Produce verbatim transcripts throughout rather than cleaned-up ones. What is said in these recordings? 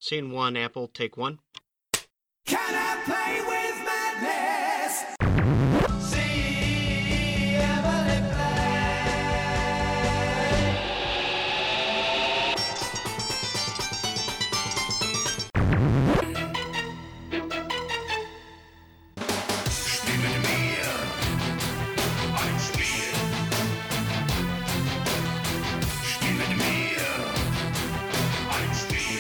Scene one, Apple, take one. Can I play with madness? See Emily Stimme mir ein Spiel. Stimme mir ein Spiel.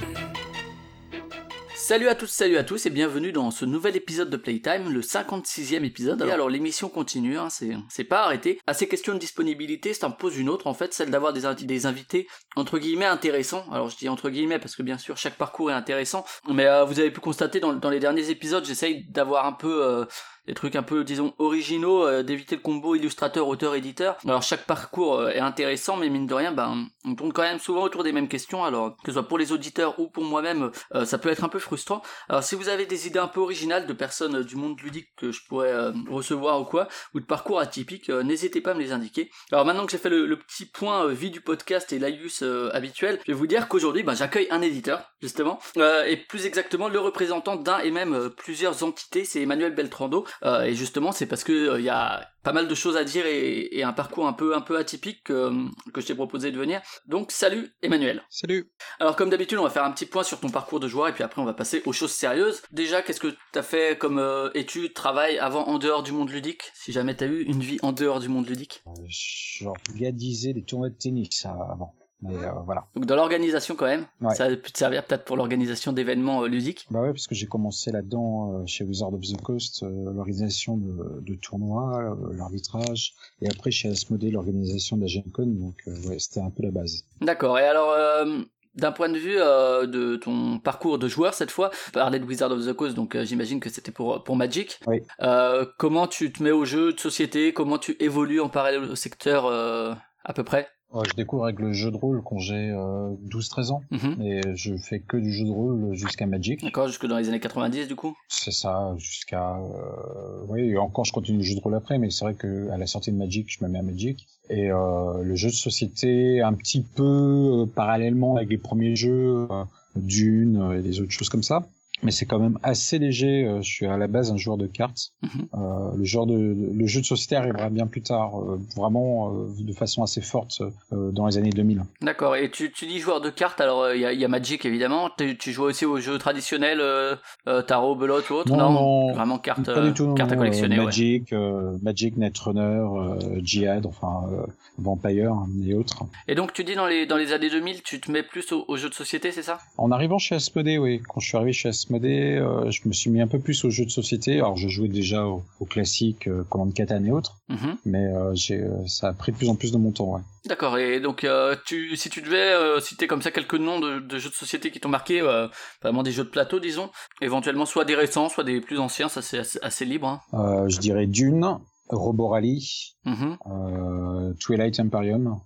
Salut à tous, salut à tous et bienvenue dans ce nouvel épisode de Playtime, le cinquante-sixième épisode. Et alors l'émission continue, hein, c'est, c'est pas arrêté. À ces questions de disponibilité, ça en pose une autre en fait, celle d'avoir des, invi- des invités entre guillemets intéressants. Alors je dis entre guillemets parce que bien sûr chaque parcours est intéressant, mais euh, vous avez pu constater dans, dans les derniers épisodes, j'essaye d'avoir un peu... Euh, des trucs un peu, disons, originaux, euh, d'éviter le combo illustrateur, auteur, éditeur. Alors chaque parcours euh, est intéressant, mais mine de rien, ben, on tourne quand même souvent autour des mêmes questions, alors que ce soit pour les auditeurs ou pour moi-même, euh, ça peut être un peu frustrant. Alors si vous avez des idées un peu originales de personnes euh, du monde ludique que je pourrais euh, recevoir ou quoi, ou de parcours atypiques, euh, n'hésitez pas à me les indiquer. Alors maintenant que j'ai fait le, le petit point euh, vie du podcast et l'Aius euh, habituel, je vais vous dire qu'aujourd'hui, ben, j'accueille un éditeur, justement, euh, et plus exactement le représentant d'un et même euh, plusieurs entités, c'est Emmanuel Beltrando. Euh, et justement, c'est parce que il euh, y a pas mal de choses à dire et, et un parcours un peu un peu atypique que, que je t'ai proposé de venir. Donc salut Emmanuel. Salut. Alors comme d'habitude, on va faire un petit point sur ton parcours de joueur et puis après on va passer aux choses sérieuses. Déjà, qu'est-ce que t'as fait comme euh, études, travail avant en dehors du monde ludique, si jamais t'as eu une vie en dehors du monde ludique? Euh, J'organisais des tournois de tennis ça, avant. Mais euh, voilà. Donc dans l'organisation quand même, Ouais. ça a pu te servir peut-être pour l'organisation d'événements euh, ludiques. Bah ouais, parce que j'ai commencé là-dedans euh, chez Wizard of the Coast, euh, l'organisation de, de tournois, euh, l'arbitrage, et après chez Asmodée, l'organisation de la Gen Con, donc euh, ouais, c'était un peu la base. D'accord, et alors... Euh... D'un point de vue euh, de ton parcours de joueur cette fois, tu parlais de Wizard of the Coast, donc euh, j'imagine que c'était pour pour Magic. Oui. Euh, comment tu te mets au jeu de société, comment tu évolues en parallèle au secteur euh, à peu près? Ouais, je découvre avec le jeu de rôle quand j'ai euh, douze treize ans, Mhm. et je fais que du jeu de rôle jusqu'à Magic. D'accord, jusque dans les années quatre-vingt-dix du coup. C'est ça, jusqu'à... Euh, oui, et encore je continue le jeu de rôle après, mais c'est vrai que à la sortie de Magic, je me mets à Magic. Et euh, le jeu de société, un petit peu euh, parallèlement avec les premiers jeux, euh, Dune euh, et des autres choses comme ça. Mais c'est quand même assez léger. euh, Je suis à la base un joueur de cartes. Mhm. Euh, le genre de le jeu de société arrivera bien plus tard, euh, vraiment euh, de façon assez forte euh, dans les années deux mille. D'accord, et tu, tu dis joueur de cartes, alors il y, a, y a Magic évidemment, tu, tu joues aussi aux jeux traditionnels, euh, euh, tarot, belote ou autre? Non, non, vraiment carte, Pas du tout, non, carte à non, collectionner. euh, Ouais. Magic, euh, Magic, Netrunner, euh, Jihad, enfin euh, Vampire et autres. Et donc tu dis dans les, dans les années deux mille, tu te mets plus aux, aux jeux de société, c'est ça? En arrivant chez Asmodée, oui, quand je suis arrivé chez Asmodée, euh, je me suis mis un peu plus aux jeux de société. Alors je jouais déjà aux, aux classiques, euh, Command Catan et autres, Mhm. mais euh, j'ai, euh, ça a pris de plus en plus de mon temps, ouais. D'accord, et donc euh, tu, si tu devais euh, citer comme ça quelques noms de, de jeux de société qui t'ont marqué, euh, vraiment des jeux de plateau disons, éventuellement soit des récents, soit des plus anciens, ça c'est assez, assez libre. Hein. Euh, je dirais Dune, Robo Rally, Mhm. euh, Twilight Imperium,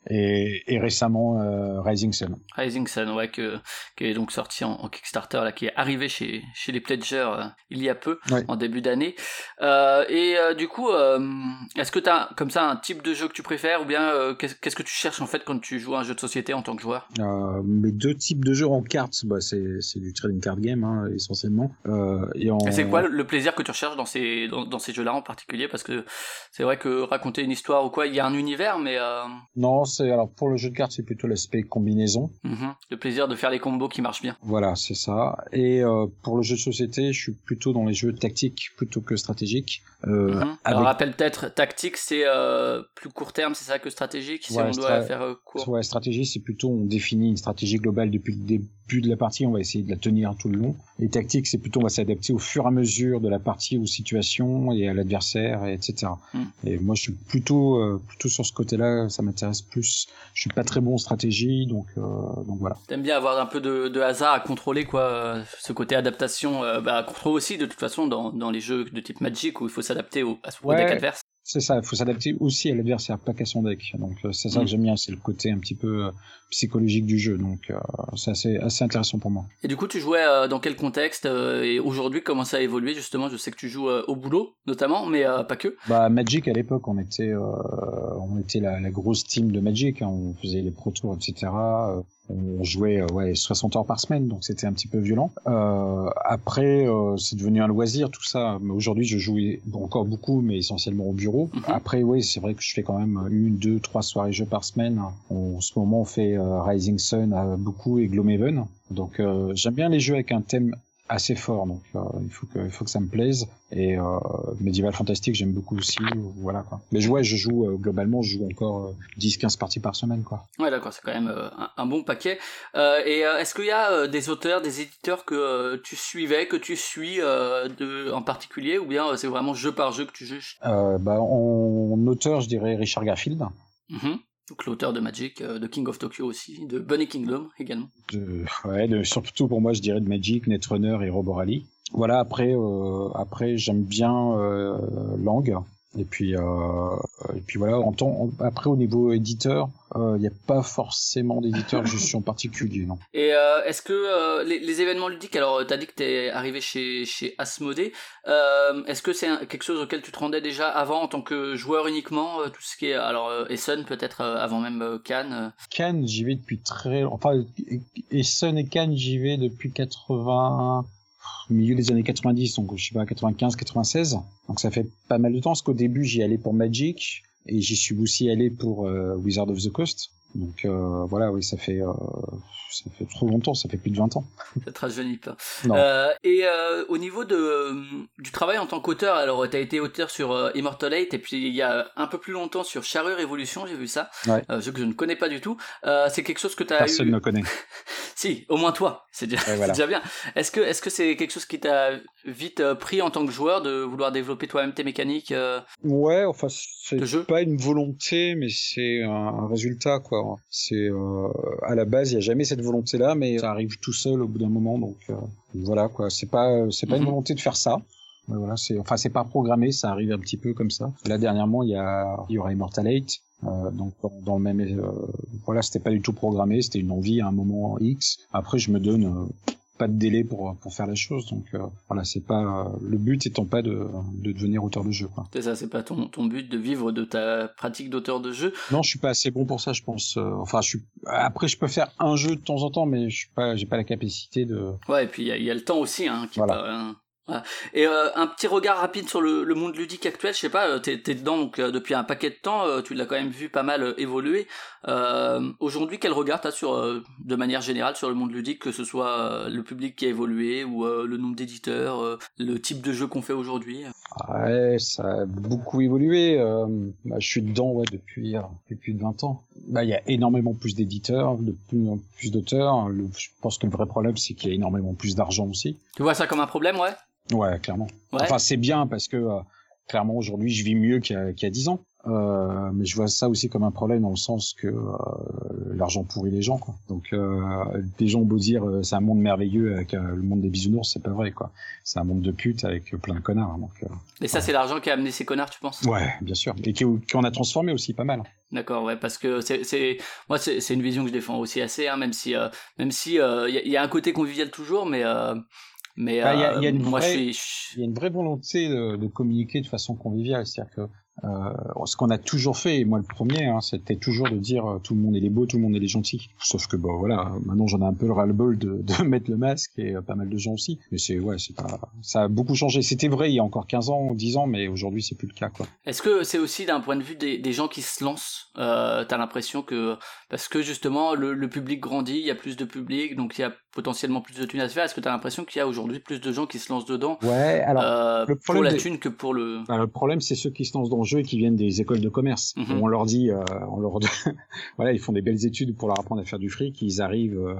et, et récemment euh, Rising Sun. Rising Sun, ouais, que, qui est donc sorti en, en Kickstarter, là, qui est arrivé chez, chez les pledgers euh, il y a peu, Ouais. en début d'année. Euh, et euh, du coup, euh, est-ce que t'as comme ça un type de jeu que tu préfères, ou bien euh, qu'est-ce, qu'est-ce que tu cherches en fait quand tu joues à un jeu de société en tant que joueur? Euh, mes deux types de jeux en cartes, bah, c'est, c'est du trading card game hein, essentiellement. Euh, et en... Et c'est quoi le- le plaisir que tu recherches dans ces, dans, dans ces jeux-là en particulier? Parce que c'est vrai que raconter une histoire ou quoi, il y a un univers, mais euh, Non, c'est alors pour le jeu de cartes, c'est plutôt l'aspect combinaison. mhm, le plaisir de faire les combos qui marchent bien. Voilà, c'est ça. Et euh, pour le jeu de société, je suis plutôt dans les jeux tactiques plutôt que stratégiques. Euh, Mhm. avec... Alors rappelle peut-être, tactique c'est euh, plus court terme, c'est ça que stratégique, si Ouais, on doit stra- faire euh, court. Ouais, stratégie, c'est plutôt on définit une stratégie globale depuis le début de la partie, on va essayer de la tenir tout le long. Et tactique, c'est plutôt on va s'adapter au fur et à mesure de la partie aux situations et à l'adversaire, et etc. Mm. Et moi, je suis plutôt euh, plutôt sur ce côté-là, ça m'intéresse plus. Je suis pas très bon en stratégie, donc euh, donc voilà. T'aimes bien avoir un peu de, de hasard à contrôler, quoi, euh, ce côté adaptation, euh, bah, qu'on retrouve aussi de toute façon dans, dans les jeux de type Magic où il faut s'adapter au, à- au Ouais. deck adverse. C'est ça, il faut s'adapter aussi à l'adversaire, pas qu'à son deck. Donc euh, c'est ça Mm. que j'aime bien, c'est le côté un petit peu euh, psychologique du jeu. Donc euh, c'est assez, assez intéressant pour moi. Et du coup, tu jouais euh, dans quel contexte euh, et aujourd'hui, comment ça a évolué justement? Je sais que tu joues euh, au boulot notamment, mais euh, pas que. Bah Magic à l'époque, on était, euh, on était la, la grosse team de Magic. Hein, on faisait les Pro Tours, et cetera. on jouait euh, ouais soixante heures par semaine, donc c'était un petit peu violent. Euh, après, euh, c'est devenu un loisir tout ça. Mais aujourd'hui, je joue bon, encore beaucoup, mais essentiellement au bureau. Mm-hmm. Après, oui, c'est vrai que je fais quand même une, deux, trois soirées jeux par semaine. On, en ce moment, on fait euh, Rising Sun euh, beaucoup et Gloomhaven. Donc, euh, j'aime bien les jeux avec un thème assez fort, donc euh, il faut que il faut que ça me plaise. Et euh, Medieval Fantastic, j'aime beaucoup aussi, voilà quoi. Mais ouais, je joue euh, globalement, je joue encore euh, dix quinze parties par semaine quoi. Ouais, d'accord, c'est quand même euh, un, un bon paquet. Euh, et euh, est-ce qu'il y a euh, des auteurs, des éditeurs que euh, tu suivais, que tu suis euh, de en particulier, ou bien euh, c'est vraiment jeu par jeu que tu juges? euh, Bah en, en auteur, je dirais Richard Garfield. Mm-hmm. Donc l'auteur de Magic, euh, de King of Tokyo aussi, de Bunny Kingdom également. De, ouais, de, surtout pour moi, je dirais de Magic, Netrunner et Rob O'Reilly. Voilà, après, euh, après j'aime bien euh, Lang. Et puis, euh, et puis voilà. En temps, après, au niveau éditeur, il euh, n'y a pas forcément d'éditeur que je suis en particulier, non. Et euh, est-ce que euh, les, les événements ludiques, alors t'as dit que t'es arrivé chez chez Asmodée, euh, est-ce que c'est un, quelque chose auquel tu te rendais déjà avant en tant que joueur uniquement, euh, tout ce qui est alors euh, Essen peut-être euh, avant même euh, Cannes. Euh... Cannes, j'y vais depuis très, enfin Essen et Cannes, j'y vais depuis quatre-vingts. Milieu des années quatre-vingt-dix, donc je sais pas, quatre-vingt-quinze, quatre-vingt-seize. Donc ça fait pas mal de temps, parce qu'au début j'y allais pour Magic, et j'y suis aussi allé pour euh, Wizard of the Coast. Donc euh, voilà, oui, ça fait euh, ça fait trop longtemps, ça fait plus de vingt ans. Ça te rajeunit pas. Euh, et euh, au niveau de euh, du travail en tant qu'auteur, alors t'as été auteur sur euh, Immortal Eight et puis il y a un peu plus longtemps sur Charrue Révolution, j'ai vu ça, ouais. euh, jeu que je ne connais pas du tout. Euh, c'est quelque chose que t'as Personne eu... ne connaît. Si, au moins toi, c'est déjà, ouais, voilà. C'est déjà bien. Est-ce que est-ce que c'est quelque chose qui t'a vite euh, pris en tant que joueur de vouloir développer toi-même tes mécaniques euh, Ouais, enfin c'est pas une volonté, mais c'est un, un résultat quoi. C'est euh, à la base il y a jamais cette volonté là, mais ça arrive tout seul au bout d'un moment, donc euh, voilà quoi. C'est pas c'est pas mm-hmm. une volonté de faire ça. Mais voilà, c'est enfin c'est pas programmé, ça arrive un petit peu comme ça. Là dernièrement il y a il y aura Immortal Eight, euh, donc dans, dans le même euh, voilà, c'était pas du tout programmé, c'était une envie à un moment X. Après je me donne euh, pas de délai pour pour faire la chose, donc euh, voilà, c'est pas le but étant pas de de devenir auteur de jeu quoi. C'est ça, c'est pas ton ton but de vivre de ta pratique d'auteur de jeu. Non, je suis pas assez bon pour ça, je pense. Euh, enfin, je suis après je peux faire un jeu de temps en temps, mais je suis pas j'ai pas la capacité de. Ouais, et puis il y a, y a le temps aussi hein qui voilà. est pas, hein. Voilà. Et euh, un petit regard rapide sur le, le monde ludique actuel, je sais pas, t'es, t'es dedans donc euh, depuis un paquet de temps, euh, tu l'as quand même vu pas mal euh, évoluer. Euh, aujourd'hui, quel regard t'as sur, euh, de manière générale, sur le monde ludique, que ce soit euh, le public qui a évolué ou euh, le nombre d'éditeurs, euh, le type de jeu qu'on fait aujourd'hui? Ouais, ça a beaucoup évolué. Euh, bah, je suis dedans ouais depuis euh, depuis plus de vingt ans. Bah, il y a énormément plus d'éditeurs, de plus en plus d'auteurs. Le, je pense que le vrai problème, c'est qu'il y a énormément plus d'argent aussi. Tu vois ça comme un problème, ouais? Ouais, clairement. Ouais. Enfin, c'est bien parce que euh, clairement aujourd'hui, je vis mieux qu'il y a, qu'il y a dix ans. Euh, mais je vois ça aussi comme un problème dans le sens que euh, l'argent pourrit les gens, quoi. Donc, euh, des gens ont beau dire euh, c'est un monde merveilleux avec euh, le monde des bisounours, c'est pas vrai, quoi. C'est un monde de putes avec euh, plein de connards. Donc, euh, et ça, ouais. C'est l'argent qui a amené ces connards, tu penses? Ouais, bien sûr. Et qui, qui en a transformé aussi pas mal. D'accord, ouais, parce que c'est, c'est, moi, c'est, c'est une vision que je défends aussi assez, hein, même si, euh, même si, il euh, y, y a un côté convivial toujours, mais. Euh... Mais il bah, y, a, y a une moi, vraie, je suis... il y a une vraie volonté de, de communiquer de façon conviviale, c'est-à-dire que euh, ce qu'on a toujours fait, et moi le premier, hein, c'était toujours de dire euh, tout le monde est les beaux, tout le monde est les gentils. Sauf que bon, voilà, maintenant j'en ai un peu le ras-le-bol de, de mettre le masque et euh, pas mal de gens aussi. Mais c'est ouais, c'est pas, ça a beaucoup changé. C'était vrai il y a encore quinze ans, dix ans, mais aujourd'hui c'est plus le cas, quoi. Est-ce que c'est aussi d'un point de vue des, des gens qui se lancent, euh, t'as l'impression que parce que justement le, le public grandit, il y a plus de public, donc il y a potentiellement plus de thunes à se faire. Est-ce que t'as l'impression qu'il y a aujourd'hui plus de gens qui se lancent dedans? Ouais, alors euh, le pour la des... thune que pour le. Alors, le problème, c'est ceux qui se lancent dans le jeu et qui viennent des écoles de commerce. Mm-hmm. On leur dit, euh, on leur, voilà, ils font des belles études pour leur apprendre à faire du fric. Ils arrivent euh,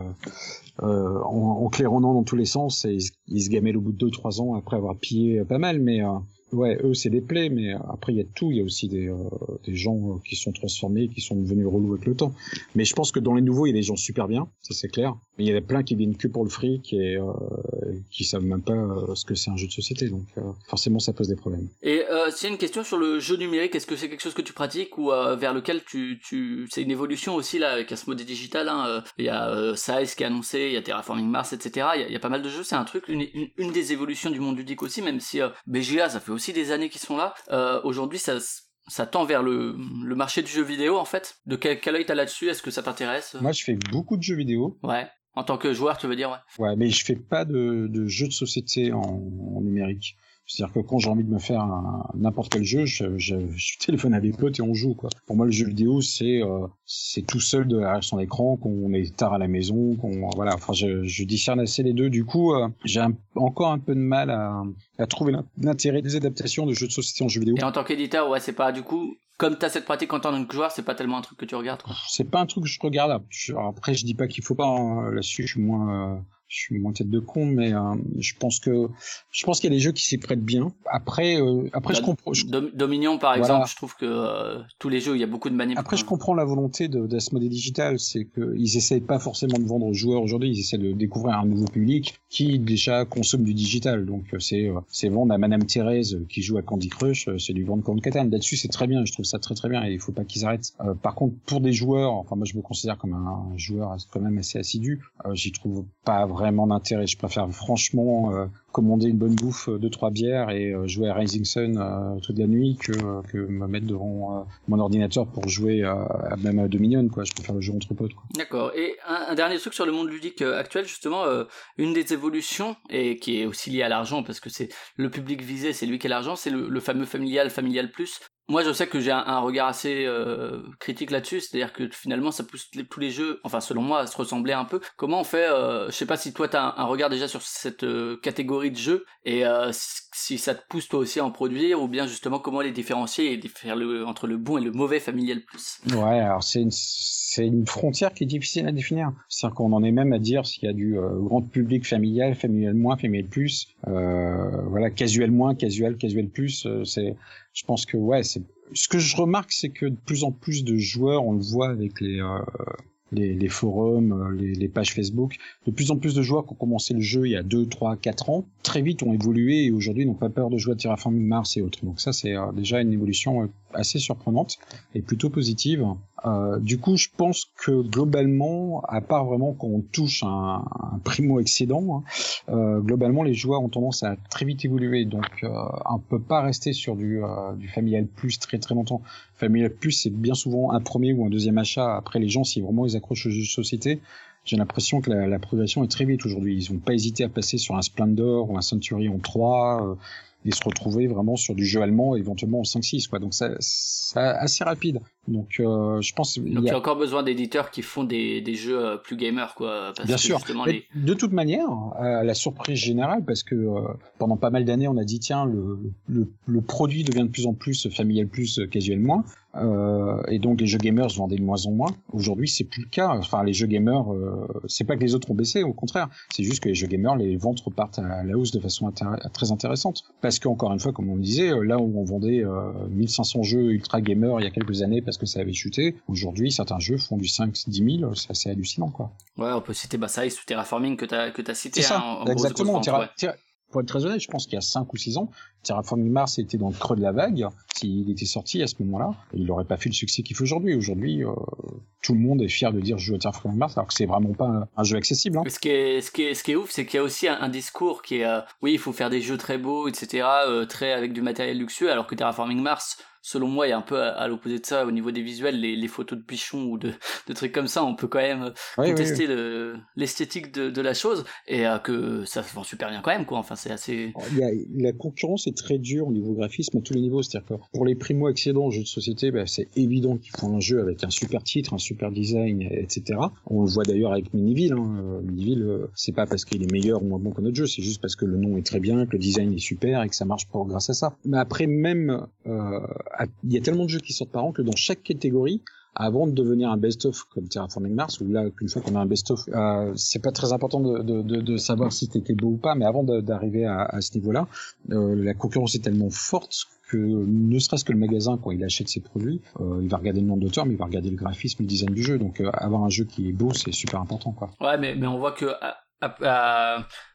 euh, en, en claironnant dans tous les sens et ils, ils se gamellent au bout de deux, trois ans après avoir pillé pas mal, mais. Euh, Ouais, eux c'est des plaies, mais après il y a tout, il y a aussi des, euh, des gens qui sont transformés, qui sont devenus relous avec le temps. Mais je pense que dans les nouveaux, il y a des gens super bien, ça c'est clair. Mais il y en a plein qui viennent que pour le fric et euh, qui savent même pas euh, ce que c'est un jeu de société, donc euh, forcément ça pose des problèmes. Et euh, s'il y a une question sur le jeu numérique, est-ce que c'est quelque chose que tu pratiques ou euh, vers lequel tu, tu, c'est une évolution aussi là avec Asmodée Digital, hein, euh, il y a euh, Size qui est annoncé, il y a Terraforming Mars, et cetera. Il y a, il y a pas mal de jeux, c'est un truc, une, une, une des évolutions du monde ludique aussi, même si euh, B G A ça fait aussi des années qui sont là. Euh, aujourd'hui, ça, ça tend vers le, le marché du jeu vidéo en fait. De quel, quel œil t'as là-dessus? Est-ce que ça t'intéresse? Moi, je fais beaucoup de jeux vidéo. Ouais. En tant que joueur, tu veux dire, ouais. Ouais, mais je fais pas de, de jeux de société en, en numérique. C'est-à-dire que quand j'ai envie de me faire un, n'importe quel jeu, je, je, je téléphone à des potes et on joue, quoi. Pour moi, le jeu vidéo, c'est euh, c'est tout seul derrière son écran, qu'on est tard à la maison, qu'on voilà. Enfin, je, je discerne assez les deux. Du coup, euh, j'ai un, encore un peu de mal à, à trouver l'intérêt des adaptations de jeux de société en jeu vidéo. Et en tant qu'éditeur, ouais, c'est pas du coup. Comme t'as cette pratique en tant que joueur, c'est pas tellement un truc que tu regardes, quoi. C'est pas un truc que je regarde. Après, je dis pas qu'il faut pas. Hein. Là-dessus, je suis moins. Euh... Je suis moins tête de con, mais euh, je pense que je pense qu'il y a des jeux qui s'y prêtent bien. Après, euh, après je comprends. Je... Dominion, par voilà. exemple, je trouve que euh, tous les jeux, il y a beaucoup de manip. Après, je comprends la volonté de d'Asmodée Digital, c'est que ils essayent pas forcément de vendre aux joueurs aujourd'hui, ils essaient de découvrir un nouveau public qui déjà consomme du digital. Donc c'est c'est vendre à Madame Thérèse qui joue à Candy Crush, c'est du vendre comme Catan. Là-dessus, c'est très bien. Je trouve ça très très bien et il faut pas qu'ils arrêtent. Euh, par contre, pour des joueurs, enfin moi je me considère comme un joueur quand même assez assidu. Euh, j'y trouve pas vraiment vraiment d'intérêt. Je préfère franchement euh, commander une bonne bouffe, euh, deux trois bières et euh, jouer à Rising Sun euh, toute la nuit que euh, que me mettre devant euh, mon ordinateur pour jouer euh, à même à Dominion, quoi. Je préfère le jeu entre potes, quoi. D'accord. Et un, un dernier truc sur le monde ludique euh, actuel, justement, euh, une des évolutions et qui est aussi liée à l'argent parce que c'est le public visé, c'est lui qui a l'argent, c'est le, le fameux familial, familial plus. Moi, je sais que j'ai un, un regard assez euh, critique là-dessus, c'est-à-dire que finalement, ça pousse les, tous les jeux, enfin selon moi, à se ressembler un peu. Comment on fait euh, je sais pas si toi t'as un, un regard déjà sur cette euh, catégorie de jeux et euh, si ça te pousse toi aussi à en produire ou bien justement comment les différencier et faire le entre le bon et le mauvais familial plus. Ouais, alors c'est une c'est une frontière qui est difficile à définir. C'est-à-dire qu'on en est même à dire s'il y a du euh, grand public familial, familial moins, familial plus, euh, voilà, casual moins, casual, casual plus. Euh, c'est, je pense que ouais, c'est. Ce que je remarque, c'est que de plus en plus de joueurs, on le voit avec les euh, les, les forums, les, les pages Facebook, de plus en plus de joueurs qui ont commencé le jeu il y a deux, trois, quatre ans, très vite ont évolué et aujourd'hui n'ont pas peur de jouer à Terraforming Mars et autres. Donc ça, c'est euh, déjà une évolution euh, assez surprenante et plutôt positive. Euh, du coup, je pense que globalement, à part vraiment quand on touche un, un primo-excédent, hein, euh, globalement, les joueurs ont tendance à très vite évoluer. Donc, euh, on peut pas rester sur du, euh, du familial plus très très longtemps. Familial plus, c'est bien souvent un premier ou un deuxième achat. Après, les gens, si vraiment ils accrochent aux jeux de société, j'ai l'impression que la, la progression est très vite aujourd'hui. Ils n'ont pas hésité à passer sur un Splendor ou un Centurion trois. Euh, et se retrouver vraiment sur du jeu allemand, éventuellement en cinq six, quoi. Donc ça, c'est assez rapide. Donc euh, je pense. Donc il y, a... y a encore besoin d'éditeurs qui font des, des jeux plus gamers, quoi. Parce Bien que sûr. Les... De toute manière, à la surprise générale, parce que euh, pendant pas mal d'années, on a dit tiens, le, le, le produit devient de plus en plus familial plus, casual moins. Euh, et donc les jeux gamers se vendaient de moins en moins. Aujourd'hui, c'est plus le cas. Enfin, les jeux gamers, euh, c'est pas que les autres ont baissé, au contraire. C'est juste que les jeux gamers, les ventes repartent à la hausse de façon intér- très intéressante. Parce que encore une fois, comme on le disait, là où on vendait euh, mille cinq cents jeux ultra gamers il y a quelques années parce que ça avait chuté, aujourd'hui, certains jeux font du cinq à dix mille. C'est assez hallucinant, quoi. Ouais, on peut citer Bassize ou Terraforming que t'as que t'as cité. C'est ça, hein, en exactement. Grosse, grosse vente, Terra- ouais. Pour être très honnête, je pense qu'il y a cinq ou six ans, Terraforming Mars était dans le creux de la vague. S'il était sorti à ce moment-là, il n'aurait pas fait le succès qu'il fait aujourd'hui. Aujourd'hui, euh, tout le monde est fier de dire je joue à Terraforming Mars, alors que c'est vraiment pas un, un jeu accessible. Hein. Ce qui est, ce qui est, ce qui est ouf, c'est qu'il y a aussi un, un discours qui est, euh, oui, il faut faire des jeux très beaux, et cetera, euh, très avec du matériel luxueux, alors que Terraforming Mars, selon moi, il y a un peu à, à l'opposé de ça au niveau des visuels, les, les photos de pichons ou de, de trucs comme ça, on peut quand même oui, contester oui, oui. Le, l'esthétique de, de la chose et euh, que ça se vend super bien quand même, quoi. Enfin, c'est assez. Il y a, la concurrence est très dure au niveau graphisme à tous les niveaux, c'est-à-dire que pour les primo-accédants aux jeux de société, bah, c'est évident qu'ils font un jeu avec un super titre, un super design, et cetera. On le voit d'ailleurs avec Miniville. Hein. Miniville, euh, c'est pas parce qu'il est meilleur ou moins bon que notre jeu, c'est juste parce que le nom est très bien, que le design est super et que ça marche pas grâce à ça. Mais après, même, euh, il y a tellement de jeux qui sortent par an que dans chaque catégorie, avant de devenir un best-of comme Terraforming Mars, où là, qu'une fois qu'on a un best-of, euh, c'est pas très important de, de, de, de savoir si t'étais beau ou pas, mais avant de, d'arriver à, à ce niveau-là, euh, la concurrence est tellement forte que ne serait-ce que le magasin, quand il achète ses produits, euh, il va regarder le nombre d'auteurs, mais il va regarder le graphisme, le design du jeu. Donc, euh, avoir un jeu qui est beau, c'est super important, quoi. Ouais, mais, mais on voit que à, à,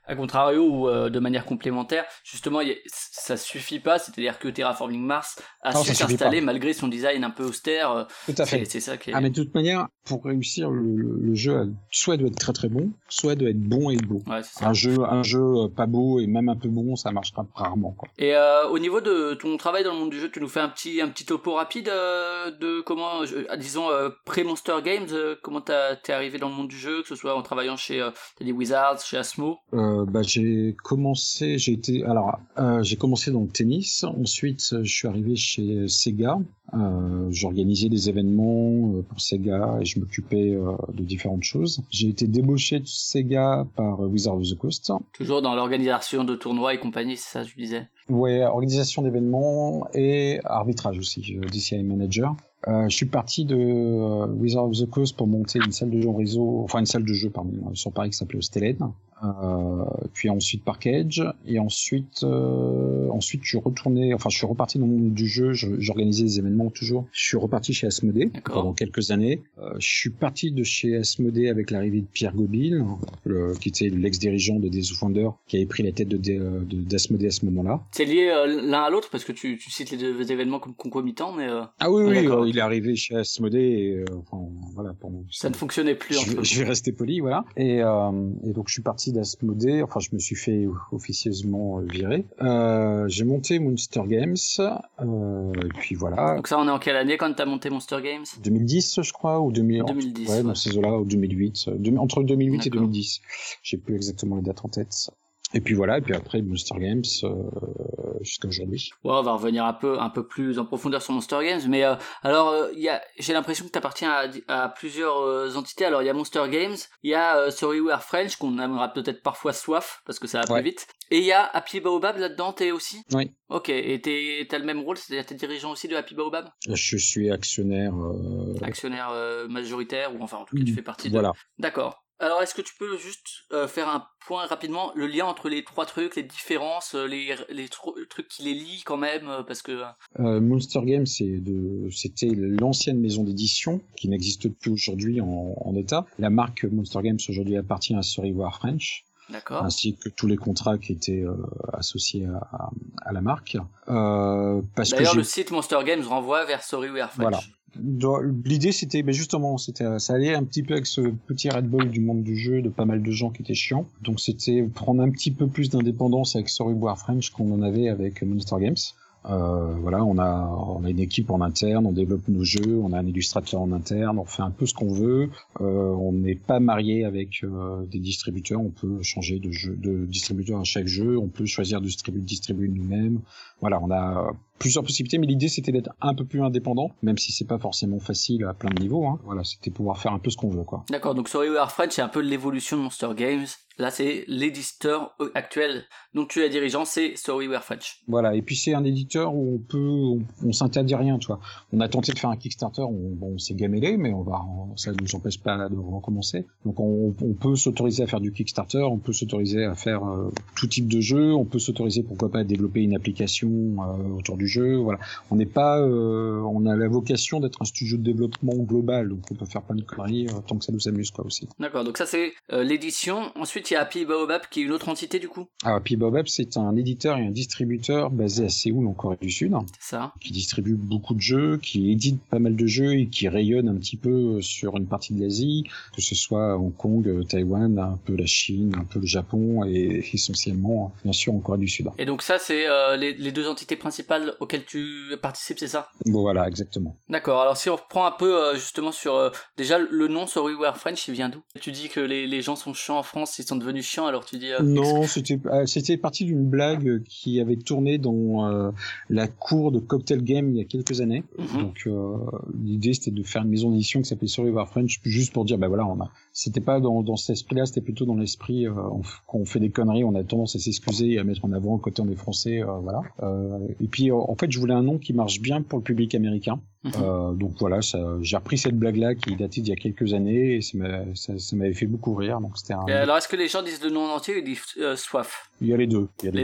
À contrario, ou euh, de manière complémentaire, justement, y a, ça suffit pas, c'est-à-dire que Terraforming Mars a Non, su ça suffit s'installer pas. malgré son design un peu austère. euh, Tout à fait. C'est, c'est ça qui est... Ah, mais de toute manière, pour réussir, le, le, le jeu a- soit doit être très très bon, soit doit être bon et beau. Ouais, c'est ça. Un jeu, un jeu euh, pas beau et même un peu bon, ça marchera rarement, quoi. Et euh, au niveau de ton travail dans le monde du jeu, tu nous fais un petit un petit topo rapide euh, de comment, je- euh, disons euh, pré-Monster Games, euh, comment t'as, t'es arrivé dans le monde du jeu, que ce soit en travaillant chez euh, t'as dit Wizards, chez Asmo. Euh, bah, j'ai commencé, j'ai été, alors, euh, j'ai commencé dans le tennis. Ensuite, euh, je suis arrivé chez Sega. Euh, j'organisais des événements euh, pour Sega et je m'occupais euh, de différentes choses. J'ai été débauché de Sega par euh, Wizards of the Coast. Toujours dans l'organisation de tournois et compagnie, c'est ça, je disais. Ouais, organisation d'événements et arbitrage aussi, euh, D C I manager. Euh, je suis parti de euh, Wizards of the Coast pour monter une salle de jeu en réseau, enfin une salle de jeu, pardon, sur Paris qui s'appelait Stelled. Euh, puis ensuite Park Edge, et ensuite, euh, ensuite je suis retourné, enfin je suis reparti dans le monde du jeu, je, j'organisais des événements toujours. Je suis reparti chez Asmodée pendant quelques années. Euh, je suis parti de chez Asmodée avec l'arrivée de Pierre Gobil, le, qui était l'ex-dirigeant de Days of Wonder, qui avait pris la tête de, de, de, d'Asmodée à ce moment-là. C'est lié euh, l'un à l'autre parce que tu, tu cites les deux événements comme concomitants, mais euh... ah oui, oui, ah, euh, il est arrivé chez Asmodée et euh, enfin voilà, pour moi, ça ne fonctionnait plus. Je, je vais rester poli, voilà. Et, euh, et donc je suis parti d'Asmodée, enfin je me suis fait officieusement virer. Euh, j'ai monté Monster Games, euh, et puis voilà. Donc ça, on est en quelle année quand t'as monté Monster Games? deux mille dix, je crois, ou deux mille... deux mille dix. Ouais, Ouais. dans ces eaux-là, ou deux mille huit. deux- entre deux mille huit D'accord. et deux mille dix. J'ai plus exactement les dates en tête. Et puis voilà, et puis après Monster Games euh, jusqu'à aujourd'hui. Ouais, on va revenir un peu, un peu plus en profondeur sur Monster Games, mais euh, alors euh, il y a, j'ai l'impression que tu appartiens à, à plusieurs euh, entités. Alors il y a Monster Games, il y a euh, Sorryware French qu'on aimera peut-être parfois soif parce que ça va Ouais. plus vite, et il y a Happy Baobab là-dedans. T'es aussi? Oui. Ok, et t'es, t'as le même rôle, c'est-à-dire t'es dirigeant aussi de Happy Baobab, Je suis actionnaire. Euh... actionnaire euh, majoritaire, ou enfin en tout cas tu fais partie de. Voilà. D'accord. Alors, est-ce que tu peux juste euh, faire un point rapidement, le lien entre les trois trucs, les différences, euh, les, les tro- trucs qui les lient quand même, euh, parce que... Euh, Monster Games, c'est de, c'était l'ancienne maison d'édition qui n'existe plus aujourd'hui en, en état. La marque Monster Games aujourd'hui appartient à Sorryware French, D'accord. ainsi que tous les contrats qui étaient euh, associés à, à, à la marque. Euh, parce D'ailleurs, que le j'ai... site Monster Games renvoie vers Sorryware French. Voilà. Dans- L'idée, c'était, ben justement, c'était, ça allait un petit peu avec ce petit Red Bull du monde du jeu, de pas mal de gens qui étaient chiants. Donc, c'était prendre un petit peu plus d'indépendance avec Sorryware French qu'on en avait avec Monster Games. Euh, voilà, on a, on a une équipe en interne, on développe nos jeux, on a un illustrateur en interne, on fait un peu ce qu'on veut. Euh, on n'est pas marié avec euh, des distributeurs, on peut changer de jeu, de distributeur à chaque jeu, on peut choisir de distribuer, de distribuer nous-mêmes. Voilà, on a plusieurs possibilités, mais l'idée c'était d'être un peu plus indépendant, même si c'est pas forcément facile à plein de niveaux. Hein. Voilà, c'était pouvoir faire un peu ce qu'on veut, quoi. D'accord, donc Sorryware French, c'est un peu l'évolution de Monster Games. Là, c'est l'éditeur actuel dont tu es dirigeant, c'est Sorryware French. Voilà, et puis c'est un éditeur où on peut, on, on s'interdit rien, tu vois. On a tenté de faire un Kickstarter, on, bon, on s'est gamellé, mais on va, ça ne nous empêche pas de recommencer. Donc on, on peut s'autoriser à faire du Kickstarter, on peut s'autoriser à faire euh, tout type de jeu, on peut s'autoriser pourquoi pas à développer une application euh, autour du jeu. Voilà, on n'est pas, euh, on a la vocation d'être un studio de développement global, donc on peut faire plein de conneries euh, tant que ça nous amuse, quoi, aussi. D'accord, donc ça c'est euh, l'édition. Ensuite, il y a Happy Baobab qui est une autre entité du coup. Alors, Happy Baobab, c'est un éditeur et un distributeur basé à Séoul, en Corée du Sud, C'est ça. qui distribue beaucoup de jeux, qui édite pas mal de jeux et qui rayonne un petit peu sur une partie de l'Asie, que ce soit Hong Kong, Taïwan, un peu la Chine, un peu le Japon et essentiellement, bien sûr, en Corée du Sud. Et donc ça, c'est euh, les, les deux entités principales auxquelles tu participes, c'est ça? Bon, voilà, exactement. D'accord, alors si on reprend un peu euh, justement sur... euh, déjà, le nom Sorryware French, il vient d'où? Tu dis que les, les gens sont chiants en France, ils sont devenus chiants, alors tu dis... euh, Non, c'était euh, c'était parti d'une blague qui avait tourné dans euh, la cour de Cocktail Game il y a quelques années. Mhm. Donc euh, l'idée c'était de faire une maison d'édition qui s'appelait Sorryware French, juste pour dire bah voilà, on a. C'était pas dans dans cet esprit-là, c'était plutôt dans l'esprit euh, on, quand on fait des conneries, on a tendance à s'excuser et à mettre en avant le côté on est français, euh, voilà. Euh, et puis euh, en fait, je voulais un nom qui marche bien pour le public américain. Mhm. Euh, donc voilà, ça, j'ai repris cette blague-là qui datait d'il y a quelques années et ça, m'a, ça, ça m'avait fait beaucoup rire. Donc c'était un... Et alors, est-ce que les gens disent le nom en entier ou ils disent euh, soif? Il y a les deux. Il y a les, Les deux.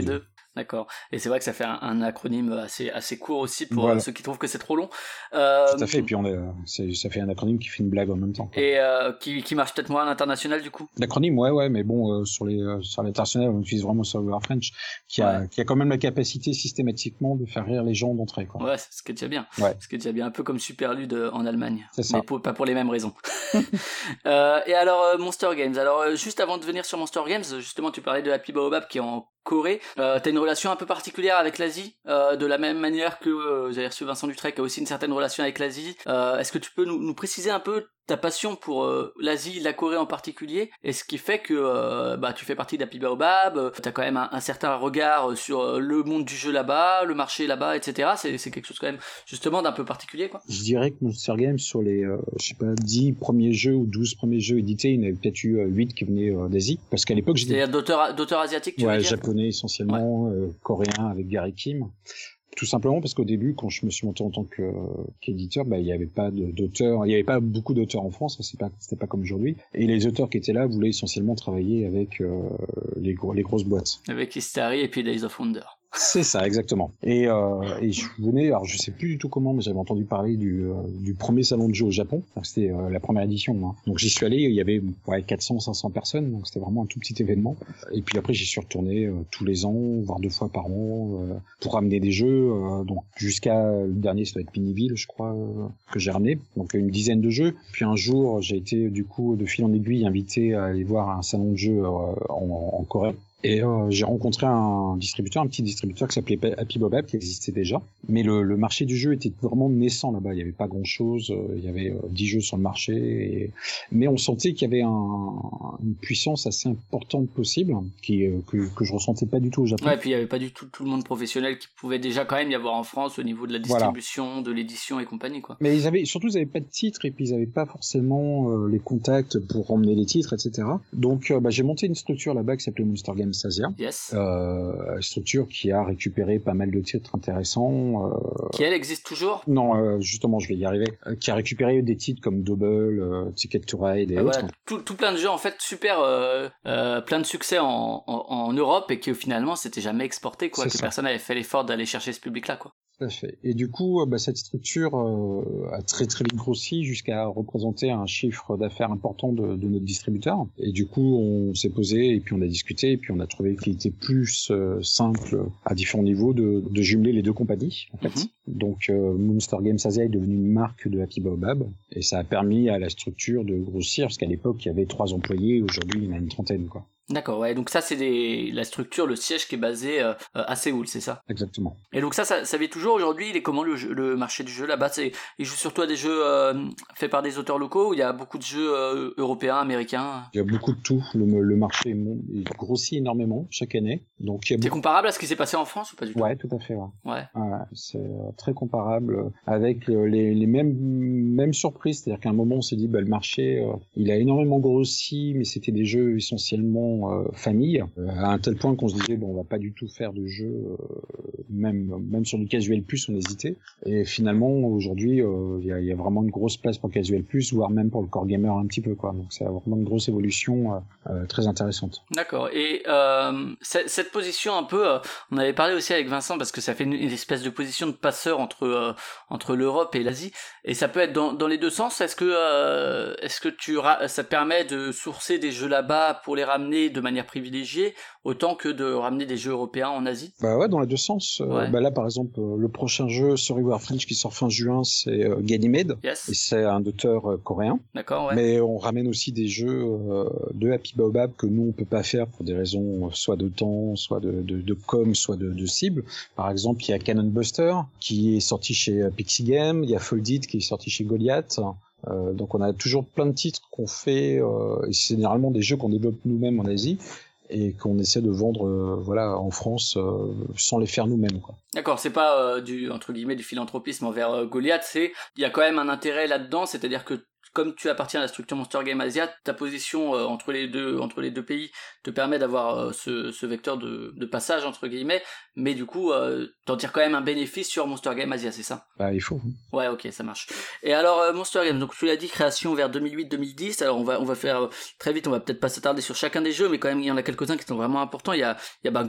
D'accord. Et c'est vrai que ça fait un, un acronyme assez assez court aussi pour Voilà. euh, ceux qui trouvent que c'est trop long. Euh, Tout à fait. Et puis on est, c'est, ça fait un acronyme qui fait une blague en même temps, quoi. Et euh, qui, qui marche peut-être moins à l'international du coup. L'acronyme, ouais, ouais, mais bon, euh, sur les euh, sur l'international, on utilise vraiment Software French, qui a Ouais. qui a quand même la capacité systématiquement de faire rire les gens d'entrée, quoi. Ouais, c'est ce qui est déjà bien. Ouais. Ce qui est déjà bien, un peu comme Superlude euh, en Allemagne. C'est ça. Mais pour- pas pour les mêmes raisons. euh, et alors, euh, Monster Games. Alors, euh, juste avant de venir sur Monster Games, justement, tu parlais de Happy Baobab qui est en Corée. Euh, t'as une relation un peu particulière avec l'Asie, euh, de la même manière que euh, vous avez reçu Vincent Dutrec, qui a aussi une certaine relation avec l'Asie. Euh, est-ce que tu peux nous, nous préciser un peu ta passion pour euh, l'Asie, la Corée en particulier, et ce qui fait que euh, bah, tu fais partie d'Happy Baobab, euh, t'as quand même un, un certain regard sur euh, le monde du jeu là-bas, le marché là-bas, et cetera. C'est, c'est quelque chose quand même justement d'un peu particulier, quoi. Je dirais que Monster Games, sur les, euh, je sais pas, dix premiers jeux ou douze premiers jeux édités, il y en avait peut-être eu euh, huit qui venaient euh, d'Asie. Parce qu'à l'époque, j'étais C'est-à-dire d'auteurs, d'auteurs asiatiques, tu veux ouais, dire japonais essentiellement, euh, coréen avec Gary Kim. Tout simplement parce qu'au début, quand je me suis monté en tant que, qu'éditeur, bah, il n'y avait pas de, d'auteurs, il n'y avait pas beaucoup d'auteurs en France, c'est pas, c'était pas comme aujourd'hui. Et les auteurs qui étaient là voulaient essentiellement travailler avec euh, les, gros, les grosses boîtes. Avec Histary et puis Days of Wonder. C'est ça, exactement. Et, euh, et je venais, alors je sais plus du tout comment, mais j'avais entendu parler du, euh, du premier salon de jeu au Japon. Donc, c'était euh, la première édition. Hein. Donc j'y suis allé, il y avait ouais, quatre cents, cinq cents personnes, donc c'était vraiment un tout petit événement. Et puis après, j'y suis retourné euh, tous les ans, voire deux fois par an, euh, pour ramener des jeux. Euh, donc jusqu'à le dernier, ça doit être Piniville, je crois, euh, que j'ai ramené. Donc une dizaine de jeux. Puis un jour, j'ai été du coup de fil en aiguille invité à aller voir un salon de jeu euh, en, en Corée. Et euh, j'ai rencontré un distributeur, un petit distributeur qui s'appelait Happy Baobab, qui existait déjà. Mais le, le marché du jeu était vraiment naissant là-bas. Il n'y avait pas grand-chose. Euh, il y avait euh, dix jeux sur le marché. Et... Mais on sentait qu'il y avait un, une puissance assez importante possible, qui, euh, que, que je ressentais pas du tout au Japon. Ouais, et puis il n'y avait pas du tout tout le monde professionnel qui pouvait déjà quand même y avoir en France au niveau de la distribution, voilà. de l'édition et compagnie, quoi. Mais ils avaient, surtout, ils n'avaient pas de titres et puis ils n'avaient pas forcément euh, les contacts pour emmener les titres, et cetera. Donc, euh, bah, j'ai monté une structure là-bas qui s'appelait Monster Games Asia. Yes. Euh, structure qui a récupéré pas mal de titres intéressants. Euh... Qui elle existe toujours ? Non, euh, justement, je vais y arriver. Euh, qui a récupéré des titres comme Double, euh, Ticket to Ride et ah, autres. Voilà, tout, tout plein de jeux en fait super, euh, euh, plein de succès en, en, en Europe et que finalement c'était jamais exporté, quoi. C'est Que ça. personne n'avait fait l'effort d'aller chercher ce public-là, quoi. Tout à fait. Et du coup, bah, cette structure euh, a très très vite grossi jusqu'à représenter un chiffre d'affaires important de, de notre distributeur. Et du coup, on s'est posé et puis on a discuté et puis on a trouvé qu'il était plus euh, simple à différents niveaux de, de jumeler les deux compagnies, en fait. Mm-hmm. Donc, euh, Monster Games Asia est devenu une marque de Happy Baobab et ça a permis à la structure de grossir parce qu'à l'époque, il y avait trois employés. Aujourd'hui, il y en a une trentaine, quoi. D'accord, ouais. Donc ça, c'est des... la structure, le siège qui est basé euh, à Séoul, c'est ça ? Exactement. Et donc ça, ça, ça vit toujours aujourd'hui. Il est comment le, jeu, le marché du jeu là-bas ? C'est, il joue surtout à des jeux euh, faits par des auteurs locaux ou il y a beaucoup de jeux euh, européens, américains ? Il y a beaucoup de tout. Le, le marché il grossit énormément chaque année. Donc il y a C'est beaucoup... comparable à ce qui s'est passé en France ou pas du tout ? Ouais, tout à fait. Ouais. Ouais. Ouais, c'est euh, très comparable avec euh, les, les mêmes mêmes surprises. C'est-à-dire qu'à un moment, on s'est dit, bah, le marché, euh, il a énormément grossi, mais c'était des jeux essentiellement euh, famille, euh, à un tel point qu'on se disait, bon, on va pas du tout faire de jeux, euh, même même sur du casual plus, on hésitait. Et finalement, aujourd'hui, il euh, y, a, y a vraiment une grosse place pour le casual plus, voire même pour le core gamer un petit peu, quoi. Donc, c'est vraiment une grosse évolution euh, euh, très intéressante. D'accord. Et euh, cette, cette position un peu, euh, on avait parlé aussi avec Vincent parce que ça fait une, une espèce de position de passeur entre euh, entre l'Europe et l'Asie, et ça peut être dans, dans les deux sens. Est-ce que euh, est-ce que tu ra- ça te permet de sourcer des jeux là-bas pour les ramener de manière privilégiée, autant que de ramener des jeux européens en Asie ? Bah ouais, dans les deux sens. Euh, ouais. Bah là, par exemple, euh, le prochain jeu Survivor French qui sort fin juin, c'est euh, Ganymede. Yes. Et c'est un auteur euh, coréen. D'accord, ouais. Mais on ramène aussi des jeux euh, de Happy Baobab que nous on peut pas faire pour des raisons euh, soit de temps, soit de, de, de com, soit de, de cible. Par exemple, il y a Cannon Buster qui est sorti chez Pixie Game, il y a Foldit qui est sorti chez Goliath. Euh, donc on a toujours plein de titres qu'on fait, euh, et c'est généralement des jeux qu'on développe nous-mêmes en Asie et qu'on essaie de vendre euh, voilà en France euh, sans les faire nous-mêmes, quoi. D'accord, c'est pas euh, du entre guillemets du philanthropisme envers euh, Goliath, c'est il y a quand même un intérêt là-dedans, c'est-à-dire que comme tu appartiens à la structure Monster Game Asia, ta position euh, entre les deux entre les deux pays te permet d'avoir euh, ce, ce vecteur de, de passage entre guillemets, mais du coup euh, t'en tires quand même un bénéfice sur Monster Game Asia, c'est ça ? Bah il faut. Ouais, ok, ça marche. Et alors euh, Monster Game, donc tu l'as dit, création vers deux mille huit deux mille dix. Alors on va on va faire euh, très vite, on va peut-être pas s'attarder sur chacun des jeux, mais quand même il y en a quelques-uns qui sont vraiment importants. Il y a il y a bah Gozu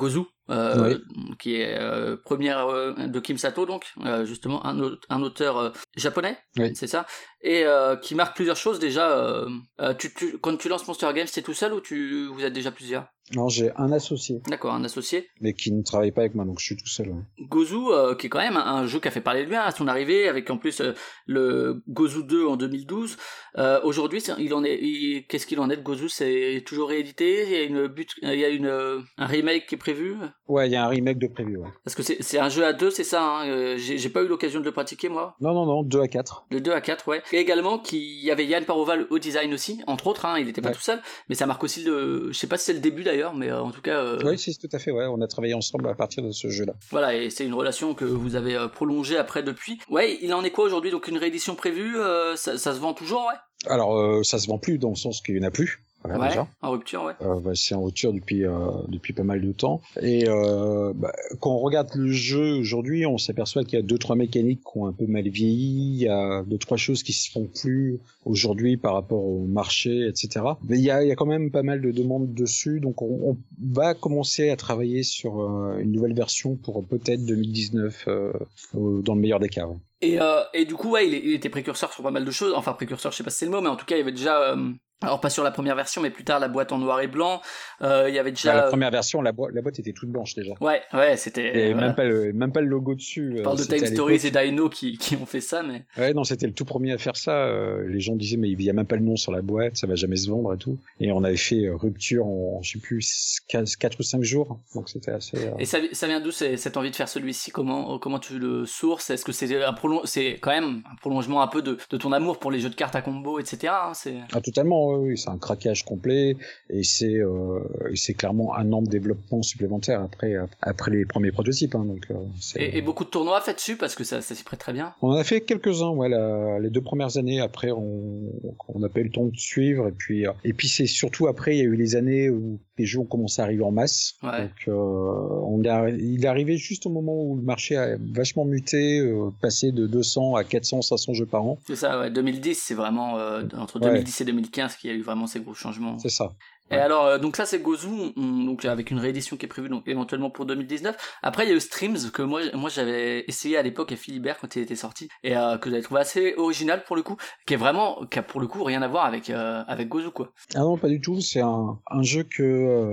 euh, Oui. qui est euh, première euh, de Kim Sato, donc euh, justement un, au- un auteur euh, japonais, Oui. c'est ça, et euh, qui marque plusieurs choses déjà. Euh, euh, tu, tu, quand tu lances Monster Games, t'es tout seul ou tu vous êtes déjà plusieurs? Non, j'ai un associé, D'accord, un associé. mais qui ne travaille pas avec moi, donc je suis tout seul. Ouais. Gozu, euh, qui est quand même un, un jeu qui a fait parler de lui hein, à son arrivée, avec en plus euh, le Gozu deux en deux mille douze. Euh, aujourd'hui, c'est- il en est, il- qu'est-ce qu'il en est de Gozu? C'est toujours réédité. Il y a une but, il y a une euh, un remake qui est prévu. Ouais, il y a un remake de prévu, ouais. Parce que c'est c'est un jeu à deux, c'est ça. Hein, euh, j'ai j'ai pas eu l'occasion de le pratiquer moi. Non, non, non, deux à quatre. Le deux à quatre, ouais. Et également, qu'il y avait Yann Paroval au design aussi, entre autres. Hein, il était pas Ouais. tout seul, mais ça marque aussi le. Je sais pas si c'est le début d'ailleurs, mais euh, en tout cas. Euh, Oui, si, tout à fait, ouais. On a travaillé ensemble à partir de ce jeu-là. Voilà, et c'est une relation que vous avez euh, prolongée après depuis. Ouais, il en est quoi aujourd'hui? Donc une réédition prévue, euh, ça, ça se vend toujours, ouais? Alors, euh, ça se vend plus dans le sens qu'il n'y en a plus. Voilà, Ouais, déjà. en rupture, ouais. Euh, bah, c'est en rupture depuis euh, depuis pas mal de temps. Et euh, bah, quand on regarde le jeu aujourd'hui, on s'aperçoit qu'il y a deux trois mécaniques qui ont un peu mal vieilli. Il y a deux trois choses qui se font plus aujourd'hui par rapport au marché, et cetera. Mais il y a il y a quand même pas mal de demandes dessus. Donc on, on va commencer à travailler sur euh, une nouvelle version pour peut-être deux mille dix-neuf euh, euh, dans le meilleur des cas. Ouais. Et, euh, et du coup, ouais, il, est- il était précurseur sur pas mal de choses. Enfin, précurseur, je sais pas si c'est le mot, mais en tout cas, il y avait déjà... euh, alors, pas sur la première version, mais plus tard, la boîte en noir et blanc. Euh, il y avait déjà... Bah, la première version, la, boi- la boîte était toute blanche déjà. Ouais, ouais, Et c'était... voilà. même pas le même pas le logo dessus. Je euh, parle de c'était Time à Stories l'époque. et Dino qui, qui ont fait ça, mais... Ouais, non, c'était le tout premier à faire ça. Euh, les gens disaient, mais il y a même pas le nom sur la boîte, ça va jamais se vendre et tout. Et on avait fait euh, rupture en, je sais plus, quatre ou cinq jours. Donc c'était assez... euh, Et ça, ça vient d'où c'est- cette envie de faire celui-ci? Comment, comment tu le sources? Est-ce que c'est un prolong... c'est quand même un prolongement un peu de, de ton amour pour les jeux de cartes à combo, et cetera hein, c'est... Ah, totalement, oui, oui, c'est un craquage complet. Et c'est euh, et c'est clairement un an de développement supplémentaire après, après les premiers prototypes. Hein, donc, euh, c'est... Et, et beaucoup de tournois faits dessus parce que ça, ça s'y prête très bien. On en a fait quelques-uns, ouais, la, les deux premières années. Après, on on n'a pas eu le temps de suivre. Et puis, euh, et puis c'est surtout après, il y a eu les années où les jeux ont commencé à arriver en masse. Ouais. Donc, euh, on est, il est arrivé juste au moment où le marché a vachement muté, euh, passé de deux cents à quatre cents, cinq cents jeux par an. C'est ça, ouais. deux mille dix, c'est vraiment euh, entre Ouais. deux mille dix et deux mille quinze qu'il y a eu vraiment ces gros changements. C'est ça. Et Ouais. alors, euh, donc ça c'est Gozu, on- donc avec une réédition qui est prévue donc éventuellement pour deux mille dix-neuf. Après il y a eu Streams que moi moi j'avais essayé à l'époque à Philibert quand il était sorti et euh, que j'avais trouvé assez original pour le coup, qui est vraiment qui a pour le coup rien à voir avec euh, avec Gozu quoi. Ah non, pas du tout. C'est un, un jeu que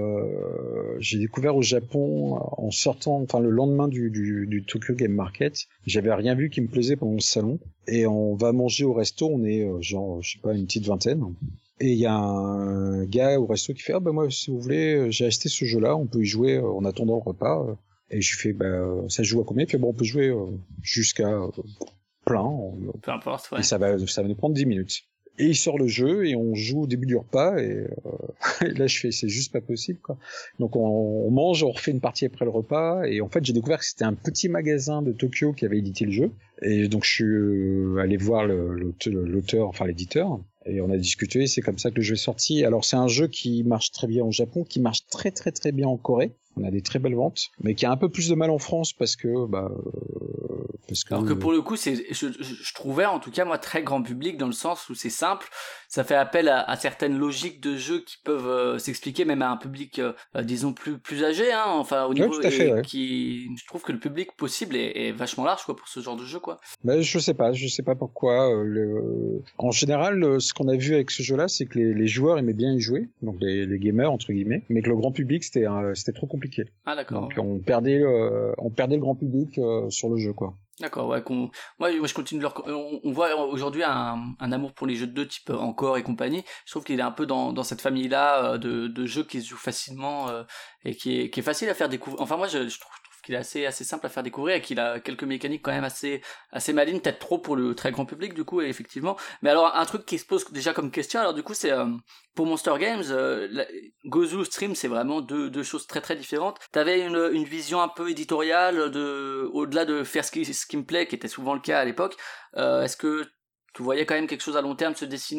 euh, j'ai découvert au Japon en sortant, enfin le lendemain du, du, du Tokyo Game Market. J'avais rien vu qui me plaisait pendant le salon. Et on va manger au resto. On est euh, genre, je sais pas, une petite vingtaine. Et il y a un gars au resto qui fait ah bah moi si vous voulez j'ai acheté ce jeu-là, on peut y jouer euh, en attendant le repas. Et je fais bah ça se joue à combien? Il fait bon on peut jouer euh, jusqu'à euh, plein. On- Peu importe, ouais. Et ça va ça va nous prendre dix minutes. Et il sort le jeu et on joue au début du repas et, euh, et là je fais c'est juste pas possible quoi. Donc on, on mange, on refait une partie après le repas et en fait j'ai découvert que c'était un petit magasin de Tokyo qui avait édité le jeu et donc je suis euh, allé voir le- l'auteur, l'auteur, enfin l'éditeur et on a discuté. C'est comme ça que le jeu est sorti. Alors c'est un jeu qui marche très bien au Japon, qui marche très très très bien en Corée. On a des très belles ventes, mais qui a un peu plus de mal en France parce que bah euh, parce que Alors que pour le coup, c'est, je, je, je trouvais en tout cas moi très grand public dans le sens où c'est simple, ça fait appel à, à certaines logiques de jeu qui peuvent euh, s'expliquer même à un public euh, euh, disons plus plus âgé, hein, enfin au Ouais, niveau tout à fait, et ouais. qui, je trouve que le public possible est, est vachement large quoi pour ce genre de jeu quoi. Bah, je sais pas, je sais pas pourquoi. euh, le... En général, euh, ce qu'on a vu avec ce jeu-là, c'est que les, les joueurs aimaient bien y jouer, donc les, les gamers entre guillemets, mais que le grand public c'était euh, c'était trop compliqué. Ah d'accord. Donc on perdait euh, on perdait le grand public euh, sur le jeu quoi. D'accord, ouais, qu'on, moi, moi je continue de leur, on, on voit aujourd'hui un, un amour pour les jeux de deux type Encore et compagnie. Je trouve qu'il est un peu dans, dans cette famille-là euh, de, de jeux qui se jouent facilement euh, et qui est, qui est facile à faire découvrir. Enfin, moi, je, je trouve, je trouve qu'il est assez, assez simple à faire découvrir et qu'il a quelques mécaniques quand même assez, assez malines, peut-être trop pour le très grand public du coup, et effectivement. Mais alors, un truc qui se pose déjà comme question, alors du coup, c'est euh, pour Monster Games, euh, la- Gozu, Stream, c'est vraiment deux, deux choses très très différentes. T'avais une, une vision un peu éditoriale de, au-delà de faire ce qui, ce qui me plaît, qui était souvent le cas à l'époque. Euh, est-ce que tu voyais quand même quelque chose à long terme se dessiner ou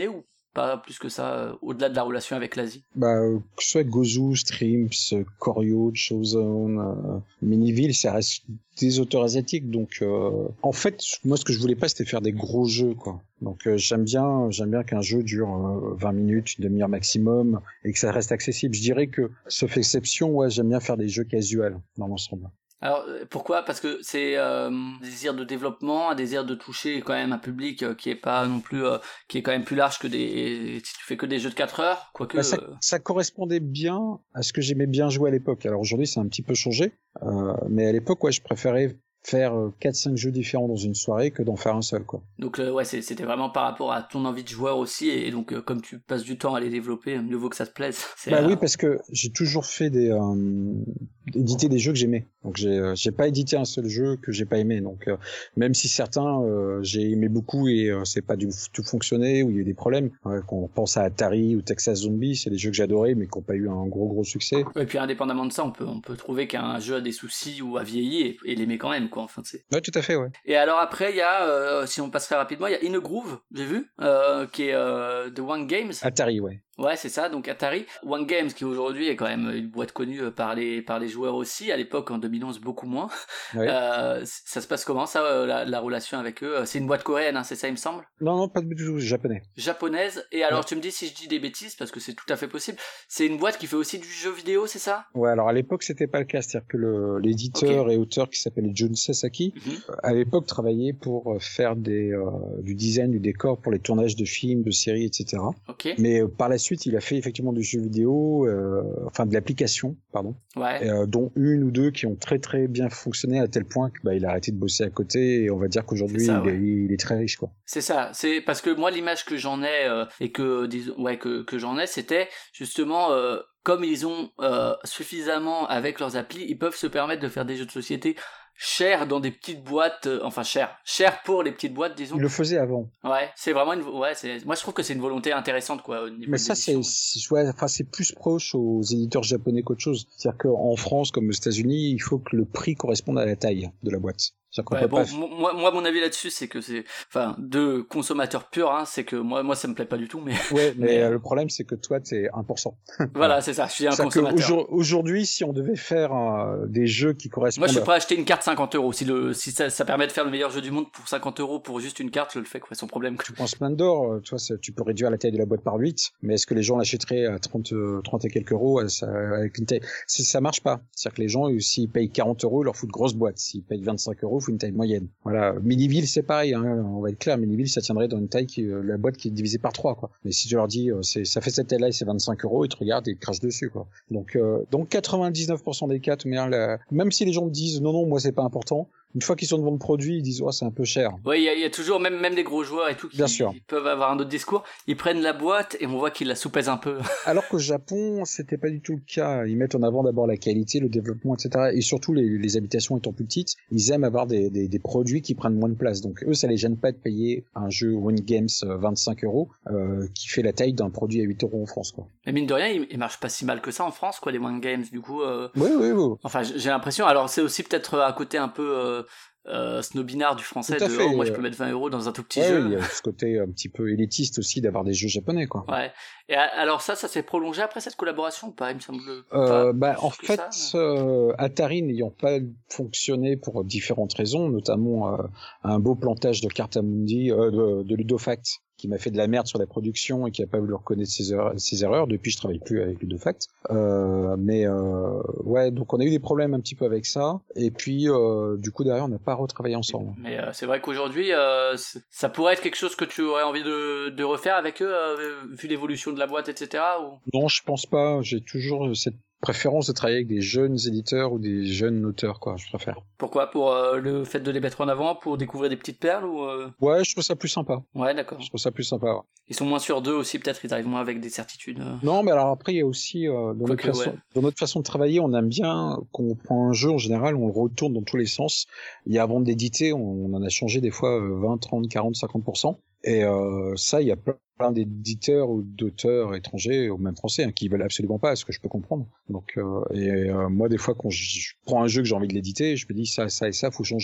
pas plus que ça, euh, au-delà de la relation avec l'Asie. Bah, euh, que ce soit Gozu, Streams, euh, Koryo, Chosen, euh, Miniville, ça reste des auteurs asiatiques. Donc, euh, en fait, moi, ce que je voulais pas, c'était faire des gros jeux, quoi. Donc, euh, j'aime bien, j'aime bien qu'un jeu dure euh, vingt minutes, une demi-heure maximum, et que ça reste accessible. Je dirais que, sauf exception, ouais, j'aime bien faire des jeux casuals dans l'ensemble. Alors pourquoi ? Parce que c'est euh, un désir de développement, un désir de toucher quand même un public euh, qui est pas non plus, euh, qui est quand même plus large que des, si tu fais que des jeux de quatre heures, quoique. Bah, ça, euh... ça correspondait bien à ce que j'aimais bien jouer à l'époque. Alors aujourd'hui, c'est un petit peu changé, euh, mais à l'époque, ouais, je préférais faire quatre cinq jeux différents dans une soirée que d'en faire un seul, quoi. Donc euh, ouais, c'est, c'était vraiment par rapport à ton envie de joueur aussi, et, et donc euh, comme tu passes du temps à les développer, mieux vaut que ça te plaise. C'est, bah euh... oui, parce que j'ai toujours fait des euh, éditer des jeux que j'aimais. Donc j'ai euh, j'ai pas édité un seul jeu que j'ai pas aimé. Donc euh, même si certains euh, j'ai aimé beaucoup et euh, c'est pas du tout fonctionné ou il y a eu des problèmes, ouais, qu'on pense à Atari ou Texas Zombie, c'est des jeux que j'adorais mais qui ont pas eu un gros gros succès. Et puis indépendamment de ça, on peut on peut trouver qu'un jeu a des soucis ou a vieilli et, et l'aimer quand même, quoi. Enfin c'est. Ouais, tout à fait, ouais. Et alors après, il y a, euh, si on passe très rapidement, il y a In a Groove, j'ai vu, euh, qui est euh, de One Games. Atari, ouais. Ouais, c'est ça, donc Atari. One Games, qui aujourd'hui est quand même une boîte connue par les, par les joueurs aussi, à l'époque, en deux mille onze, beaucoup moins. Ouais. Euh, ça se passe comment, ça, euh, la, la relation avec eux ? C'est une boîte coréenne, hein, c'est ça, il me semble ? Non, non, pas du tout, japonais. Japonaise. Et alors, ouais. tu me dis si je dis des bêtises, parce que c'est tout à fait possible, c'est une boîte qui fait aussi du jeu vidéo, c'est ça ? Ouais, alors à l'époque, c'était pas le cas, c'est-à-dire que le, l'éditeur okay. et auteur qui s'appelle Jun Sasaki, mm-hmm. à l'époque, travaillait pour faire des, euh, du design, du décor pour les tournages de films, de séries, et cetera. Okay. Mais euh, par la suite, il a fait effectivement du jeu vidéo, euh, enfin de l'application, pardon, ouais. euh, dont une ou deux qui ont très très bien fonctionné à tel point que bah, il a arrêté de bosser à côté et on va dire qu'aujourd'hui ça, il, ouais. est, il est très riche, quoi. C'est ça, c'est parce que moi l'image que j'en ai euh, et que disons ouais que que j'en ai, c'était justement euh, comme ils ont euh, suffisamment avec leurs applis, ils peuvent se permettre de faire des jeux de société cher dans des petites boîtes, euh, enfin cher, cher pour les petites boîtes, disons. Il le faisait avant. Ouais, c'est vraiment une, ouais, c'est, moi je trouve que c'est une volonté intéressante, quoi, au niveau Mais de ça, c'est, c'est, ouais, enfin, c'est plus proche aux éditeurs japonais qu'autre chose. C'est-à-dire qu'en France, comme aux États-Unis, il faut que le prix corresponde à la taille de la boîte. Ouais, bon, pas... moi, moi, mon avis là-dessus, c'est que c'est, enfin, de consommateur pur, hein, c'est que moi, moi, ça me plaît pas du tout, mais. Ouais, mais, mais... Euh, le problème, c'est que toi, t'es un pour cent. Voilà, c'est ça, je suis un c'est consommateur. Aujourd'hui, si on devait faire euh, des jeux qui correspondent. Moi, je suis prêt à acheter une carte cinquante euros. Si le, si ça, ça permet de faire le meilleur jeu du monde pour cinquante euros pour juste une carte, je le fais, quoi, sans problème. Tu prends Splendor, toi, tu peux réduire la taille de la boîte par huit, mais est-ce que les gens l'achèteraient à trente, trente et quelques euros, ça, avec une taille, ça, ça marche pas. C'est-à-dire que les gens, s'ils payent quarante euros, ils leur foutent de grosses boîtes. S'ils payent vingt-cinq euros, ils foutent une taille moyenne. Voilà, Miniville c'est pareil, hein, on va être clair, Miniville ça tiendrait dans une taille qui, euh, la boîte qui est divisée par trois, quoi. Mais si tu leur dis, euh, c'est, ça fait cette taille-là et c'est vingt-cinq euros, ils te regardent et ils te crachent dessus, quoi. Donc, euh, donc quatre-vingt-dix-neuf pour cent des cas, mais, hein, la... même si les gens me disent non non moi c'est pas important, une fois qu'ils sont devant le produit, ils disent oh c'est un peu cher. Ouais, il y, y a toujours même même des gros joueurs et tout qui Bien sûr. peuvent avoir un autre discours. Ils prennent la boîte et on voit qu'ils la soupèsent un peu. Alors qu'au Japon, c'était pas du tout le cas. Ils mettent en avant d'abord la qualité, le développement, et cetera. Et surtout les, les habitations étant plus petites, ils aiment avoir des, des, des produits qui prennent moins de place. Donc eux, ça les gêne pas de payer un jeu One Games vingt-cinq euros euh, qui fait la taille d'un produit à huit euros en France, quoi. Mais mine de rien, il, il marche pas si mal que ça en France, quoi, les One Games. Du coup. Euh... Oui, oui, oui. Enfin, j'ai l'impression. Alors c'est aussi peut-être à côté un peu. Euh... Euh, snobinard du français de oh, moi je peux mettre vingt euros dans un tout petit ouais, jeu. Il y a ce côté un petit peu élitiste aussi d'avoir des jeux japonais, quoi. Ouais. Et alors ça, ça s'est prolongé après cette collaboration ou pas, il me semble. Euh, bah en fait, ça, euh, Atari n'ayant pas fonctionné pour différentes raisons, notamment euh, un beau plantage de Cartamundi, euh, de, de Ludofact, qui m'a fait de la merde sur la production et qui a pas voulu reconnaître ses erreurs, ses erreurs. Depuis, je travaille plus avec Ludofact. Euh, mais euh, ouais, donc on a eu des problèmes un petit peu avec ça. Et puis, euh, du coup, derrière, on n'a pas retravaillé ensemble. Mais euh, c'est vrai qu'aujourd'hui, euh, ça pourrait être quelque chose que tu aurais envie de, de refaire avec eux, euh, vu l'évolution de la boîte, et cetera. Ou... Non, je pense pas. J'ai toujours cette préférence de travailler avec des jeunes éditeurs ou des jeunes auteurs, quoi, je préfère. Pourquoi ? Pour euh, le fait de les mettre en avant, pour découvrir des petites perles ou euh... Ouais, je trouve ça plus sympa. Ouais, d'accord. Je trouve ça plus sympa, ouais. Ils sont moins sur d'eux aussi, peut-être, ils arrivent moins avec des certitudes. Euh... Non, mais alors après, il y a aussi, euh, dans, notre que, façon, ouais. dans notre façon de travailler, on aime bien, quand on prend un jeu, en général, on le retourne dans tous les sens. Et avant de l'éditer, on, on en a changé des fois vingt, trente, quarante, cinquante pour cent. Et euh, ça, il y a plein d'éditeurs ou d'auteurs étrangers, ou même français, hein, qui veulent absolument pas, ce que je peux comprendre. Donc, euh, et euh, moi, des fois, quand je prends un jeu que j'ai envie de l'éditer, je me dis ça, ça et ça, faut changer.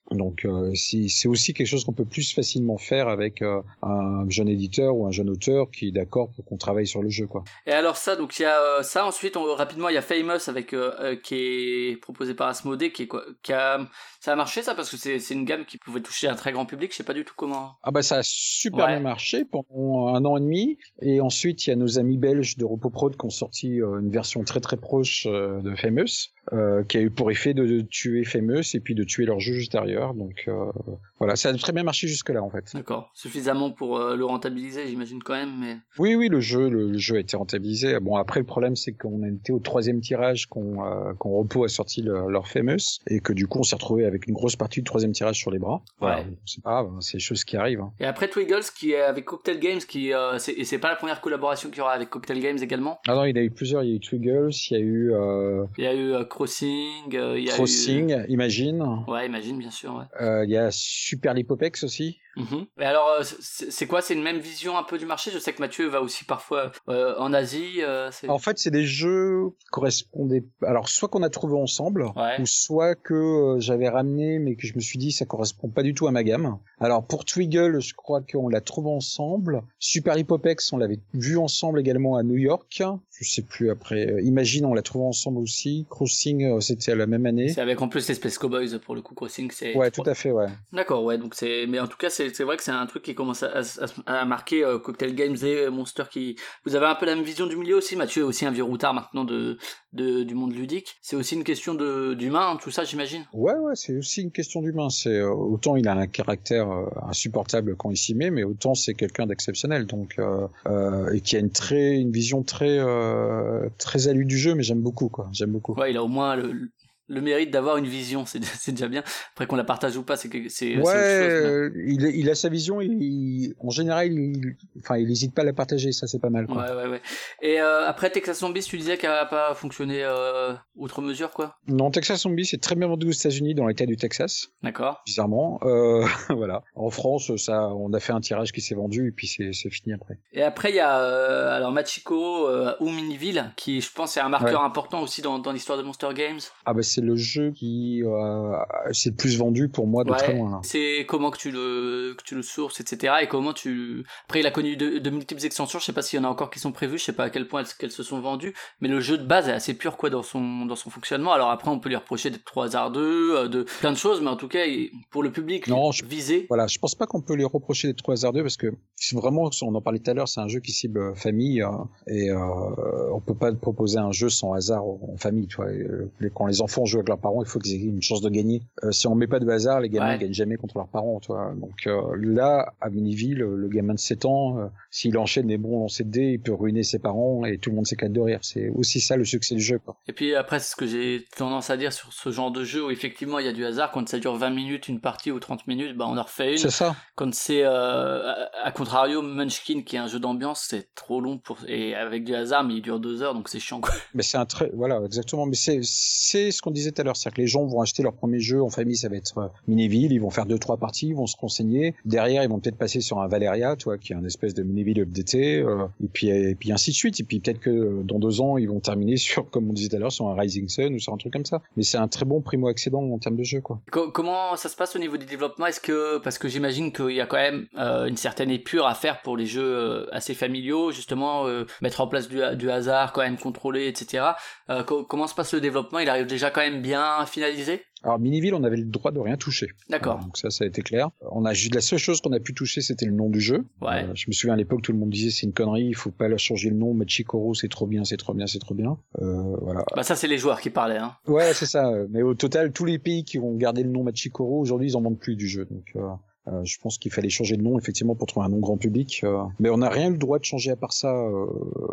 Donc euh, c'est, c'est aussi quelque chose qu'on peut plus facilement faire avec euh, un jeune éditeur ou un jeune auteur qui est d'accord pour qu'on travaille sur le jeu, quoi. Et alors ça, donc il y a euh, ça. Ensuite, on, rapidement, il y a Famous avec euh, euh, qui est proposé par Asmodée, qui est quoi, qui a ça a marché ça parce que c'est c'est une gamme qui pouvait toucher un très grand public. Je sais pas du tout comment. Ah bah ça a super Ouais. bien marché pendant un an et demi. Et ensuite, il y a nos amis belges de Repoprod qui ont sorti euh, une version très très proche euh, de Famous, euh, qui a eu pour effet de, de tuer Famous et puis de tuer leur jeu juste derrière. Donc euh, voilà, ça a très bien marché jusque-là en fait. D'accord. Suffisamment pour euh, le rentabiliser, j'imagine quand même. Mais Oui, oui, le jeu, le, le jeu a été rentabilisé. Bon, après le problème c'est qu'on a été au troisième tirage qu'on euh, qu'on Repos a sorti le, leur Famous et que du coup on s'est retrouvé avec une grosse partie du troisième tirage sur les bras. Voilà, Ouais. c'est pas grave, hein, c'est des choses qui arrivent. Hein. et après Twiggles qui est avec Cocktail Games, qui euh, c'est, et c'est pas la première collaboration qu'il y aura avec Cocktail Games également. Ah non, il y a eu plusieurs. Il y a eu Twiggles, il y a eu euh, Il y a eu euh, Crossing, euh, il y a Crossing, eu... Imagine. Ouais, imagine bien sûr. Ouais. Euh, Il y a Super Lipopex aussi. Mhm. Et alors, euh, c'est c'est quoi? C'est une même vision un peu du marché? Je sais que Mathieu va aussi parfois euh, en Asie. Euh, c'est... En fait, c'est des jeux qui correspondaient. Alors, soit qu'on a trouvé ensemble, Ouais. ou soit que euh, j'avais ramené, mais que je me suis dit ça correspond pas du tout à ma gamme. Alors, pour Twiggle, je crois qu'on l'a trouvé ensemble. Super Lipopex, on l'avait vu ensemble également à New York. Je sais plus après. Euh, Imagine, on l'a trouvé ensemble aussi. Crossing, euh, c'était à la même année. C'est avec en plus les Space Cowboys pour le coup. Crossing, c'est. Ouais, tout à fait, ouais. D'accord, ouais. Donc c'est. Mais en tout cas, c'est c'est vrai que c'est un truc qui commence à, à, à marquer euh, Cocktail Games et Monster qui. Vous avez un peu la même vision du milieu aussi. Mathieu est aussi un vieux routard maintenant de, de du monde ludique. C'est aussi une question de d'humain, tout ça, j'imagine. Ouais, ouais, c'est aussi une question d'humain. C'est euh, autant il a un caractère euh, insupportable quand il s'y met, mais autant c'est quelqu'un d'exceptionnel. Donc euh, euh, et qui a une très, une vision très, euh, très alue du jeu, mais j'aime beaucoup, quoi. J'aime beaucoup. Ouais, il a au moins le, le mérite d'avoir une vision. C'est c'est déjà bien. Après qu'on la partage ou pas, c'est que c'est. Ouais, c'est autre chose, mais... euh, il, il a sa vision. Il, il- en général, il, enfin, il hésite pas à la partager. Ça, c'est pas mal, quoi. Ouais, ouais, ouais. Et euh, après Texas Zombies, tu disais qu'elle a pas fonctionné euh, outre mesure, quoi. Non, Texas Zombie, c'est très bien vendu aux États-Unis, dans l'État du Texas, D'accord. bizarrement. Euh, voilà. En France, ça, on a fait un tirage qui s'est vendu et puis c'est, c'est fini après. Et après, il y a euh, alors Machiko euh, ou Miniville, qui je pense est un marqueur Ouais. important aussi dans, dans l'histoire de Monster Games. Ah bah c'est le jeu qui euh, c'est le plus vendu pour moi de Ouais. très loin. Là. C'est comment que tu le que tu le sources, et cetera. Et comment tu. Après, il a connu de, de multiples extensions. Je sais pas s'il y en a encore qui sont prévues. Je sais pas à quel point elles, qu'elles se sont vendues. Mais le jeu de base est assez pur, quoi, dans son dans son fonctionnement. Alors après, on peut lui reprocher d'être trop hasardeux, euh, de plein de choses, mais en tout cas, il- pour le public Non, je- visé. Voilà, je pense pas qu'on peut lui reprocher d'être trop hasardeux parce que c'est vraiment, on en parlait tout à l'heure, c'est un jeu qui cible euh, famille euh, et euh, on peut pas proposer un jeu sans hasard en en famille. Tu vois. Et, euh, quand les enfants jouent avec leurs parents, il faut qu'ils aient une chance de gagner. Euh, si on met pas de hasard, les gamins Ouais. gagnent jamais contre leurs parents. Tu vois. Donc euh, là, à Miniville, le, le gamin de sept ans, euh, s'il enchaîne des bons lancers de dés, il peut ruiner ses parents et tout le monde s'éclate de rire. C'est aussi ça le succès du jeu, quoi. Et puis après, c'est ce que j'ai tendance à dire sur ce genre de jeu où effectivement il y a du hasard. Quand ça dure vingt minutes, une partie ou trente minutes, bah on en refait une. C'est ça. Quand c'est euh, à, à contrario Munchkin qui est un jeu d'ambiance, c'est trop long pour et avec du hasard, mais il dure deux heures, donc c'est chiant, quoi. Mais c'est un très, voilà, exactement. Mais c'est, c'est ce qu'on disait tout à l'heure, c'est-à-dire que les gens vont acheter leur premier jeu en famille, ça va être euh, Miniville, ils vont faire deux, trois parties, ils vont se renseigner. Derrière, ils vont peut-être passer sur un Valeria, tu vois, qui est un espèce de Miniville updaté, euh, et puis, et puis ainsi de suite. Et puis peut-être que euh, dans deux ans, ils vont terminer sur, comme on disait tout à l'heure, sur un Rising Sun ou sur un truc comme ça. Mais c'est un très bon primo-accédant en termes de jeu, quoi. Co- comment ça se passe au niveau du développement? Est-ce que parce que j'imagine qu'il y a quand même euh, une certaine épure à faire pour les jeux euh, assez familiaux, justement euh, mettre en place du, du hasard quand même contrôlé, et cetera. Euh, co- comment se passe le développement? Il arrive déjà quand même bien finalisé? Alors Miniville, on avait le droit de rien toucher. D'accord. Euh, donc ça, ça a été clair. On a juste la seule chose qu'on a pu toucher, c'était le nom du jeu. Ouais. Euh, je me souviens à l'époque, tout le monde disait c'est une connerie, il faut pas leur changer le nom. Machikoro, c'est trop bien, c'est trop bien, c'est trop bien. Euh, voilà. Bah ça c'est les joueurs qui parlaient, hein. Ouais, c'est ça. Mais au total, tous les pays qui ont gardé le nom Machikoro, aujourd'hui, ils en vendent plus du jeu. Donc, euh, euh, je pense qu'il fallait changer de nom, effectivement, pour trouver un nom grand public. Euh, mais on n'a rien eu le droit de changer à part ça, euh,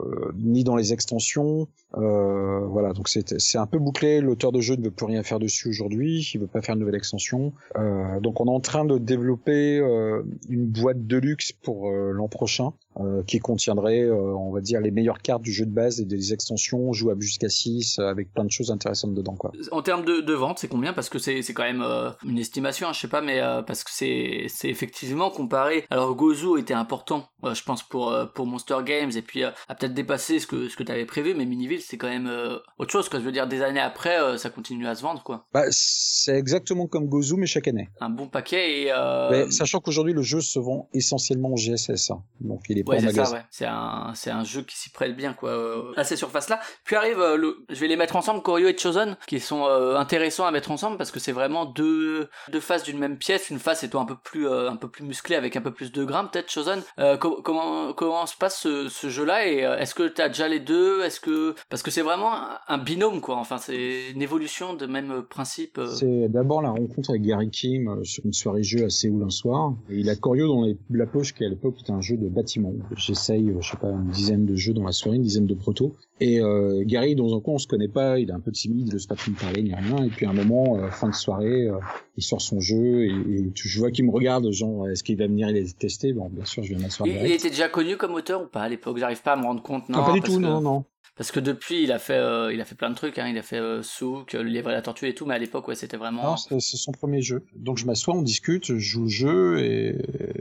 ni dans les extensions. Euh, voilà, donc c'est, c'est un peu bouclé. L'auteur de jeu ne veut plus rien faire dessus aujourd'hui. Il veut pas faire une nouvelle extension. Euh, donc, on est en train de développer euh, une boîte de luxe pour euh, l'an prochain. Euh, qui contiendrait, euh, on va dire, les meilleures cartes du jeu de base et des extensions jouables jusqu'à six, euh, avec plein de choses intéressantes dedans, quoi. En termes de, de vente, c'est combien? Parce que c'est c'est quand même euh, une estimation, hein, je sais pas, mais euh, parce que c'est c'est effectivement comparé. Alors Gozu était important euh, je pense pour euh, pour Monster Games, et puis euh, a peut-être dépassé ce que ce que t'avais prévu, mais Miniville c'est quand même euh, autre chose, quoi. Je veux dire, des années après, euh, ça continue à se vendre, quoi. Bah, c'est exactement comme Gozu, mais chaque année. Un bon paquet, et euh... mais, sachant qu'aujourd'hui le jeu se vend essentiellement en G S S, hein. Donc il est pas ouais, en c'est magasin. ça, ouais. C'est un c'est un jeu qui s'y prête bien, quoi, euh, à ces surfaces-là. Puis arrive euh, le, je vais les mettre ensemble, Koryo et Chosen, qui sont euh, intéressants à mettre ensemble parce que c'est vraiment deux deux faces d'une même pièce, une face étant un peu plus euh, un peu plus musclée avec un peu plus de grain, peut-être. Chosen, euh, co- comment comment se passe ce, ce jeu-là, et euh, est-ce que t'as déjà les deux, est-ce que parce que c'est vraiment un, un binôme, quoi. Enfin, c'est une évolution de même principe. Euh... C'est d'abord la rencontre avec Gary Kim euh, sur une soirée jeu à Séoul un soir, et il a Koryo dans les, la poche qui à l'époque était un jeu de bâtiment. J'essaye, euh, je sais pas, une dizaine de jeux dans la soirée, une dizaine de protos. Et euh, Gary, dans un coin, on se connaît pas, il est un peu timide, il ose pas trop me parler ni rien. Et puis à un moment, euh, fin de soirée, euh, il sort son jeu et, et je vois qu'il me regarde, genre, est-ce qu'il va venir les tester? Bon, bien sûr, je viens m'asseoir. Il, il était déjà connu comme auteur ou pas à l'époque? J'arrive pas à me rendre compte. Non, non pas du parce tout, que... non, non. Parce que depuis, il a fait, euh, il a fait plein de trucs, hein. Il a fait euh, Souk, le lièvre et la tortue et tout, mais à l'époque, ouais, c'était vraiment. Non, c'est, c'est son premier jeu. Donc je m'assois, on discute, je joue le jeu et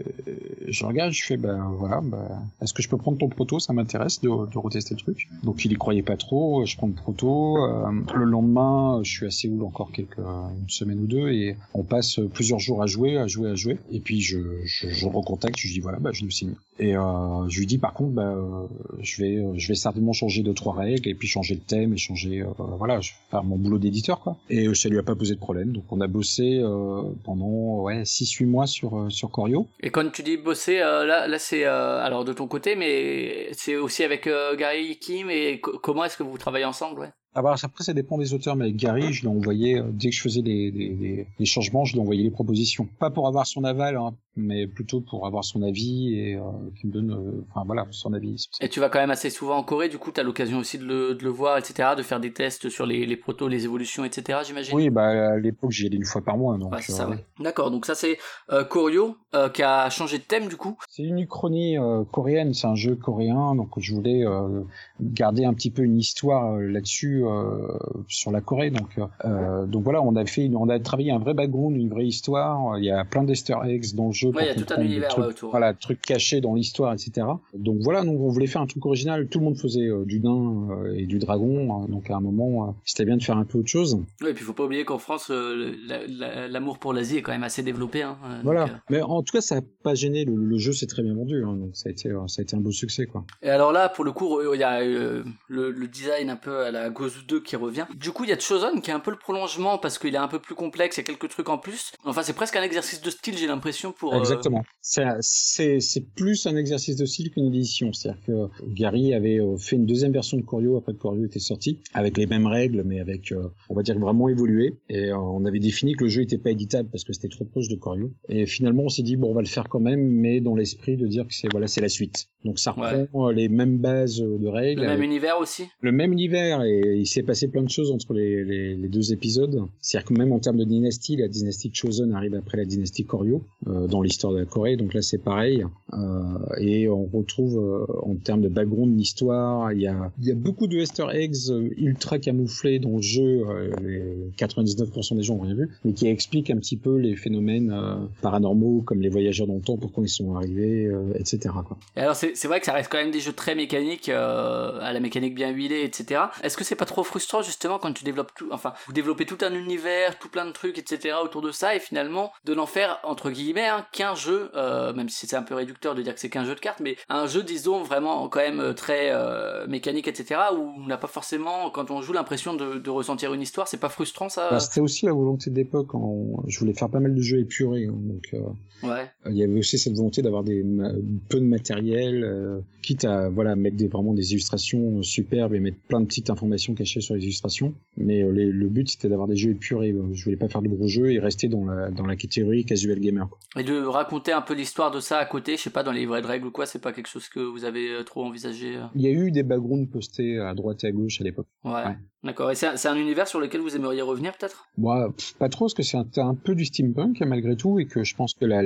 je regarde, je fais, ben voilà, ben, est-ce que je peux prendre ton proto? Ça m'intéresse de, de retester le truc. Donc il y croyait pas trop, je prends le proto. Euh, le lendemain, je suis à Séoul encore quelques, une semaine ou deux et on passe plusieurs jours à jouer, à jouer, à jouer. Et puis je, je, je le recontacte, je lui dis voilà, bah je le signe. Et euh, je lui dis par contre, bah, euh, je vais, je vais certainement changer deux trois règles et puis changer le thème et changer, euh, voilà, je vais faire mon boulot d'éditeur, quoi. Et euh, ça lui a pas posé de problème. Donc on a bossé euh, pendant ouais six huit mois sur euh, sur Koryo. Et quand tu dis bosser, euh, là, là c'est euh, alors de ton côté, mais c'est aussi avec euh, Gary Kim, et co- comment est-ce que vous travaillez ensemble, ouais? Ah bah après ça dépend des auteurs, mais avec Gary, je lui envoyais euh, dès que je faisais des, des, des, des changements, je lui envoyais les propositions. Pas pour avoir son aval, hein, mais plutôt pour avoir son avis et euh, qu'il me donne, euh, enfin voilà, son avis. Sur ça. Et tu vas quand même assez souvent en Corée, du coup t'as l'occasion aussi de le, de le voir, et cetera, de faire des tests sur les, les protos, les évolutions, et cetera, j'imagine. Oui, bah à l'époque j'y allais une fois par mois, donc. Ouais, c'est euh, ça, ouais. D'accord, donc ça c'est euh, Koryo euh, qui a changé de thème du coup. C'est une uchronie euh, coréenne, c'est un jeu coréen, donc je voulais euh, garder un petit peu une histoire euh, là-dessus. Euh, sur la Corée, donc euh, donc voilà, on a fait, on a travaillé un vrai background, une vraie histoire. Il y a plein d'Easter eggs dans le jeu. Ouais, il y a tout un univers trucs, ouais, autour. Voilà, trucs cachés dans l'histoire, et cetera. Donc voilà, donc on voulait faire un truc original. Tout le monde faisait euh, du nain euh, et du dragon, euh, donc à un moment, euh, c'était bien de faire un peu autre chose. Oui, et puis faut pas oublier qu'en France, euh, la, la, l'amour pour l'Asie est quand même assez développé. Hein, euh, voilà, donc, euh... mais en tout cas, ça a pas gêné. Le, le jeu s'est très bien vendu, hein, donc ça a été, euh, ça a été un beau succès, quoi. Et alors là, pour le coup, il y a euh, le, le design un peu à la Gozu deux qui revient. Du coup, il y a Chosen qui est un peu le prolongement parce qu'il est un peu plus complexe, il y a quelques trucs en plus. Enfin, c'est presque un exercice de style, j'ai l'impression, pour... Euh... Exactement. C'est, c'est, c'est plus un exercice de style qu'une édition. C'est-à-dire que Gary avait fait une deuxième version de Koryo après que Koryo était sorti, avec les mêmes règles, mais avec, euh, on va dire, vraiment évolué. Et euh, on avait défini que le jeu était pas éditable parce que c'était trop proche de Koryo. Et finalement, on s'est dit, bon, on va le faire quand même, mais dans l'esprit de dire que c'est, voilà, c'est la suite. Donc ça reprend ouais. les mêmes bases de règles. Le même univers aussi. Le même univers, et il s'est passé plein de choses entre les, les, les deux épisodes. C'est-à-dire que même en termes de dynastie, la dynastie Chosen arrive après la dynastie Koryo euh, dans l'histoire de la Corée. Donc là, c'est pareil. Euh, et on retrouve euh, en termes de background, l'histoire. Il y a, il y a beaucoup de Easter eggs ultra camouflés dans le jeu. Euh, les quatre-vingt-dix-neuf pour cent des gens n'ont rien vu, mais qui expliquent un petit peu les phénomènes euh, paranormaux, comme les voyageurs dans le temps, pourquoi ils sont arrivés, euh, et cetera. Quoi. Et alors, c'est, c'est vrai que ça reste quand même des jeux très mécaniques, euh, à la mécanique bien huilée, et cetera. Est-ce que c'est pas trop frustrant justement quand tu développes tout, enfin, vous développez tout un univers, tout plein de trucs, et cetera autour de ça, et finalement de n'en faire entre guillemets hein, qu'un jeu, euh, même si c'est un peu réducteur de dire que c'est qu'un jeu de cartes, mais un jeu disons vraiment quand même très euh, mécanique, et cetera où on n'a pas forcément, quand on joue, l'impression de, de ressentir une histoire. C'est pas frustrant ça? Bah, c'était aussi la volonté de l'époque. En... Je voulais faire pas mal de jeux épurés, hein, donc. Euh... Ouais. Il y avait aussi cette volonté d'avoir des peu de matériel, euh, quitte à voilà mettre des, vraiment des illustrations superbes et mettre plein de petites informations cachées sur les illustrations. Mais euh, les, le but c'était d'avoir des jeux épurés. Je voulais pas faire de gros jeux et rester dans la dans la catégorie casual gamer. Quoi. Et de raconter un peu l'histoire de ça à côté, je sais pas, dans les vraies règles ou quoi, c'est pas quelque chose que vous avez trop envisagé? Il y a eu des backgrounds postés à droite et à gauche à l'époque. Ouais. ouais. D'accord. Et c'est un, c'est un univers sur lequel vous aimeriez revenir peut-être? Moi, pff, pas trop, parce que c'est un, un peu du steampunk malgré tout, et que je pense que la, la période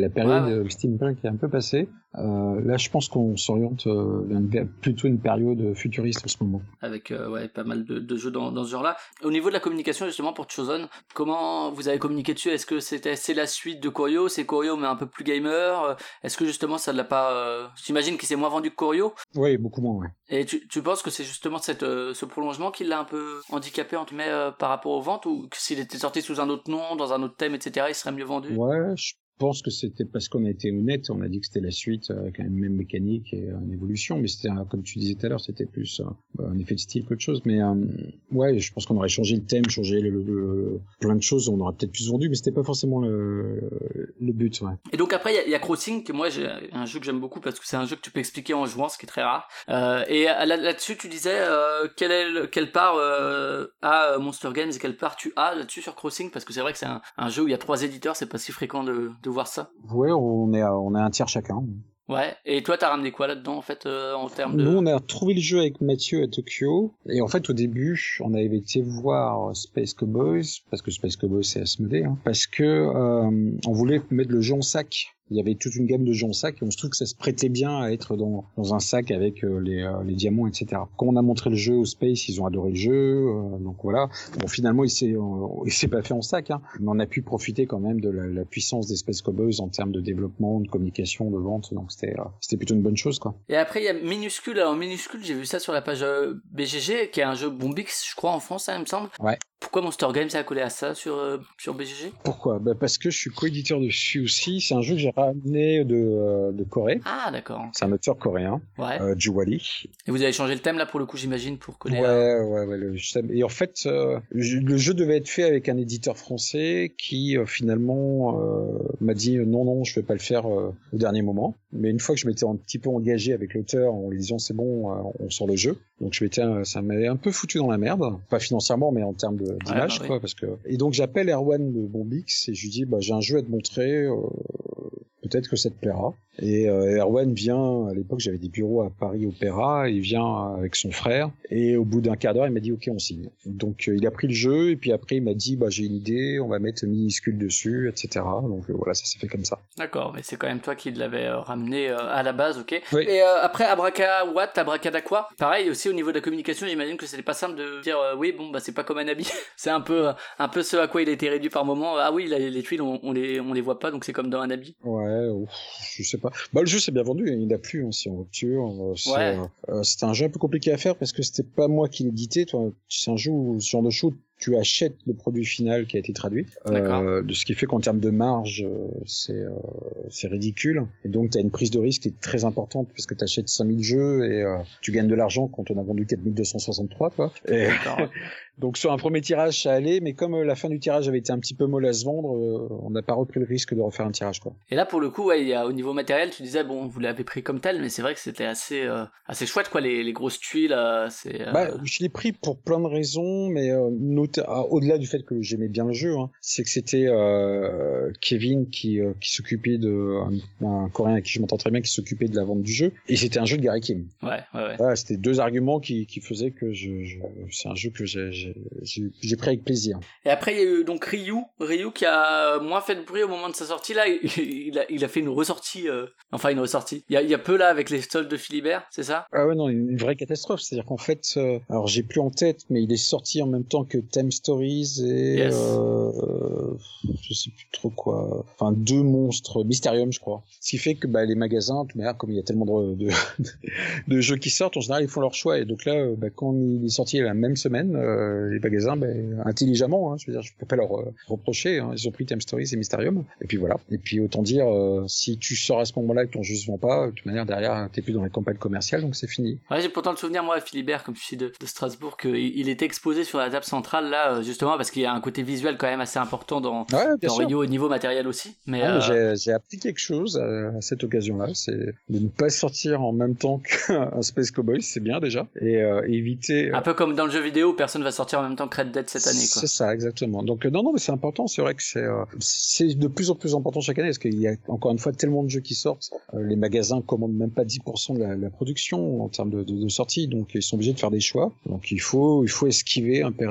ouais. de steampunk est un peu passé. Euh, là, je pense qu'on s'oriente euh, vers une, plutôt une période futuriste en ce moment. Avec euh, ouais, pas mal de, de jeux dans, dans ce genre-là. Au niveau de la communication, justement, pour Chosen, comment vous avez communiqué dessus? Est-ce que c'était, c'est la suite de Corio? C'est Corio, mais un peu plus gamer? Est-ce que justement, ça ne l'a pas... Euh... J'imagine qu'il s'est moins vendu que Corio? Oui, beaucoup moins, ouais. Et tu, tu penses que c'est justement cette, euh, ce prolongement qui l'a un peu handicapé, entre guillemets, euh, par rapport aux ventes? Ou que s'il était sorti sous un autre nom, dans un autre thème, et cetera, il serait mieux vendu? Ouais, je Je pense que c'était parce qu'on a été honnête, on a dit que c'était la suite avec la même mécanique et une évolution, mais c'était, comme tu disais tout à l'heure, c'était plus euh, un effet de style qu'autre chose. Mais euh, ouais, je pense qu'on aurait changé le thème, changé le, le, le, plein de choses, on aurait peut-être plus vendu, mais c'était pas forcément le, le but. Ouais. Et donc après, il y, y a Crossing, que moi j'ai un jeu que j'aime beaucoup parce que c'est un jeu que tu peux expliquer en jouant, ce qui est très rare. Euh, et là, là-dessus, tu disais euh, quelle, est le, quelle part euh, a Monster Games et quelle part tu as là-dessus sur Crossing, parce que c'est vrai que c'est un, un jeu où il y a trois éditeurs, c'est pas si fréquent de, de voir ça. Ouais, on est, à, on est un tiers chacun. Ouais, et toi t'as ramené quoi là-dedans en fait euh, en termes de... Nous on a trouvé le jeu avec Mathieu à Tokyo, et en fait au début on avait été voir Space Cowboys, parce que Space Cowboys c'est Asmodée, hein, parce que euh, on voulait mettre le jeu en sac. Il y avait toute une gamme de jeux en sac, et on se trouve que ça se prêtait bien à être dans, dans un sac avec euh, les, euh, les diamants, et cetera. Quand on a montré le jeu au Space, ils ont adoré le jeu, euh, donc voilà. Bon, finalement, il s'est, euh, il s'est pas fait en sac, hein, mais on a pu profiter quand même de la, la puissance des Space Cowboys en termes de développement, de communication, de vente, donc c'était, euh, c'était plutôt une bonne chose, quoi. Et après, il y a Minuscule. Alors, Minuscule, j'ai vu ça sur la page euh, B G G, qui est un jeu Bombix, je crois, en France, hein, il me semble. Ouais. Pourquoi Monster Games a collé à ça sur, euh, sur B G G? Pourquoi? Bah parce que je suis co-éditeur dessus aussi. C'est un jeu que j'ai ramené de, euh, de Corée. Ah, d'accord. C'est un auteur coréen, ouais. euh, Juwali. Et vous avez changé le thème là pour le coup, j'imagine, pour coller ouais, à... ouais, ouais, le thème. Et en fait, euh, le jeu devait être fait avec un éditeur français qui euh, finalement euh, m'a dit euh, non, non, je vais pas le faire euh, au dernier moment. Mais une fois que je m'étais un petit peu engagé avec l'auteur en lui disant c'est bon, euh, on sort le jeu. Donc je m'étais, ça m'avait un peu foutu dans la merde, pas financièrement, mais en termes de, d'image, ouais, bah, quoi, oui. Parce que. Et donc j'appelle Erwan de Bombix et je lui dis bah j'ai un jeu à te montrer, euh, peut-être que ça te plaira. Et euh, Erwan vient, à l'époque j'avais des bureaux à Paris Opéra, il vient avec son frère et au bout d'un quart d'heure il m'a dit ok on signe. Donc euh, il a pris le jeu et puis après il m'a dit bah j'ai une idée, on va mettre Minuscule dessus, et cetera. Donc euh, voilà, ça s'est fait comme ça. D'accord, mais c'est quand même toi qui l'avais euh, ramené euh, à la base, ok. Oui. Et euh, après Abracawat, Abracadaqua, pareil aussi au niveau de la communication, j'imagine que c'était pas simple de dire euh, oui bon bah c'est pas comme un habit. C'est un peu un peu ce à quoi il a été réduit par moment. Ah oui là, les tuiles on, on les on les voit pas donc c'est comme dans un habit. Ouais, ouf, je sais pas. Bah le jeu c'est bien vendu, il a plu aussi en rupture. C'est, ouais. euh, c'était un jeu un peu compliqué à faire parce que c'était pas moi qui l'éditais. Toi, c'est un jeu où ce genre de show tu achètes le produit final qui a été traduit. Euh, de ce qui fait qu'en termes de marge, c'est euh, c'est ridicule. Et donc t'as une prise de risque qui est très importante parce que t'achètes cinq mille jeux et euh, tu gagnes de l'argent quand on a vendu quatre mille deux cent soixante-trois, quoi. Et donc sur un premier tirage ça allait, mais comme euh, la fin du tirage avait été un petit peu molle à se vendre, euh, on n'a pas repris le risque de refaire un tirage, quoi. Et là pour le coup, ouais, il y a, au niveau matériel, tu disais bon, vous l'avez pris comme tel, mais c'est vrai que c'était assez euh, assez chouette, quoi, les, les grosses tuiles. Euh, c'est. Euh... Bah, je l'ai pris pour plein de raisons, mais euh, au-delà du fait que j'aimais bien le jeu, hein, c'est que c'était euh, Kevin qui euh, qui s'occupait de un, un Coréen avec qui je m'entends très bien, qui s'occupait de la vente du jeu, et c'était un jeu de Gary Kim. Ouais, ouais, ouais. Voilà, c'était deux arguments qui qui faisaient que je, je c'est un jeu que j'ai j'ai, j'ai j'ai pris avec plaisir. Et après il y a eu donc Ryu, Ryu qui a moins fait de bruit au moment de sa sortie. Là, il, il a il a fait une ressortie, euh, enfin une ressortie. Il y a il y a peu là avec les soldes de Philibert, c'est ça? Ah ouais non, une vraie catastrophe. C'est-à-dire qu'en fait, euh, alors j'ai plus en tête, mais il est sorti en même temps que Time Stories et yes. euh, je sais plus trop quoi. Enfin deux monstres Mysterium, je crois. Ce qui fait que bah les magasins, de toute manière, comme il y a tellement de de, de jeux qui sortent, en général ils font leur choix. Et donc là, bah, quand il est sorti la même semaine, euh, les magasins, bah, intelligemment, hein, je veux dire, je peux pas leur euh, reprocher. Hein, ils ont pris Time Stories et Mysterium. Et puis voilà. Et puis autant dire, euh, si tu sors à ce moment-là et que ton jeu se vend pas, de toute manière derrière t'es plus dans les campagnes commerciales, donc c'est fini. Ouais, j'ai pourtant le souvenir moi à Philibert, comme je suis de, de Strasbourg, qu'il il était exposé sur la table centrale là, justement parce qu'il y a un côté visuel quand même assez important dans, ouais, dans Rio au niveau matériel aussi. Mais, ah, euh... mais j'ai, j'ai appris quelque chose à, à cette occasion-là, c'est de ne pas sortir en même temps qu'un Space Cowboy, c'est bien déjà, et euh, éviter. Un peu comme dans le jeu vidéo, personne va sortir en même temps que Red Dead cette année, quoi. C'est ça, exactement. Donc euh, non, non, mais c'est important. C'est vrai que c'est euh, c'est de plus en plus important chaque année parce qu'il y a encore une fois tellement de jeux qui sortent. Euh, les magasins commandent même pas dix pour cent de la, la production en termes de, de, de sortie, donc ils sont obligés de faire des choix. Donc il faut il faut esquiver impérativement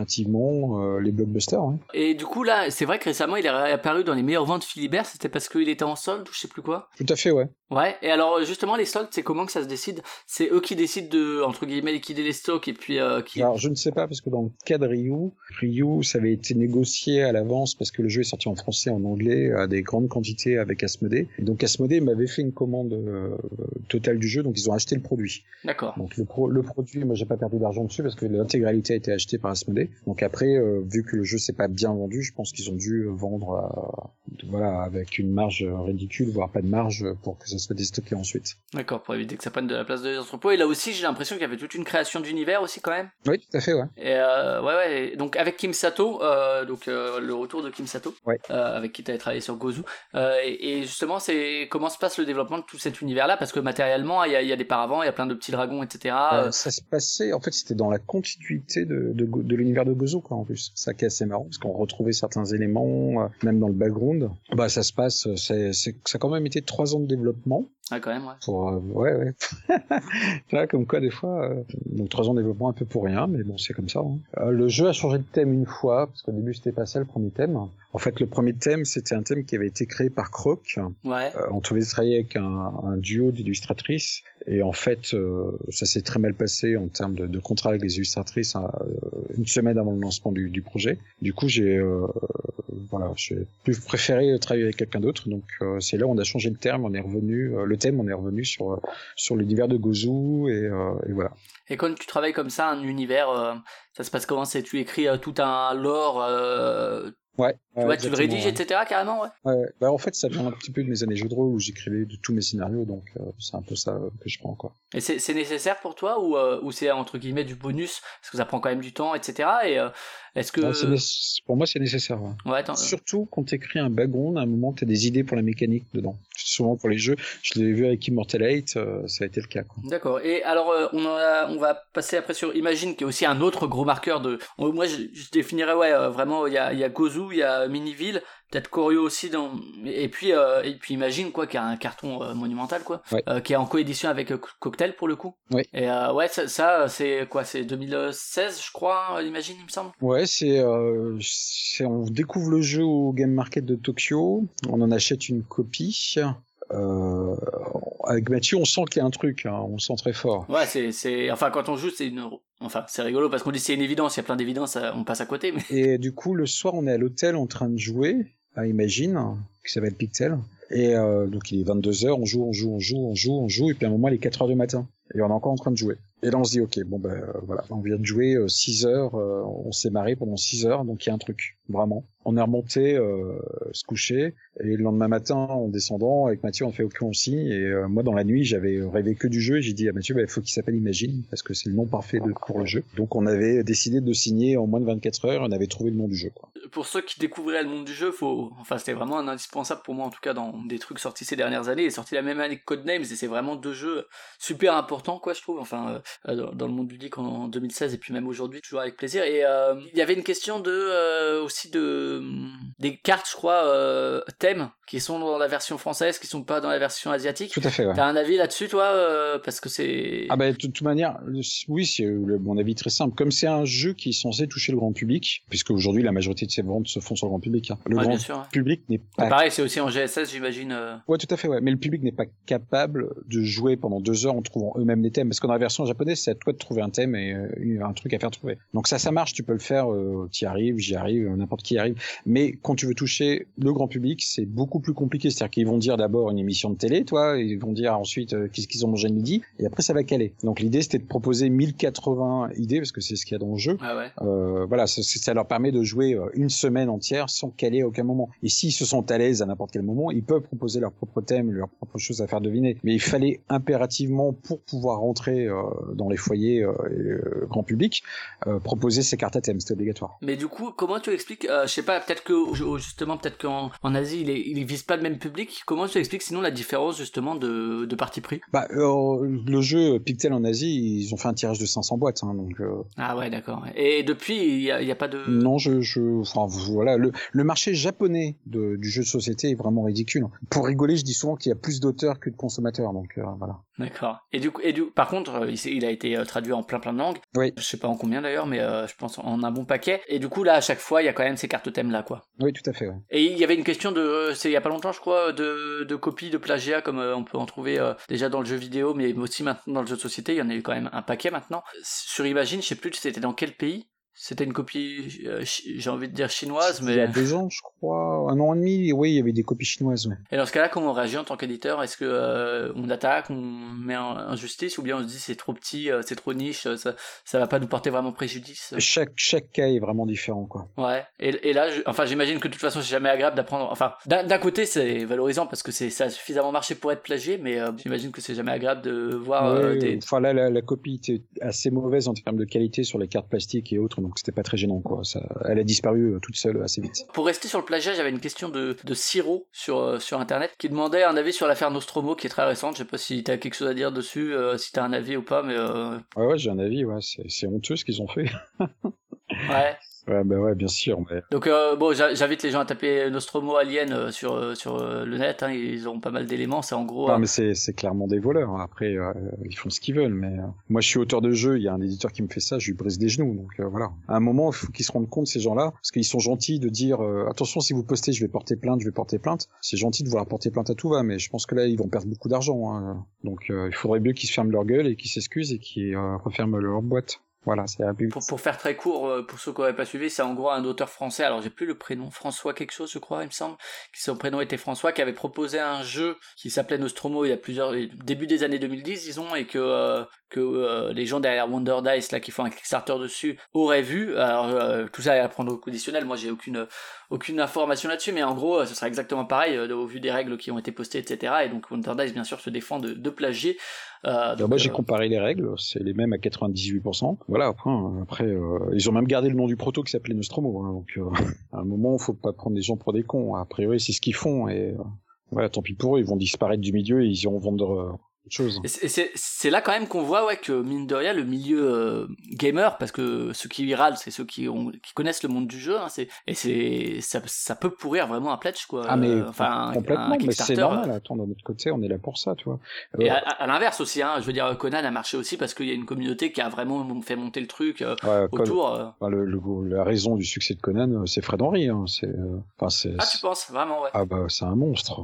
vraiment euh, les blockbusters. Hein. Et du coup, là, c'est vrai que récemment, il est apparu dans les meilleures ventes Philibert, c'était parce qu'il était en solde ou je sais plus quoi. Tout à fait, ouais. Ouais, et alors justement, les soldes, c'est comment que ça se décide? C'est eux qui décident de, entre guillemets, liquider les stocks et puis euh, qui... Alors, je ne sais pas, parce que dans le cas de Ryu, Ryu, ça avait été négocié à l'avance parce que le jeu est sorti en français et en anglais à des grandes quantités avec Asmodée. Et donc, Asmodée m'avait fait une commande euh, totale du jeu, donc ils ont acheté le produit. D'accord. Donc, le, pro- le produit, moi, j'ai pas perdu d'argent dessus parce que l'intégralité a été achetée par Asmodée. Donc après, euh, vu que le jeu s'est pas bien vendu, je pense qu'ils ont dû vendre à, voilà, avec une marge ridicule, voire pas de marge, pour que ça soit déstocké ensuite. D'accord, pour éviter que ça prenne de la place de l'entrepôt. Et là aussi, j'ai l'impression qu'il y avait toute une création d'univers aussi quand même. Oui, tout à fait, ouais. Et euh, ouais, ouais. Et donc avec Kim Sato, euh, donc euh, le retour de Kim Sato, ouais. euh, avec qui tu avais travaillé sur Gozu. Euh, et, et justement, c'est comment se passe le développement de tout cet univers-là? Parce que matériellement, il y a, il y a des paravents, il y a plein de petits dragons, et cetera. Euh, ça se passait, en fait, c'était dans la continuité de, de, de l'univers de Gozu, quoi, en plus. Ça qui est assez marrant, parce qu'on retrouvait certains éléments, euh, même dans le background. Bah, ça se passe, c'est, c'est, ça a quand même été trois ans de développement. Ah, quand même, ouais. Pour, euh, ouais, ouais. Tu vois, comme quoi, des fois, euh, donc trois ans de développement un peu pour rien, mais bon, c'est comme ça. Hein. Euh, le jeu a changé de thème une fois, parce qu'au début, c'était pas ça le premier thème. En fait, le premier thème, c'était un thème qui avait été créé par Croc. Ouais. Euh, on devait travailler avec un, un duo d'illustratrices, et en fait, euh, ça s'est très mal passé en termes de, de contrat avec les illustratrices, hein, une semaine avant le lancement du, du projet. Du coup, j'ai, euh, voilà, j'ai plus préféré travailler avec quelqu'un d'autre, donc euh, c'est là où on a changé le terme, on est revenu, euh, le thème, on est revenu sur sur l'univers de Gozu, et, euh, et voilà. Et quand tu travailles comme ça, un univers, euh, ça se passe comment? C'est tu écris euh, tout un lore euh... Ouais, ouais, ouais tu le rédiges, ouais. et cetera carrément, ouais. Ouais, bah en fait ça vient un petit peu de mes années jeux de rôle où j'écrivais de tous mes scénarios, donc euh, c'est un peu ça que je prends, quoi. Et c'est, c'est nécessaire pour toi ou, euh, ou c'est entre guillemets du bonus parce que ça prend quand même du temps, et cetera. Et euh, est-ce que ouais, c'est né- pour moi c'est nécessaire. Ouais. Ouais, attends, surtout quand t'écris un background, à un moment t'as des idées pour la mécanique dedans. Souvent pour les jeux, je l'ai vu avec Immortal eight, euh, ça a été le cas, quoi. D'accord. Et alors euh, on, a, on va passer après sur Imagine, qui est aussi un autre gros marqueur de. Moi je, je définirais ouais euh, vraiment il y a, il y a Gozu, il y a Miniville, peut-être Choreo aussi dans. Et puis euh, et puis Imagine quoi, qui a un carton euh, monumental quoi, ouais. euh, qui est en coédition avec euh, Cocktail pour le coup. Oui. Et euh, ouais ça, ça c'est quoi, c'est deux mille seize je crois, Imagine il me semble. Ouais c'est, euh, c'est on découvre le jeu au Game Market de Tokyo, on en achète une copie. Euh, avec Mathieu, on sent qu'il y a un truc, hein, on sent très fort. Ouais, c'est, c'est, enfin, quand on joue, c'est une, enfin, c'est rigolo parce qu'on dit c'est une évidence, il y a plein d'évidences, on passe à côté, mais. Et du coup, le soir, on est à l'hôtel en train de jouer à Imagine, qui s'appelle Pixel. Et euh, donc, il est vingt-deux heures, on joue, on joue, on joue, on joue, on joue, et puis à un moment, il est quatre heures du matin. Et on est encore en train de jouer. Et là, on se dit, ok, bon, ben, euh, voilà, on vient de jouer euh, six heures, euh, on s'est marré pendant six heures, donc il y a un truc, vraiment. On est remonté, euh, se coucher, et le lendemain matin, en descendant, avec Mathieu, on fait ok, on signe, et euh, moi, dans la nuit, j'avais rêvé que du jeu, et j'ai dit à Mathieu, bah, il faut qu'il s'appelle Imagine, parce que c'est le nom parfait de, pour le jeu. Donc, on avait décidé de signer en moins de vingt-quatre heures, et on avait trouvé le nom du jeu, quoi. Pour ceux qui découvraient le monde du jeu, faut, enfin, c'était vraiment un indispensable pour moi, en tout cas, dans des trucs sortis ces dernières années, et sortis la même année que Codenames, et c'est vraiment deux jeux super importants, quoi, je trouve, enfin, euh, dans le monde du geek en deux mille seize, et puis même aujourd'hui, toujours avec plaisir. Et euh, il y avait une question de, euh, aussi de, des cartes, je crois, euh, thèmes, qui sont dans la version française, qui sont pas dans la version asiatique. Tout à fait, ouais. T'as un avis là-dessus, toi, euh, parce que c'est... Ah bah, de toute manière, oui, c'est le, mon avis très simple. Comme c'est un jeu qui est censé toucher le grand public, puisque aujourd'hui, la majorité de ses ventes se font sur le grand public, hein. Le ouais, grand sûr, ouais. public n'est pas... Pareil, c'est aussi en G S S, j'imagine. Euh... Ouais, tout à fait, ouais. Mais le public n'est pas capable de jouer pendant deux heures en trouvant eux-mêmes des thèmes. Parce que dans la version japonaise, c'est à toi de trouver un thème et euh, un truc à faire trouver. Donc ça, ça marche, tu peux le faire, euh, t'y arrives, j'y arrive, euh, n'importe qui y arrive. Mais quand tu veux toucher le grand public, c'est beaucoup plus compliqué. C'est-à-dire qu'ils vont dire d'abord une émission de télé, toi, ils vont dire ensuite euh, qu'est-ce qu'ils ont mangé le midi, et après ça va caler. Donc l'idée, c'était de proposer mille quatre-vingts idées, parce que c'est ce qu'il y a dans le jeu. Ah ouais. Euh, voilà, ça, ça leur permet de jouer une semaine entière sans caler à aucun moment. Et s'ils se sentent à l'aise à n'importe quel moment, ils peuvent proposer leur propre thème, leurs propres choses à faire deviner. Mais il fallait impérativement, pour pouvoir rentrer euh, dans les foyers euh, euh, grand public, euh, proposer ces cartes à thème, c'était obligatoire. Mais du coup, comment tu expliques, euh, je sais pas, peut-être que justement, peut-être qu'en en Asie, il, est, il vise pas le même public. Comment tu expliques sinon la différence justement de, de parti pris? Bah, euh, le jeu Pictel en Asie, ils ont fait un tirage de cinq cents boîtes, hein, donc. Euh... Ah ouais, d'accord. Et depuis, il y a, il y a pas de. Non, je, je, enfin voilà, le, le marché japonais de, du jeu de société est vraiment ridicule. Pour rigoler, je dis souvent qu'il y a plus d'auteurs que de consommateurs, donc euh, voilà. D'accord. Et du coup, et du, par contre, euh, il, s'est- il a été euh, traduit en plein plein de langues. Oui. Je sais pas en combien d'ailleurs, mais euh, je pense en un bon paquet. Et du coup, là, à chaque fois, il y a quand même ces cartes thèmes là, quoi. Oui, tout à fait. Ouais. Et il y avait une question de, euh, c'est il y a pas longtemps, je crois, de, de copies, de plagiat, comme euh, on peut en trouver euh, déjà dans le jeu vidéo, mais aussi maintenant dans le jeu de société. Il y en a eu quand même un paquet maintenant. Sur Imagine, je sais plus, c'était dans quel pays. C'était une copie, euh, chi- j'ai envie de dire chinoise, Il y a mais. deux ans, je crois, un an et demi, oui, il y avait des copies chinoises. Ouais. Et dans ce cas-là, comment on réagit en tant qu'éditeur? Est-ce que euh, on attaque, on met en, en justice, ou bien on se dit c'est trop petit, euh, c'est trop niche, euh, ça, ça va pas nous porter vraiment préjudice? Chaque, chaque cas est vraiment différent, quoi. Ouais. Et, et là, je- enfin, j'imagine que de toute façon, c'est jamais agréable d'apprendre. Enfin, d'un d'un côté, c'est valorisant parce que c'est ça a suffisamment marché pour être plagié, mais euh, j'imagine que c'est jamais agréable de voir euh, Ouais, des. enfin là, la, la copie était assez mauvaise en termes de qualité sur les cartes plastiques et autres, donc c'était pas très gênant, quoi. Ça, elle a disparu euh, toute seule assez vite. Pour rester sur le plagiat, j'avais une question de, de Siro sur, euh, sur internet qui demandait un avis sur l'affaire Nostromo qui est très récente. Je sais pas si t'as quelque chose à dire dessus, euh, si t'as un avis ou pas, mais euh, Ouais, ouais, j'ai un avis, ouais, c'est, c'est honteux ce qu'ils ont fait. ouais. Ouais, bah ouais, bien sûr, mais... Donc euh, bon, j'a- j'invite les gens à taper Nostromo Alien euh, sur euh, sur euh, le net. Hein, ils ont pas mal d'éléments. C'est en gros. Non, euh, mais c'est, c'est clairement des voleurs. hein. Après, euh, ils font ce qu'ils veulent. Mais euh, moi, je suis auteur de jeu. Il y a un éditeur qui me fait ça, je lui brise des genoux. Donc euh, voilà. À un moment, il faut qu'ils se rendent compte ces gens-là, parce qu'ils sont gentils de dire euh, attention, si vous postez, je vais porter plainte, je vais porter plainte. C'est gentil de vouloir porter plainte à tout va, mais je pense que là, ils vont perdre beaucoup d'argent. Hein. Donc euh, il faudrait mieux qu'ils se ferment leur gueule et qu'ils s'excusent et qu'ils euh, referment leur boîte. Voilà, c'est la plus Pour, pour faire très court, euh, pour ceux qui n'auraient pas suivi, c'est en gros un auteur français, alors j'ai plus le prénom, François quelque chose je crois, il me semble, qui son prénom était François, qui avait proposé un jeu qui s'appelait Nostromo il y a plusieurs, début des années deux mille dix disons, et que, euh, que euh, les gens derrière Wonder Dice, là, qui font un Kickstarter dessus, auraient vu. Alors euh, tout ça est à prendre au conditionnel, moi j'ai aucune, aucune information là-dessus, mais en gros ce sera exactement pareil, euh, au vu des règles qui ont été postées, et cetera. Et donc Wonder Dice bien sûr se défend de, de plagier. Euh, donc, moi, j'ai euh, comparé les règles, c'est les mêmes à quatre-vingt-dix-huit pour cent. Voilà, après, après euh, ils ont même gardé le nom du proto qui s'appelait Nostromo. Hein, donc, euh, à un moment, faut pas prendre les gens pour des cons. A priori, c'est ce qu'ils font. Et euh, voilà, tant pis pour eux, ils vont disparaître du milieu et ils iront vendre euh, autre chose. Et c'est- c'est c'est là quand même qu'on voit ouais que mine de rien le milieu euh, gamer, parce que ceux qui râlent c'est ceux qui ont qui connaissent le monde du jeu, hein, c'est et c'est ça, ça peut pourrir vraiment un pledge quoi. Ah mais Euh, enfin un- complètement, un mais Kickstarter, c'est normal. Attends, d'un autre côté, on est là pour ça, tu vois. Et Euh, à, à l'inverse aussi, hein, je veux dire, Conan a marché aussi parce qu'il y a une communauté qui a vraiment fait monter le truc euh, ouais, Con- autour. euh. enfin, le, le- la raison du succès de Conan, euh, c'est Fred Henry. Hein, c'est, euh, enfin, c'est. Ah tu penses vraiment ouais. Ah bah, c'est un monstre.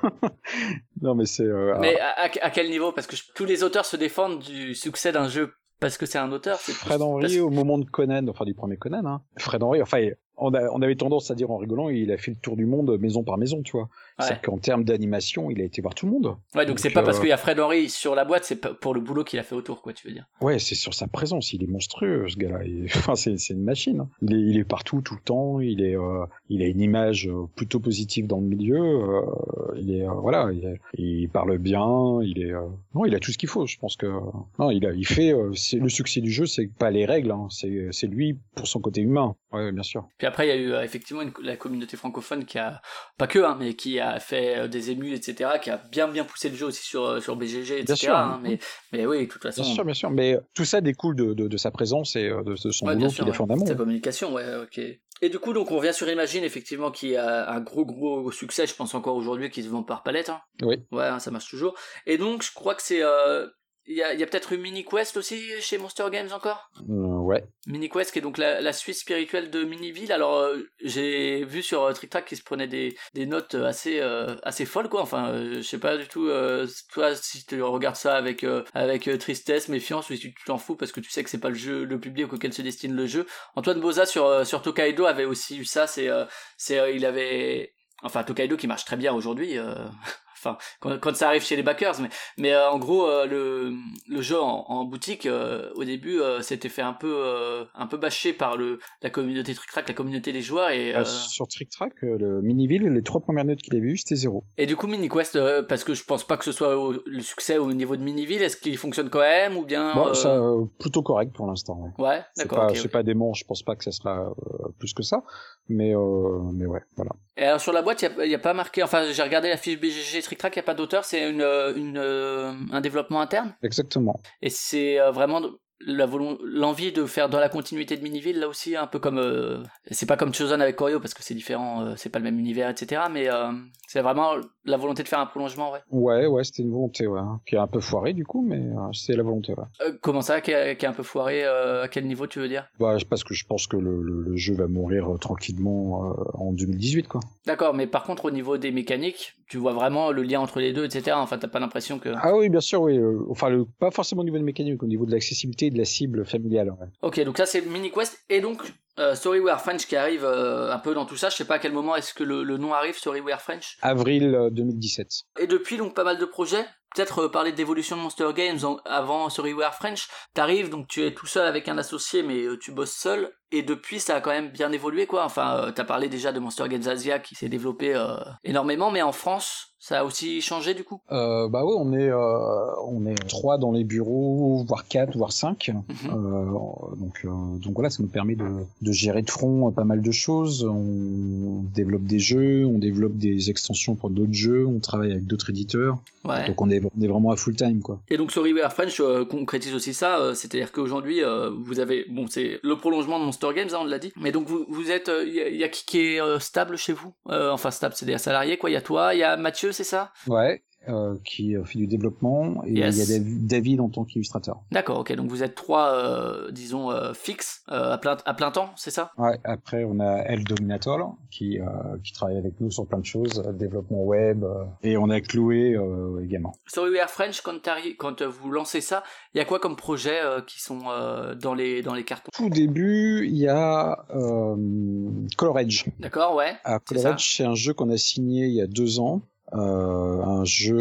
non mais c'est. Euh, Mais à, à- à quel niveau? Parce que je- tous les auteurs se défendent du succès d'un jeu parce que c'est un auteur. C'est Fred plus- Henry parce- au moment de Conan, enfin du premier Conan, hein. Fred Henry, enfin on, a, on avait tendance à dire en rigolant, il a fait le tour du monde maison par maison, tu vois. Ouais. C'est qu'en termes d'animation, il a été voir tout le monde. Ouais, donc, Donc, c'est pas euh, parce qu'il y a Fred Henry sur la boîte, c'est pas pour le boulot qu'il a fait autour, quoi, tu veux dire. Ouais, c'est sur sa présence, il est monstrueux ce gars-là. Il- Enfin, c'est, c'est une machine. hein. Il est, il est partout tout le temps. Il est, euh, il a une image euh, plutôt positive dans le milieu. euh, il est, euh, voilà, il, est- il parle bien. Il est, euh, non, il a tout ce qu'il faut. Je pense que, non, il a, il fait. euh, c'est, le succès du jeu, c'est pas les règles, hein, c'est, c'est lui pour son côté humain. Ouais, bien sûr. Puis après, il y a eu euh, effectivement une- la communauté francophone qui a, pas que, hein, mais qui a fait euh, des émules, et cetera, qui a bien bien poussé le jeu aussi sur, euh, sur B G G, et cetera. Bien sûr. hein, mais, mais oui, de toute façon. Bien sûr, bien sûr. Mais tout ça découle de, de, de sa présence et euh, de, de son Ouais, boulot bien sûr, qu'il a ouais. fait en amont. Sa communication, ouais, ok. Et du coup, donc, on revient sur Imagine, effectivement, qui a un gros gros succès, je pense encore aujourd'hui, qui se vend par palette. Hein. Oui. Ouais, hein, ça marche toujours. Et donc, je crois que c'est. euh, Il y a, il y a peut-être une Mini Quest aussi chez Monster Games encore. Euh, ouais. Mini Quest qui est donc la, la suite spirituelle de Miniville. Alors euh, j'ai vu sur euh, Trick Track qu'ils se prenaient des, des notes assez euh, assez folles quoi. Enfin euh, je sais pas du tout euh, toi si tu regardes ça avec euh, avec euh, tristesse, méfiance, ou si tu t'en fous parce que tu sais que c'est pas le jeu le public auquel se destine le jeu. Antoine Boza sur euh, sur Tokaido avait aussi eu ça. C'est euh, c'est euh, il avait enfin Tokaido qui marche très bien aujourd'hui. Euh... Enfin, quand, quand ça arrive chez les backers, mais, mais euh, en gros, euh, le, le jeu en, en boutique, euh, au début, euh, s'était fait un peu, euh, un peu bâché par le, la communauté Trick Track, la communauté des joueurs, et, euh, Euh, sur Trick Track, euh, le Miniville, les trois premières notes qu'il avait eues, c'était zéro. et du coup, Mini Quest, euh, parce que je pense pas que ce soit au- le succès au niveau de Miniville, est-ce qu'il fonctionne quand même, ou bien... Bon, euh, ça, euh, plutôt correct pour l'instant. Ouais. Ouais, C'est d'accord, pas, ok, c'est ok. pas dément, je pense pas que ça sera euh, plus que ça, mais euh, mais ouais, voilà. Et alors sur la boîte, il n'y a, y a pas marqué, enfin j'ai regardé la fiche B G G Trick Track, il n'y a pas d'auteur, c'est une, euh, une, euh, un développement interne. Exactement. Et c'est euh, vraiment la volon- l'envie de faire dans la continuité de Miniville, là aussi, un peu comme... Euh, c'est pas comme Chosen avec Corio, parce que c'est différent, euh, c'est pas le même univers, et cetera. Mais euh, c'est vraiment la volonté de faire un prolongement, ouais. Ouais, ouais, c'était une volonté, ouais, hein, qui est un peu foirée du coup, mais euh, c'est la volonté, ouais. Euh, comment ça, qui est, qui est un peu foiré, euh, à quel niveau tu veux dire? Bah, parce que je pense que le, le, le jeu va mourir euh, tranquillement euh, en deux mille dix-huit, quoi. D'accord, mais par contre, au niveau des mécaniques, tu vois vraiment le lien entre les deux, et cetera. Enfin, t'as pas l'impression que... Ah oui, bien sûr, oui. euh, enfin, le, pas forcément au niveau de mécanique, au niveau de l'accessibilité et de la cible familiale. Ouais. Ok, donc ça c'est le mini quest, et donc euh, Storyware French qui arrive euh, un peu dans tout ça. Je sais pas à quel moment est-ce que le, le nom arrive, Storyware French. Avril euh, deux mille dix-sept. Et depuis donc pas mal de projets. Peut-être euh, parler d'évolution de Monster Games en- avant Storyware French. T'arrives donc tu es tout seul avec un associé, mais euh, tu bosses seul. Et depuis ça a quand même bien évolué quoi. Enfin, euh, t'as parlé déjà de Monster Games Asia qui s'est développé euh, énormément, mais en France ça a aussi changé du coup. Euh, bah oui, on est euh, on est trois dans les bureaux, voire quatre, voire cinq. Mhm. Euh, donc euh, donc voilà, ça nous permet de, de gérer de front pas mal de choses. On développe des jeux, on développe des extensions pour d'autres jeux, on travaille avec d'autres éditeurs. Ouais. Donc on est on est vraiment à full time quoi. Et donc Storyware French euh, concrétise aussi ça, euh, c'est-à-dire qu'aujourd'hui euh, vous avez, bon c'est le prolongement de Monster Games, hein, on l'a dit, mais donc vous, vous êtes, il euh, y, y a qui qui est euh, stable chez vous, euh, enfin stable c'est des salariés quoi, il y a toi, il y a Mathieu c'est ça? Ouais. Euh, qui euh, fait du développement et il Yes. y a Dav- David en tant qu'illustrateur. D'accord, ok, donc vous êtes trois, euh, disons, euh, fixes, euh, à, plein, à plein temps, c'est ça? Ouais, après on a El Dominator qui euh, qui travaille avec nous sur plein de choses, euh, développement web euh, et on a Chloé euh, également. Storyware French, quand, t'arri- quand euh, vous lancez ça, il y a quoi comme projets euh, qui sont euh, dans, les, dans les cartons? Tout début, il y a euh, Color Edge. D'accord, ouais, Ah, c'est Color ça. Edge, c'est un jeu qu'on a signé il y a deux ans. Euh, un jeu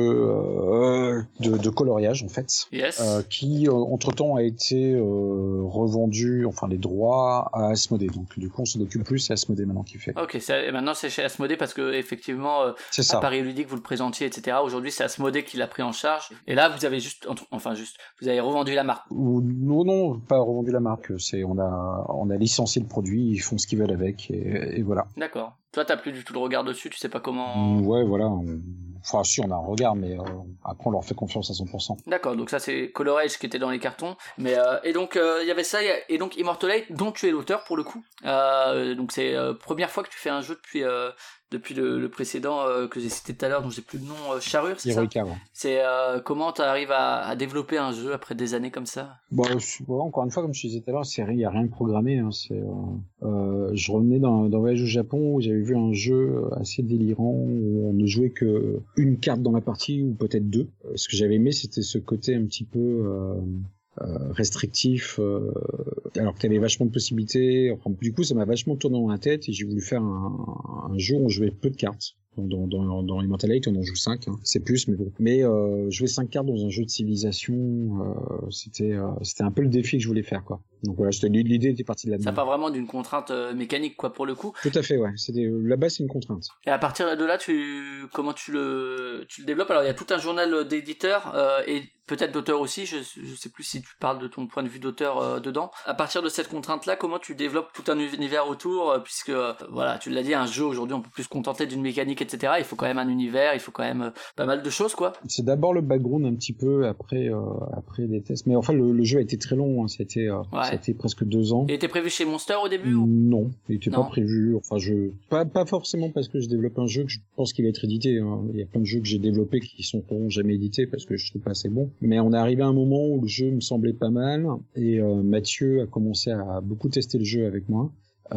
euh, de, de coloriage en fait, Yes. euh, qui euh, entre temps a été euh, revendu, enfin les droits à Asmodée. Donc du coup on s'en occupe plus, c'est Asmodée maintenant qui fait. Ok, c'est- et maintenant c'est chez Asmodée parce que effectivement, euh, C'est à ça. Paris Ludique vous le présentiez, et cetera. Aujourd'hui c'est Asmodée qui l'a pris en charge. Et là vous avez juste, entre- enfin juste, vous avez revendu la marque. Ou non, non, pas revendu la marque. C'est on a on a licencié le produit, ils font ce qu'ils veulent avec et, et voilà. D'accord. Toi t'as plus du tout le regard dessus, tu sais pas comment... Ouais, voilà. on- Enfin, si on a un regard, mais euh, après on leur fait confiance à cent pour cent. D'accord, donc ça c'est Color Edge qui était dans les cartons, mais euh, et donc euh, il y avait ça, il y a- et donc Immortalite dont tu es l'auteur pour le coup. Euh, donc c'est euh, première fois que tu fais un jeu depuis euh, depuis le, le précédent euh, que j'ai cité tout à l'heure, dont j'ai plus le nom, euh, Charrure, c'est ça? Heroica, ouais. C'est euh, comment tu arrives à, à développer un jeu après des années comme ça? Bon, je- bon, encore une fois, comme je te disais tout à l'heure, c'est il y a rien de programmé. Hein, c'est, euh, euh, je revenais d'un d'un voyage au Japon où j'avais vu un jeu assez délirant où on ne jouait que une carte dans la partie ou peut-être deux. Euh, Ce que j'avais aimé, c'était ce côté un petit peu euh, euh, restrictif, euh, alors qu'il y avait vachement de possibilités. Enfin, du coup, ça m'a vachement tourné dans la tête et j'ai voulu faire un, un jeu où on jouait peu de cartes. Dans, dans, dans Immortalite, on en joue cinq, hein. C'est plus, mais bon. Mais euh, jouer cinq cartes dans un jeu de civilisation, euh, c'était euh, c'était un peu le défi que je voulais faire, quoi. Donc voilà, c'était- l'idée était partie de Ça là-dedans. part vraiment d'une contrainte euh, mécanique quoi pour le coup. Tout à fait, ouais. C'est des- là-bas, c'est une contrainte. Et à partir de là, tu comment tu le tu le développes? Alors il y a tout un journal d'éditeurs euh, et peut-être d'auteur aussi. Je je sais plus si tu parles de ton point de vue d'auteur euh, dedans. À partir de cette contrainte-là, comment tu développes tout un univers autour euh, puisque euh, voilà, tu l'as dit, un jeu aujourd'hui, on peut plus se contenter d'une mécanique, et cetera. Il faut quand même un univers, il faut quand même euh, pas mal de choses quoi. C'est d'abord le background un petit peu, après euh, après des tests. Mais enfin, le, le jeu a été très long. Hein. Ça a été euh, Ouais. ça a été presque deux ans. Il était prévu chez Monster au début ou... Non, il était Non. pas prévu. Enfin, je pas pas forcément parce que je développe un jeu que je pense qu'il va être édité. Hein. Il y a plein de jeux que j'ai développés qui sont jamais édités parce que je trouve pas assez bon. Mais on est arrivé à un moment où le jeu me semblait pas mal et euh, Mathieu a commencé à beaucoup tester le jeu avec moi.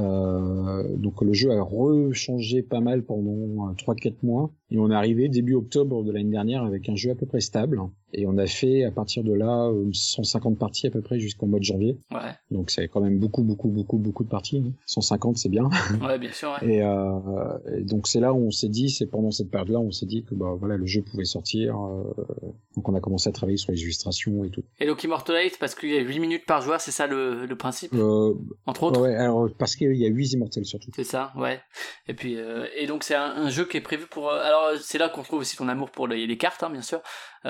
Euh, donc le jeu a rechangé pas mal pendant trois quatre mois et on est arrivé début octobre de l'année dernière avec un jeu à peu près stable et on a fait à partir de là cent cinquante parties à peu près jusqu'au mois de janvier. Ouais. Donc c'est quand même beaucoup beaucoup beaucoup beaucoup de parties. hein. cent cinquante c'est bien. Ouais, bien sûr. Ouais. Et, euh, et donc c'est là où on s'est dit, c'est pendant cette période-là, on s'est dit que bah voilà le jeu pouvait sortir. Euh, donc on a commencé à travailler sur les illustrations et tout. Et donc Immortalite parce qu'il y a huit minutes par joueur, c'est ça le, le principe Euh, entre autres. ouais, alors parce qu'il y a huit immortels surtout. C'est ça, ouais. Et puis euh, et donc c'est un, un jeu qui est prévu pour. Euh, alors c'est là qu'on trouve aussi ton amour pour les, les cartes, hein, bien sûr. Euh, Oui. puisque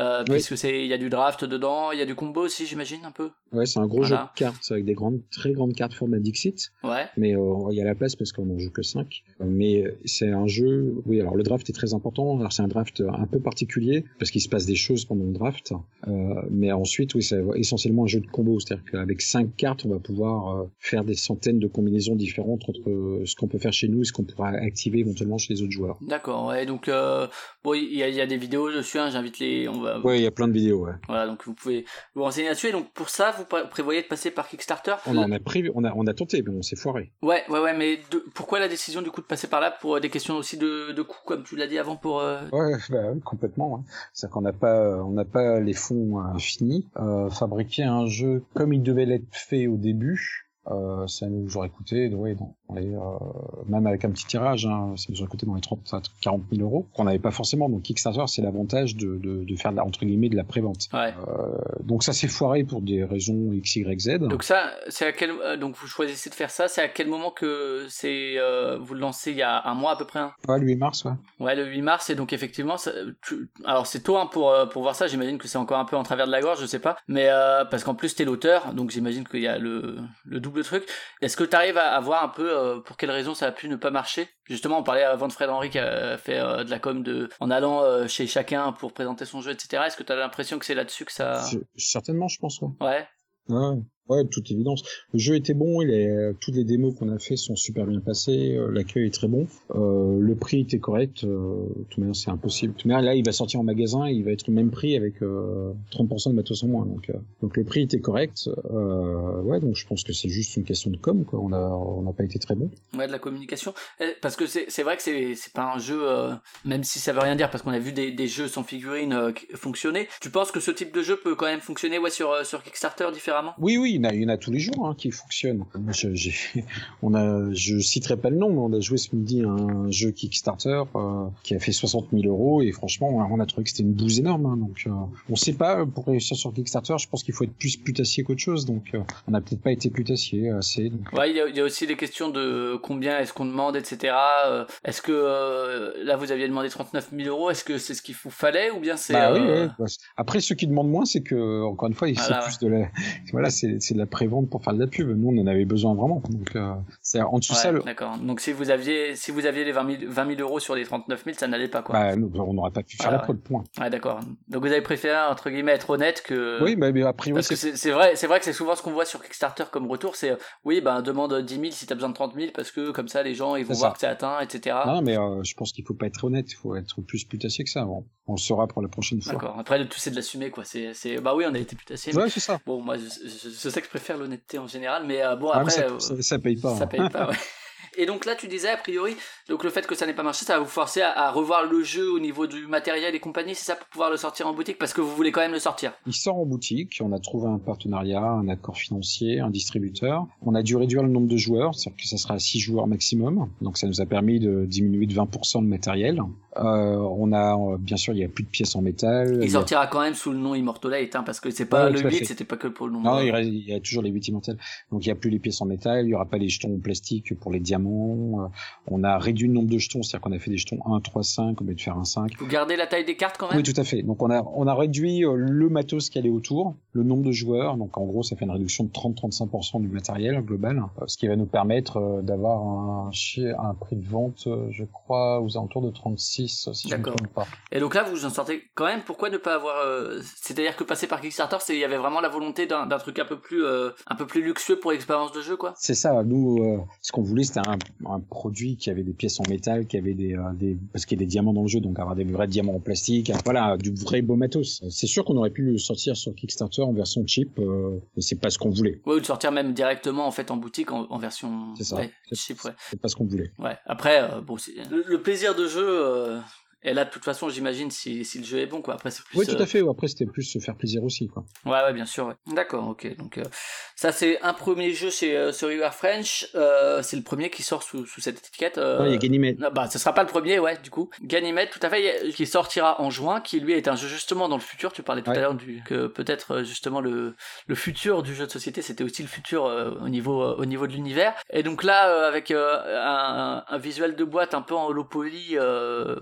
Est-ce que c'est, il y a du draft dedans, il y a du combo aussi, j'imagine, un peu? Ouais, c'est un gros Voilà. jeu de cartes avec des grandes, très grandes cartes format Dixit. Ouais. Mais euh, il y a la place parce qu'on en joue que cinq. Mais c'est un jeu, oui, alors le draft est très important. Alors c'est un draft un peu particulier parce qu'il se passe des choses pendant le draft. Euh, mais ensuite, oui, c'est essentiellement un jeu de combo. C'est-à-dire qu'avec cinq cartes, on va pouvoir euh, faire des centaines de combinaisons différentes entre euh, ce qu'on peut faire chez nous et ce qu'on pourra activer éventuellement chez les autres joueurs. D'accord, ouais, donc euh, bon, il y a, il y a des vidéos dessus, hein, j'invite les, on va, Ouais, il y a plein de vidéos, ouais. voilà, donc vous pouvez vous renseigner là-dessus. Et donc pour ça, vous pré- prévoyez de passer par Kickstarter? On en a prévu, on a, on a tenté, mais on s'est foiré. Ouais, ouais, ouais, mais de, pourquoi la décision du coup de passer par là pour euh, des questions aussi de, de coûts, comme tu l'as dit avant pour. Euh... Ouais, bah, oui, complètement. Ouais. C'est-à-dire qu'on n'a pas, on n'a pas les fonds euh, finis. Euh, fabriquer un jeu comme il devait l'être fait au début, euh, ça nous aurait coûté, ouais, dans les, euh, même avec un petit tirage, hein, ça nous aurait coûté dans les trente à quarante mille euros qu'on n'avait pas forcément. Donc Kickstarter, c'est l'avantage de, de, de faire de la, entre guillemets de la prévente. Ouais. Euh, donc ça s'est foiré pour des raisons X, Y, Z. Donc ça, c'est à quel, euh, donc vous choisissez de faire ça, c'est à quel moment que c'est, euh, vous le lancez il y a un mois à peu près. Hein. Ouais, le huit mars, ouais. Ouais, le huit mars, et donc effectivement, ça, tu, alors c'est tôt hein, pour euh, pour voir ça. J'imagine que c'est encore un peu en travers de la gorge, je sais pas, mais euh, parce qu'en plus t'es l'auteur, donc j'imagine qu'il y a le le double truc. Est-ce que t'arrives à, à voir un peu euh, pour quelles raisons ça a pu ne pas marcher? Justement, on parlait avant de Fred Henry qui a fait euh, de la com de en allant euh, chez chacun pour présenter son jeu, et cetera. Est-ce que t'as l'impression que c'est là-dessus que ça? C'est- Certainement, je pense. Ouais. Ouais. Ouais. Ouais, de toute évidence. Le jeu était bon, il est, toutes les démos qu'on a fait sont super bien passées, euh, l'accueil est très bon, euh, le prix était correct, euh, de toute manière c'est impossible. De toute manière là il va sortir en magasin et il va être le même prix avec euh, trente pour cent de matos en moins, donc, euh, donc le prix était correct, euh, ouais, donc je pense que c'est juste une question de com, quoi. On a, on n'a pas été très bon. Ouais, de la communication. Eh, parce que c'est c'est vrai que c'est c'est pas un jeu, euh, même si ça veut rien dire, parce qu'on a vu des, des jeux sans figurines euh, qui- fonctionner. Tu penses que ce type de jeu peut quand même fonctionner ouais, sur, euh, sur Kickstarter différemment? Oui, oui, il y en a, il y en a tous les jours hein, qui fonctionnent. Moi, je, j'ai, on a, je citerai pas le nom, mais on a joué ce midi à un jeu Kickstarter euh, qui a fait soixante mille euros et franchement, on a trouvé que c'était une bouse énorme. Hein, donc, euh, on sait pas pour réussir sur Kickstarter. Je pense qu'il faut être plus putassier qu'autre chose. Donc, euh, on n'a peut-être pas été putassier assez. Donc... Ouais, il y, a, il y a aussi des questions de combien est-ce qu'on demande, et cetera. Euh, est-ce que euh, là vous aviez demandé trente-neuf mille euros, est-ce que c'est ce qu'il vous fallait ou bien c'est Bah oui, euh... oui. Bah, après, ceux qui demandent moins, c'est que encore une fois, c'est Voilà, plus ouais. de la, voilà, c'est, c'est de la prévente pour faire de la pub. Nous, on en avait besoin vraiment. Donc, euh, c'est en dessous de Ouais, ça. Le... d'accord. Donc si vous aviez si vous aviez les vingt mille euros sur les trente-neuf mille, ça n'allait pas quoi. Bah, nous, on n'aurait pas pu faire Voilà, la prod, point. Ouais, d'accord. Donc vous avez préféré entre guillemets être honnête que. Oui, bah, mais a priori, Parce que c'est c'est c'est vrai, c'est vrai que c'est souvent ce qu'on voit sur Kickstarter comme retour, c'est euh, oui, ben demande dix mille si t'as besoin de trente mille parce que comme ça les gens ils vont C'est voir ça. que c'est atteint, et cetera. Non, mais euh, je pense qu'il faut pas être honnête, il faut être plus putassier que ça. Bon, on le saura pour la prochaine fois. D'accord. Après le tout c'est de l'assumer quoi. C'est c'est bah oui on a été putassier. Ouais, c'est ça. Bon moi je, je, je sais que je préfère l'honnêteté en général, mais euh, bon Ah, mais après ça, euh, ça, ça paye pas. ça hein. paye pas. Ouais. Et donc là, tu disais, a priori, donc le fait que ça n'ait pas marché, ça va vous forcer à, à revoir le jeu au niveau du matériel et compagnie, c'est ça, pour pouvoir le sortir en boutique, parce que vous voulez quand même le sortir. Il sort en boutique, on a trouvé un partenariat, un accord financier, un distributeur. On a dû réduire le nombre de joueurs, c'est-à-dire que ça sera six joueurs maximum. Donc ça nous a permis de diminuer de vingt pour cent le matériel. Euh, on a, euh, bien sûr, il y a plus de pièces en métal. Il y a... sortira quand même sous le nom Immortalate, hein, parce que c'est pas Ouais, le tout à huit, fait. c'était pas que pour le nom. Non, il, reste, il y a toujours les huit immortels. Donc il y a plus les pièces en métal, il y aura pas les jetons en plastique pour les diamants. Euh, on a réduit le nombre de jetons, c'est-à-dire qu'on a fait des jetons un, trois, cinq au lieu de faire un cinq. Vous gardez la taille des cartes quand même? Oui, tout à fait. Donc on a on a réduit euh, le matos qui allait autour, le nombre de joueurs. Donc en gros, ça fait une réduction de trente à trente-cinq pour cent du matériel global, euh, ce qui va nous permettre euh, d'avoir un, un prix de vente, euh, je crois, aux alentours de trente-six, si je ne me D'accord. trompe pas. Et donc là, vous en sortez quand même. Pourquoi ne pas avoir euh, c'est-à-dire que passer par Kickstarter, c'est il y avait vraiment la volonté d'un, d'un truc un peu plus euh, un peu plus luxueux pour l'expérience de jeu, quoi. C'est ça. Nous, euh, ce qu'on voulait, c'était un, un produit qui avait des pièces en métal, qui avait des, euh, des parce qu'il y a des diamants dans le jeu, donc avoir des vrais diamants en plastique. Voilà, du vrai beau matos. C'est sûr qu'on aurait pu le sortir sur Kickstarter en version cheap, euh, mais c'est pas ce qu'on voulait. Ouais, ou de sortir même directement en fait en boutique en, en version. C'est ça. Ouais, C'est- cheap, ouais. C'est pas ce qu'on voulait. Ouais. Après, euh, bon, c'est... Le, le plaisir de jeu euh, est là de toute façon, j'imagine, si, si le jeu est bon, quoi. Après, c'est plus. Oui, tout euh, à fait. Après, c'était plus se faire plaisir aussi, quoi. Ouais, ouais, bien sûr. Ouais. D'accord, ok. Donc, euh, ça, c'est un premier jeu chez euh, sur River French. Euh, c'est le premier qui sort sous, sous cette étiquette. Euh... Ouais, il y a Ganymede. Non, bah, ce sera pas le premier, ouais, du coup. Ganymede, tout à fait, qui sortira en juin, qui lui est un jeu justement dans le futur. Tu parlais tout Ouais. à l'heure du que peut-être euh, justement le le futur du jeu de société, c'était aussi le futur euh, au niveau euh, au niveau de l'univers. Et donc là, euh, avec euh, un, un visuel de boîte un peu en holo poly, euh, Tout à fait.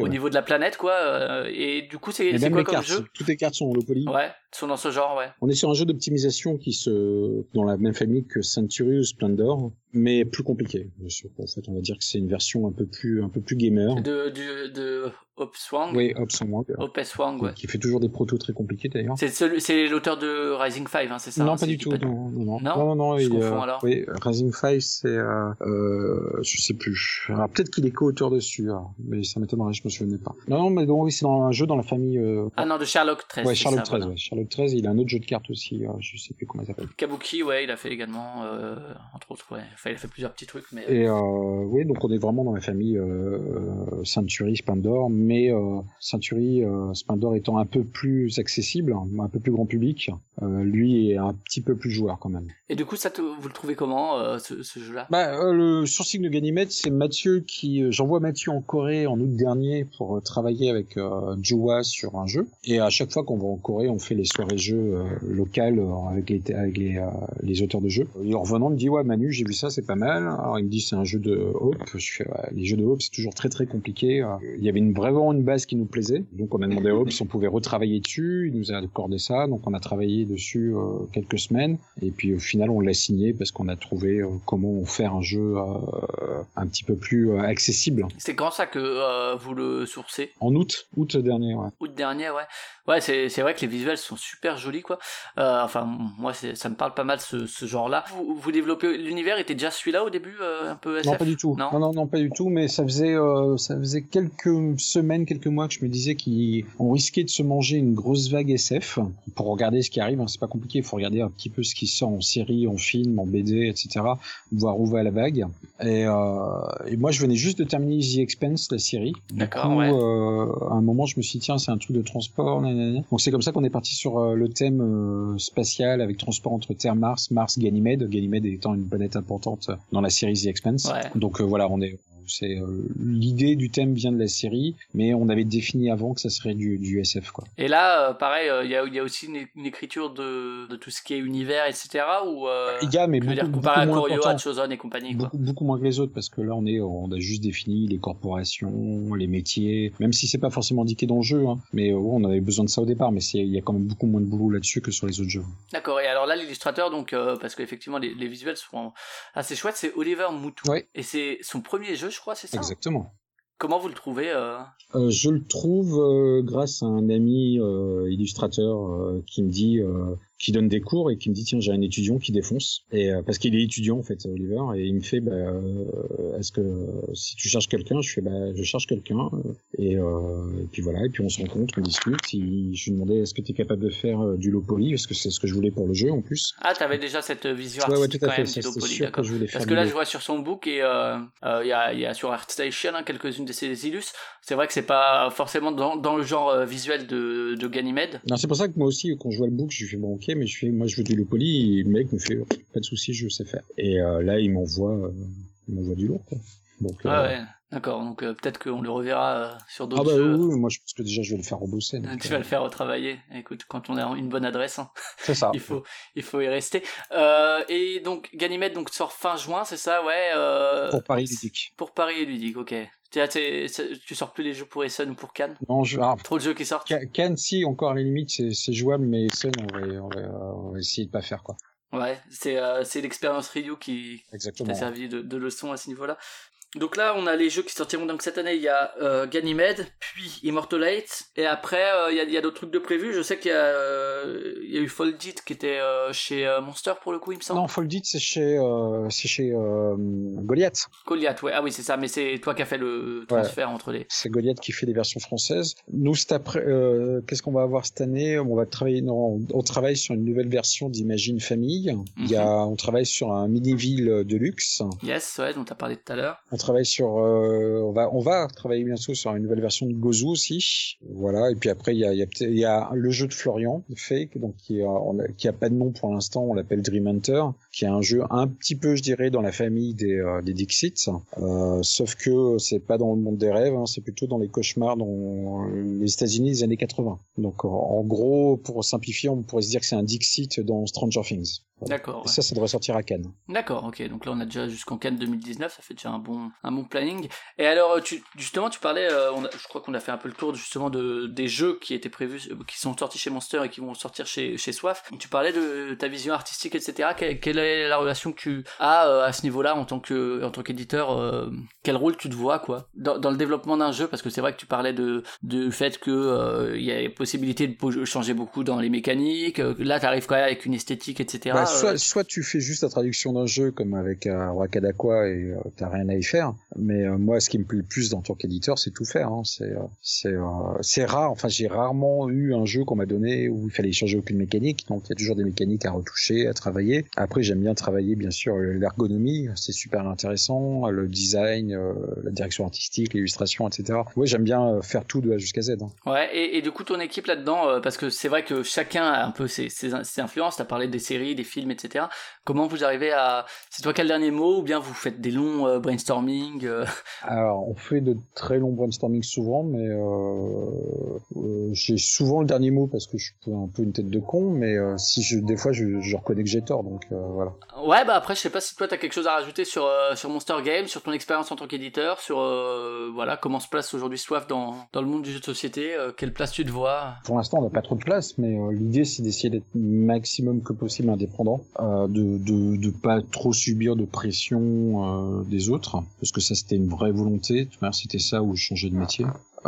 au ouais. niveau de la planète, quoi. euh, et du coup, c'est, Mais c'est même quoi les comme cartes, jeu? toutes les cartes sont Monopoly. Ouais, sont dans ce genre, ouais. On est sur un jeu d'optimisation qui se dans la même famille que Century ou Splendor, mais plus compliqué. Bien sûr. En fait, on va dire que c'est une version un peu plus un peu plus gamer. De, de, de Hopswang. Oui, Hop sans moi. Hopswang, ouais. Qui fait toujours des protos très compliqués d'ailleurs. C'est, celui, c'est l'auteur de Rising five, hein, c'est ça? Non, hein, pas si du je tout. dis pas de- Non, non, non. Non non, non, Je il, confonds, euh, alors. Oui, Rising five, c'est, euh, euh, je sais plus. Alors peut-être qu'il est co-auteur dessus, alors, mais ça m'étonnerait, je me souvenais pas. Non, non, mais donc oui, c'est dans un jeu dans la famille. Euh... Ah non, de Sherlock treize. Ouais, c'est Sherlock ça, treize. voilà. Ouais. Sherlock treize, il a un autre jeu de cartes aussi. Euh, je sais plus comment il s'appelle. Kabuki, ouais, il a fait également, euh, entre autres, ouais. Enfin, il a fait plusieurs petits trucs, mais. Et euh, oui, donc on est vraiment dans la famille euh, euh, Century, Splendor, mais euh, Century, euh, Splendor étant un peu plus accessible, un peu plus grand public, euh, lui est un petit peu plus joueur quand même. Et du coup, ça te, vous le trouvez comment, euh, ce, ce jeu-là? Bah, euh, le sourcing de Ganymède, c'est Mathieu qui, euh, j'envoie Mathieu en Corée en août dernier pour euh, travailler avec euh, Joa sur un jeu. Et à chaque fois qu'on va en Corée, on fait les soirées jeux euh, locales euh, avec les avec les, euh, les auteurs de jeux. Et en revenant, il me dit ouais Manu, j'ai vu ça, c'est pas mal. Alors il me dit c'est un jeu de Hope. Je fais ouais, les jeux de Hope c'est toujours très très compliqué. Euh, Il y avait une, vraiment une base qui nous plaisait. Donc on a demandé à Hope si on pouvait retravailler dessus. Il nous a accordé ça. Donc on a travaillé dessus euh, quelques semaines. Et puis au final on l'a signé parce qu'on a trouvé euh, comment faire un jeu euh, un petit peu plus euh, accessible. C'est quand ça que euh, vous le sourcez? En août, août dernier, ouais. Août dernier, ouais. Ouais, c'est, c'est vrai que les visuels sont super jolis, quoi. Euh, enfin, moi, c'est, ça me parle pas mal, ce, ce genre-là. Vous, vous développez, l'univers était déjà celui-là au début, euh, un peu S F? Non, pas du tout. Non, non, non, non, pas du tout. Mais ça faisait, euh, ça faisait quelques semaines, quelques mois que je me disais qu'on risquait de se manger une grosse vague S F pour regarder ce qui arrive. Hein, c'est pas compliqué. Il faut regarder un petit peu ce qui sort en série, en film, en B D, et cetera. Voir où va la vague. Et, euh, et moi, je venais juste de terminer The Expanse, la série. D'accord, du coup, ouais. euh, à un moment, je me suis dit tiens, c'est un truc de transport. Nanana. Donc c'est comme ça qu'on est parti sur euh, le thème euh, spatial avec transport entre Terre, Mars, Mars, Ganymède. Ganymède étant une planète importante dans la série The Expanse. Ouais. Donc euh, voilà, on est, c'est euh, l'idée du thème vient de la série, mais on avait défini avant que ça serait du, du S F quoi. Et là, euh, pareil, il euh, y, a, y a aussi une, une écriture de, de tout ce qui est univers, et cetera. Ou euh, Il y a, mais je veux beaucoup, dire, comparé à beaucoup moins Koryo, important. Hachoson et compagnie, quoi. Beaucoup, beaucoup moins que les autres parce que là on est, on a juste défini les corporations, les métiers, même si c'est pas forcément indiqué dans le jeu, hein, mais euh, ouais, on avait besoin de ça au départ, mais c'est, il y a quand même beaucoup moins de boulot là-dessus que sur les autres jeux. D'accord. Et alors là, l'illustrateur, donc, euh, parce qu'effectivement, les, les visuels sont assez chouettes, c'est Oliver Moutou. Ouais. Et c'est son premier jeu, je crois, c'est ça? Exactement. Comment vous le trouvez euh... Euh, je le trouve euh, grâce à un ami euh, illustrateur euh, qui me dit, euh, qui donne des cours et qui me dit tiens j'ai un étudiant qui défonce et euh, parce qu'il est étudiant en fait Oliver et il me fait bah, euh, est-ce que euh, si tu cherches quelqu'un je fais bah je cherche quelqu'un euh, et, euh, et puis voilà et puis on se rencontre on discute il, je lui demandais est-ce que tu es capable de faire euh, du low poly parce que c'est ce que je voulais pour le jeu en plus. Ah, t'avais déjà cette vision ouais, ouais, artistique tout à quand fait, même ça, du low c'était poly, sûr d'accord. que je voulais faire Parce du que là, low. je vois sur son book et il euh, euh, y, a, y a sur ArtStation hein, quelques-unes de ses illus. C'est vrai que c'est pas forcément dans, dans le genre euh, visuel de, de Ganymède. Non, c'est pour ça que moi aussi, quand je vois le book, je fais bon, ok, mais je fais, moi, je veux du low poly, et le mec me fait, pas de souci, je sais faire. Et euh, là, il m'envoie, euh, il m'envoie du lourd, quoi. Donc, Ah euh... ouais, d'accord. Donc euh, peut-être qu'on le reverra euh, sur d'autres ah bah jeux. oui, oui, moi, je pense que déjà, je vais le faire rebosser. Donc, Tu euh... vas le faire retravailler. Écoute, quand on a une bonne adresse, hein, c'est ça. il faut, il faut y rester. Euh, et donc Ganymède donc sort fin juin, c'est ça, ouais. Euh... Pour Paris Ludique. Pour Paris Ludique, ok. T'es, t'es, tu sors plus les jeux pour Essen ou pour Cannes? Non, je... ah, Trop de jeux qui sortent. Cannes, si, encore à la limite, c'est, c'est jouable, mais Essen, on va, on va, on va essayer de pas faire, quoi. Ouais, c'est, euh, c'est l'expérience Ryu qui, qui t'a servi de, de leçon à ce niveau-là. Donc là, on a les jeux qui sortiront donc cette année. Il y a euh, Ganymède, puis Immortalate, et après euh, il y a, il y a d'autres trucs de prévus. Je sais qu'il y a, euh, il y a eu Foldit qui était euh, chez euh, Monster pour le coup, il me semble. Non, Foldit c'est chez, euh, c'est chez euh, Goliath. Goliath, ouais. Ah oui, c'est ça. Mais c'est toi qui as fait le transfert ouais. entre les. C'est Goliath qui fait les versions françaises. Nous, c'est après. Euh, qu'est-ce qu'on va avoir cette année? On va travailler. Non, on travaille sur une nouvelle version d'Imagine Famille. Mm-hmm. Il y a, on travaille sur un mini-ville de luxe. Yes, ouais, dont tu as parlé tout à l'heure. On travaille sur, euh, on va, on va travailler bientôt sur une nouvelle version de Gozu aussi. Voilà. Et puis après, il y a, il y a, il y a le jeu de Florian, Fake, donc qui a, on a, qui a pas de nom pour l'instant. On l'appelle Dream Hunter, qui est un jeu un petit peu, je dirais, dans la famille des, euh, des Dixit. Euh, sauf que c'est pas dans le monde des rêves, hein, c'est plutôt dans les cauchemars dans les États-Unis des années quatre-vingts. Donc, en gros, pour simplifier, on pourrait se dire que c'est un Dixit dans Stranger Things. Voilà. D'accord. Et Ouais. ça, ça devrait sortir à Cannes. D'accord, ok. Donc là, on a déjà jusqu'en Cannes deux mille dix-neuf, ça fait déjà un bon, un bon planning. Et alors, tu, justement, tu parlais, euh, on a, je crois qu'on a fait un peu le tour justement de, des jeux qui étaient prévus, euh, qui sont sortis chez Monster et qui vont sortir chez, chez Soif. Tu parlais de ta vision artistique, et cetera. Quelle, quelle est la relation que tu as euh, à ce niveau-là en tant que, en tant qu'éditeur euh, quel rôle tu te vois, quoi, dans, dans le développement d'un jeu? Parce que c'est vrai que tu parlais de, du fait que euh, il y a possibilité de changer beaucoup dans les mécaniques. Là, t'arrives quand même avec une esthétique, et cetera. Bah, soit, euh, soit tu fais juste la traduction d'un jeu comme avec euh, Wakadakwa et euh, t'as rien à y faire. Mais euh, moi, ce qui me plaît le plus en tant qu'éditeur, c'est tout faire. Hein. C'est, euh, c'est, euh, c'est rare. Enfin, j'ai rarement eu un jeu qu'on m'a donné où il fallait changer aucune mécanique. Donc, il y a toujours des mécaniques à retoucher, à travailler. Après, j'aime bien travailler, bien sûr, l'ergonomie. C'est super intéressant. Le design, euh, la direction artistique, l'illustration, et cetera. Ouais, j'aime bien faire tout de A jusqu'à Z. Hein. Ouais, et, et du coup, ton équipe là-dedans, euh, parce que c'est vrai que chacun a un peu ses, ses, ses influences. T'as parlé des séries, des films, et cetera. Comment vous arrivez à... C'est toi qui as le dernier mot, ou bien vous faites des longs euh, brainstorming euh... Alors, on fait de très longs brainstorming souvent, mais euh, euh, j'ai souvent le dernier mot parce que je suis un peu une tête de con, mais euh, si je, des fois, je, je reconnais que j'ai tort, donc euh, voilà. Ouais, bah après, je sais pas si toi t'as quelque chose à rajouter sur, euh, sur Monster Games, sur ton expérience en tant qu'éditeur, sur euh, voilà, comment se place aujourd'hui Soif dans, dans le monde du jeu de société, euh, quelle place tu te vois? Pour l'instant, on n'a pas trop de place, mais euh, l'idée, c'est d'essayer d'être maximum que possible indépendant, euh, de, de, de pas trop subir de pression euh, des autres, parce que ça, c'était une vraie volonté. Tout à l'heure, c'était ça où je changeais de métier.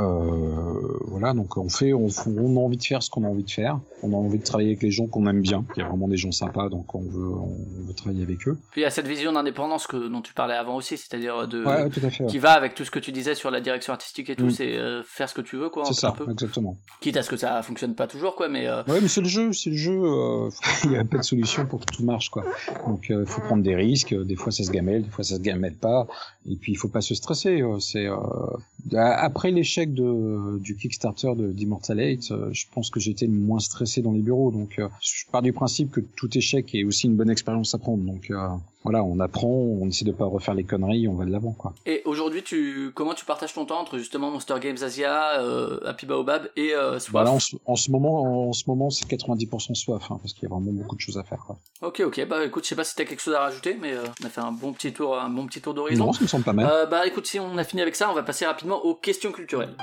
Euh, voilà, donc on fait, on, on a envie de faire ce qu'on a envie de faire. On a envie de travailler avec les gens qu'on aime bien. Il y a vraiment des gens sympas, donc on veut, on veut travailler avec eux. Puis il y a cette vision d'indépendance que dont tu parlais avant aussi, c'est-à-dire de ouais, ouais, tout à fait, ouais. qui va avec tout ce que tu disais sur la direction artistique et tout, mmh. c'est euh, faire ce que tu veux, quoi. C'est un ça, peu. exactement. Quitte à ce que ça fonctionne pas toujours, quoi, mais. Euh... Ouais, mais c'est le jeu, c'est le jeu. Euh, il y a pas de solution pour que tout marche, quoi. Donc il euh, faut prendre des risques. Des fois ça se gamelle, des fois ça se gamelle pas. Et puis il faut pas se stresser. C'est euh... après l'échec de du Kickstarter de d'Immortalate, euh, je pense que j'étais le moins stressé dans les bureaux. Donc euh, je pars du principe que tout échec est aussi une bonne expérience à prendre. Donc euh, voilà, on apprend, on essaie de pas refaire les conneries, on va de l'avant, quoi. Et aujourd'hui, tu comment tu partages ton temps entre justement Monster Games Asia, euh, Happy Baobab et euh, Soif? Bah là, en, ce, en ce moment, en ce moment, c'est quatre-vingt-dix pour cent Soif, hein, parce qu'il y a vraiment beaucoup de choses à faire, quoi. Ok, ok. Bah écoute, je sais pas si t'as quelque chose à rajouter, mais euh, on a fait un bon petit tour, un bon petit tour d'horizon. Non, ça me semble pas mal. Euh, bah écoute, si on a fini avec ça, on va passer rapidement aux questions culturelles.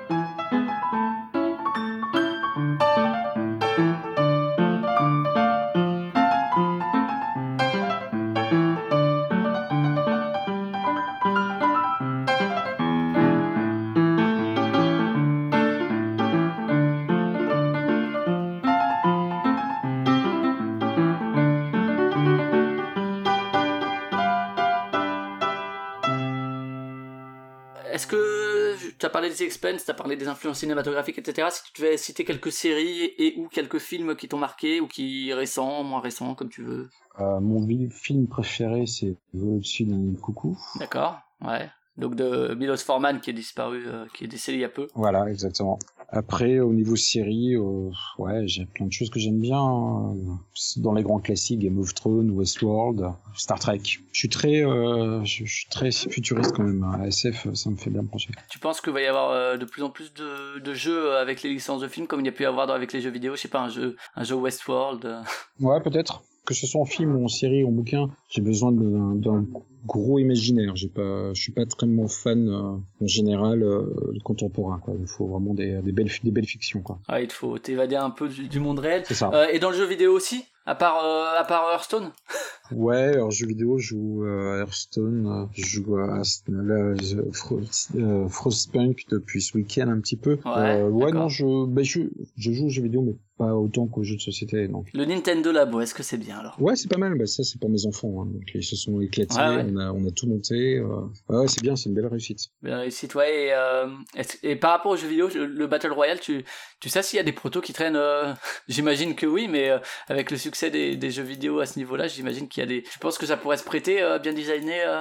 Est-ce que tu as parlé des Expense, tu as parlé des influences cinématographiques, et cetera. Si tu devais citer quelques séries et ou quelques films qui t'ont marqué ou qui récents, moins récents, comme tu veux. Euh, mon film préféré, c'est Vol au-dessus d'un nid de coucou. D'accord, ouais. Donc de Milos Forman qui est disparu, euh, qui est décédé il y a peu. Voilà, exactement. Après, au niveau série, euh, ouais, j'ai plein de choses que j'aime bien. Euh, dans les grands classiques, Game of Thrones, Westworld, Star Trek. Je suis très, euh, je, je suis très futuriste quand même. À S F, ça me fait bien pencher. Tu penses qu'il va y avoir euh, de plus en plus de, de jeux avec les licences de films, comme il y a pu y avoir avec les jeux vidéo, je sais pas, un jeu, un jeu Westworld. Euh... Ouais, peut-être. Que ce soit en film ou en série ou en bouquin, j'ai besoin d'un, d'un gros imaginaire. J'ai pas, je suis pas très fan euh, en général euh, contemporain, quoi. Il faut vraiment des, des belles, des belles fictions, quoi. Ouais, il te faut t'évader un peu du, du monde réel. C'est ça. Euh, et dans le jeu vidéo aussi, à part, euh, à part Hearthstone. Ouais, alors jeux vidéo, je joue à Hearthstone, je joue à là, Frost, euh, Frostpunk depuis ce week-end un petit peu. Ouais, euh, ouais non, d'accord. je, bah, je, je joue aux jeux vidéo, mais pas autant qu'aux jeux de société. Donc. Le Nintendo Labo, est-ce que c'est bien alors? Ouais, c'est pas mal. Bah ça, c'est pour mes enfants. Hein. Donc ils se sont éclatés, ouais, ouais. on a, on a tout monté. Euh... Ouais, c'est bien, c'est une belle réussite. Belle réussite, ouais. Et, euh, et par rapport aux jeux vidéo, le, le Battle Royale, tu, tu sais s'il y a des protos qui traînent euh... J'imagine que oui, mais euh, avec le succès des, des jeux vidéo à ce niveau-là, j'imagine qu'il y a des. Tu penses que ça pourrait se prêter euh, bien designé euh...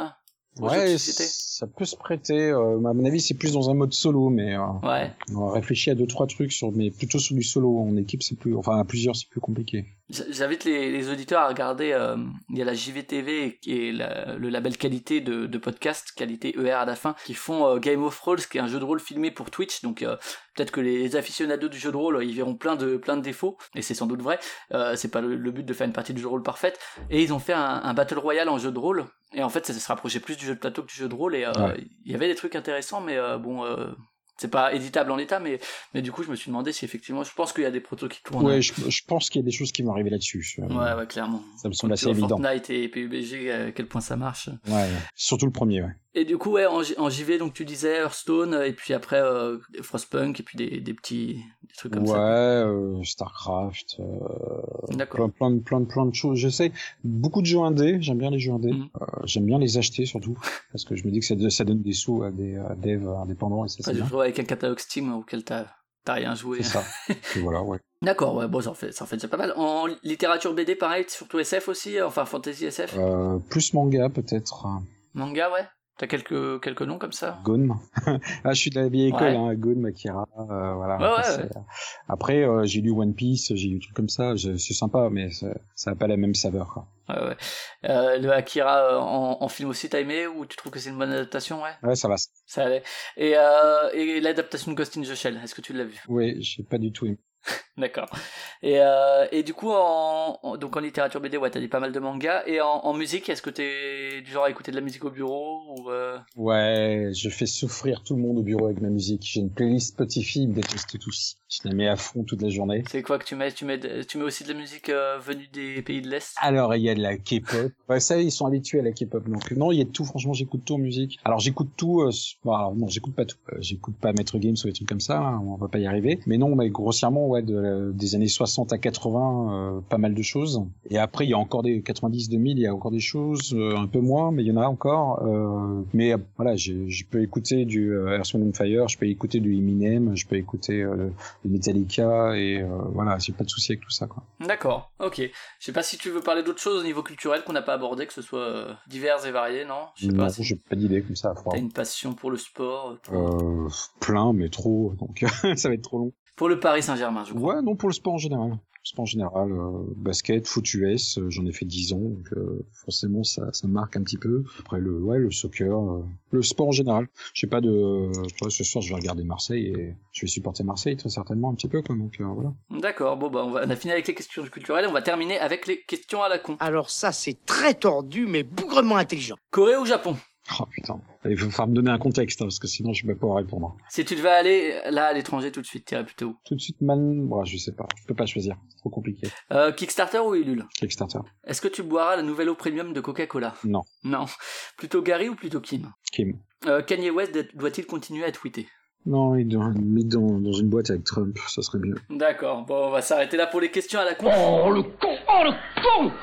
aux jeux de Ouais, société. ça peut se prêter. Euh, à mon avis, c'est plus dans un mode solo, mais euh, Ouais. on réfléchit à deux trois trucs sur, mais plutôt sur du solo. En équipe, c'est plus, enfin à plusieurs, c'est plus compliqué. J- J'invite les, les auditeurs à regarder, euh, il y a la J V T V qui est la- le label qualité de, de podcast, qualité E R à la fin, qui font euh, Game of Thrones, qui est un jeu de rôle filmé pour Twitch, donc euh, peut-être que les aficionados du jeu de rôle, ils verront plein de, plein de défauts, et c'est sans doute vrai, euh, c'est pas le, le but de faire une partie du jeu de rôle parfaite, et ils ont fait un, un Battle Royale en jeu de rôle, et en fait ça se rapprochait plus du jeu de plateau que du jeu de rôle, et euh, Ouais. il y avait des trucs intéressants, mais euh, bon... Euh, c'est pas éditable en l'état, mais, mais du coup, je me suis demandé si effectivement, je pense qu'il y a des protos qui tournent. Ouais, je, je pense qu'il y a des choses qui vont arriver là-dessus. Euh, Ouais, ouais, clairement. Ça me semble Quand assez tu vois évident. Fortnite et P U B G, à quel point ça marche. Ouais, ouais. Surtout le premier, ouais. Et du coup, ouais, en, J- en J V, donc tu disais Hearthstone, et puis après euh, Frostpunk, et puis des, des petits des trucs comme ouais, ça. euh, Starcraft, euh, D'accord. plein, plein, de, plein, de, plein de choses. J'essaie beaucoup de jeux indés. J'aime bien les jeux indés. Mhm. Euh, j'aime bien les acheter surtout parce que je me dis que ça, ça donne des sous à des à devs indépendants et ça c'est Ouais, bien. toujours avec un catalogue Steam auquel t'as t'as rien joué. C'est ça. Et voilà, ouais. D'accord, ouais, bon, ça en fait, ça en fait déjà pas mal. En littérature B D, pareil, surtout S F aussi, enfin fantasy S F. Euh, plus manga peut-être. Manga, ouais. T'as quelques quelques noms comme ça. Gon. Ah, je suis de la vieille école, Ouais. hein. Gon, Akira, euh, voilà. Ouais, ouais, C'est- ouais. Après, euh, j'ai lu One Piece, j'ai lu des trucs comme ça. Je- C'est sympa, mais ça, ça a pas la même saveur, quoi. Ouais, ouais. Euh, le Akira euh, en, en film aussi, t'as aimé, ou tu trouves que c'est une bonne adaptation, ouais. Ouais, ça va. Ça allait. Et, euh, et l'adaptation de Ghost in the Shell, est-ce que tu l'as vu? Ouais, j'ai pas du tout aimé. D'accord. Et, euh, et du coup, en, en- donc en littérature B D, ouais, t'as dit pas mal de mangas. Et en, en musique, est-ce que t'es du genre à écouter de la musique au bureau ou euh... Ouais, je fais souffrir tout le monde au bureau avec ma musique. J'ai une playlist Spotify, ils me détestent tous. Je la mets à fond toute la journée. C'est quoi que tu mets? Tu mets, de- tu mets aussi de la musique euh, venue des pays de l'Est? Alors, il y a de la K-pop. Ouais, ça, ils sont habitués à la K-pop. Donc, non, il y a de tout. Franchement, j'écoute tout en musique. Alors, j'écoute tout. Euh, bon, alors, non, j'écoute pas tout. Euh, j'écoute pas Maître Games ou des trucs comme ça. Hein, on va pas y arriver. Mais non, mais grossièrement, ouais, de, euh, des années soixante à quatre-vingts, euh, pas mal de choses. Et après, il y a encore des quatre-vingt-dix, deux mille, il y a encore des choses, euh, un peu moins, mais il y en a encore. Euh, mais euh, voilà, j'ai- je peux écouter du euh, Earth, Wind and Fire, je peux écouter du Eminem, je peux écouter euh, du Metallica, et euh, voilà, j'ai pas de souci avec tout ça, quoi. D'accord, ok. Je sais pas si tu veux parler d'autre chose au niveau culturel qu'on n'a pas abordé, que ce soit euh, divers et varié, non? Je sais Non, pas si j'ai pas d'idée comme ça à froid. t'as une passion pour le sport, pour, Euh, plein, mais trop, donc ça va être trop long. pour le Paris Saint-Germain, je crois. Ouais, non, pour le sport en général. Sport en général, euh, basket, foot U S, euh, j'en ai fait dix ans, donc euh, forcément ça, ça marque un petit peu. Après le, ouais, le soccer, euh, le sport en général. J'ai pas de, euh, tu vois, ce soir je vais regarder Marseille et je vais supporter Marseille très certainement un petit peu, quoi. Donc euh, voilà. D'accord, bon bah on, va, on a fini avec les questions culturelles, on va terminer avec les questions à la con. Alors ça, c'est très tordu, mais bougrement intelligent. Corée ou Japon? Oh putain, il va falloir me donner un contexte hein, parce que sinon je vais pas pouvoir répondre. Si tu devais aller là à l'étranger tout de suite, t'irais plutôt où? Tout de suite, man, ouais, je sais pas, je peux pas choisir, c'est trop compliqué. Euh, Kickstarter ou Ulule? Kickstarter. Est-ce que tu boiras la nouvelle eau premium de Coca-Cola? Non. Non. Plutôt Gary ou plutôt Kim? Kim. euh, Kanye West doit-il continuer à tweeter? Non, il doit mettre dans, dans une boîte avec Trump, ça serait mieux. D'accord, bon on va s'arrêter là pour les questions à la con. Oh le con! Oh le con!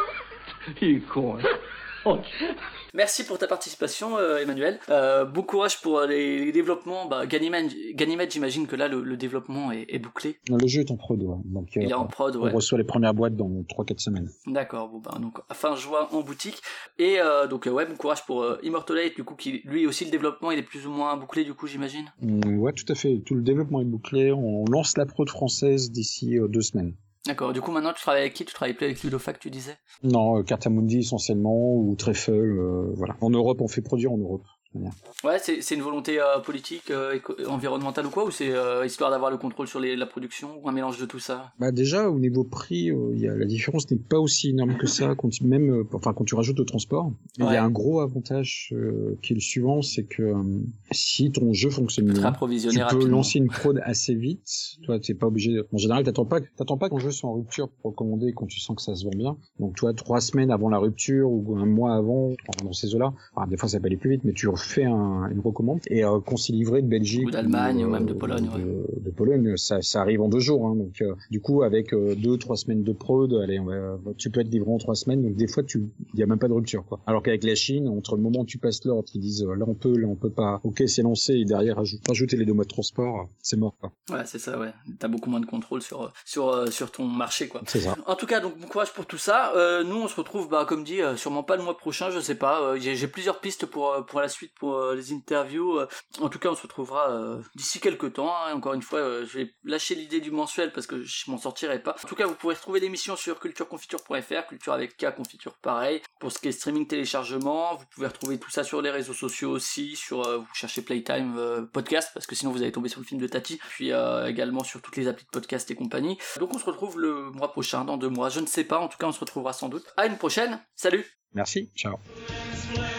Il est con, hein. Oh. Merci pour ta participation, euh, Emmanuel. Euh, bon courage pour les, les développements. Bah, Ganymede, Ganymede, j'imagine que là, le, le développement est, est bouclé. Non, le jeu est en prod, ouais. Donc, Il est euh, en prod, on ouais. reçoit les premières boîtes dans trois quatre semaines. D'accord, bon bah donc fin juin en boutique. Et euh, donc euh, ouais, bon courage pour euh, Immortalate, du coup, qui lui aussi le développement, il est plus ou moins bouclé, du coup, j'imagine. Mm, ouais, tout à fait. Tout le développement est bouclé. On lance la prod française d'ici euh, deux semaines. D'accord, du coup, maintenant, tu travailles avec qui? Tu travailles plus avec Ludofac, tu disais? Non, euh, Cartamundi essentiellement, ou Treffle, euh, voilà. En Europe, on fait produire en Europe. Ouais, c'est c'est une volonté euh, politique, euh, éco- environnementale ou quoi? Ou c'est euh, histoire d'avoir le contrôle sur les, la production? Ou un mélange de tout ça? Bah déjà, au niveau prix, euh, il y a, la différence n'est pas aussi énorme que ça, quand, même, euh, enfin, quand tu rajoutes le transport. Mais il Ouais. y a un gros avantage euh, qui est le suivant, c'est que euh, si ton jeu fonctionne Tu te bien, approvisionner tu peux rapidement. lancer une prod assez vite. Toi, t'es pas obligé. En général, t'attends pas, t'attends pas que ton jeu soit en rupture pour recommander quand tu sens que ça se vend bien. Donc, toi, trois semaines avant la rupture ou un mois avant, enfin, dans ces eaux-là. Enfin, des fois, ça peut aller plus vite, mais tu fait un, une recommande et euh, qu'on s'est livré de Belgique ou d'Allemagne ou, ou même de euh, Pologne. de, Ouais. de Pologne, ça, ça arrive en deux jours. Hein, donc euh, du coup, avec euh, deux, trois semaines de prod, allez, on va, tu peux être livré en trois semaines. Donc des fois, tu, il y a même pas de rupture, quoi. Alors qu'avec la Chine, entre le moment où tu passes l'ordre, ils disent euh, là on peut, là on peut pas. Ok, c'est lancé et derrière rajoute, rajouter les deux mois de transport, c'est mort, quoi. Ouais, c'est ça. Ouais. T'as beaucoup moins de contrôle sur sur euh, sur ton marché, quoi. C'est ça. En tout cas, donc bon courage pour tout ça. Euh, nous, on se retrouve, bah comme dit, euh, sûrement pas le mois prochain, je sais pas. Euh, j'ai, j'ai plusieurs pistes pour euh, pour la suite, pour euh, les interviews. Euh, en tout cas, on se retrouvera euh, d'ici quelques temps. Hein. Encore une fois, euh, je vais lâcher l'idée du mensuel parce que je m'en sortirai pas. En tout cas, vous pourrez retrouver l'émission sur culture confiture point f r, culture avec K, confiture pareil. Pour ce qui est streaming, téléchargement, vous pouvez retrouver tout ça sur les réseaux sociaux aussi. Sur euh, vous cherchez Playtime euh, podcast parce que sinon vous allez tomber sur le film de Tati. Puis euh, également sur toutes les applis de podcast et compagnie. Donc on se retrouve le mois prochain, dans deux mois. Je ne sais pas. En tout cas, on se retrouvera sans doute. À une prochaine. Salut. Merci. Ciao. This way.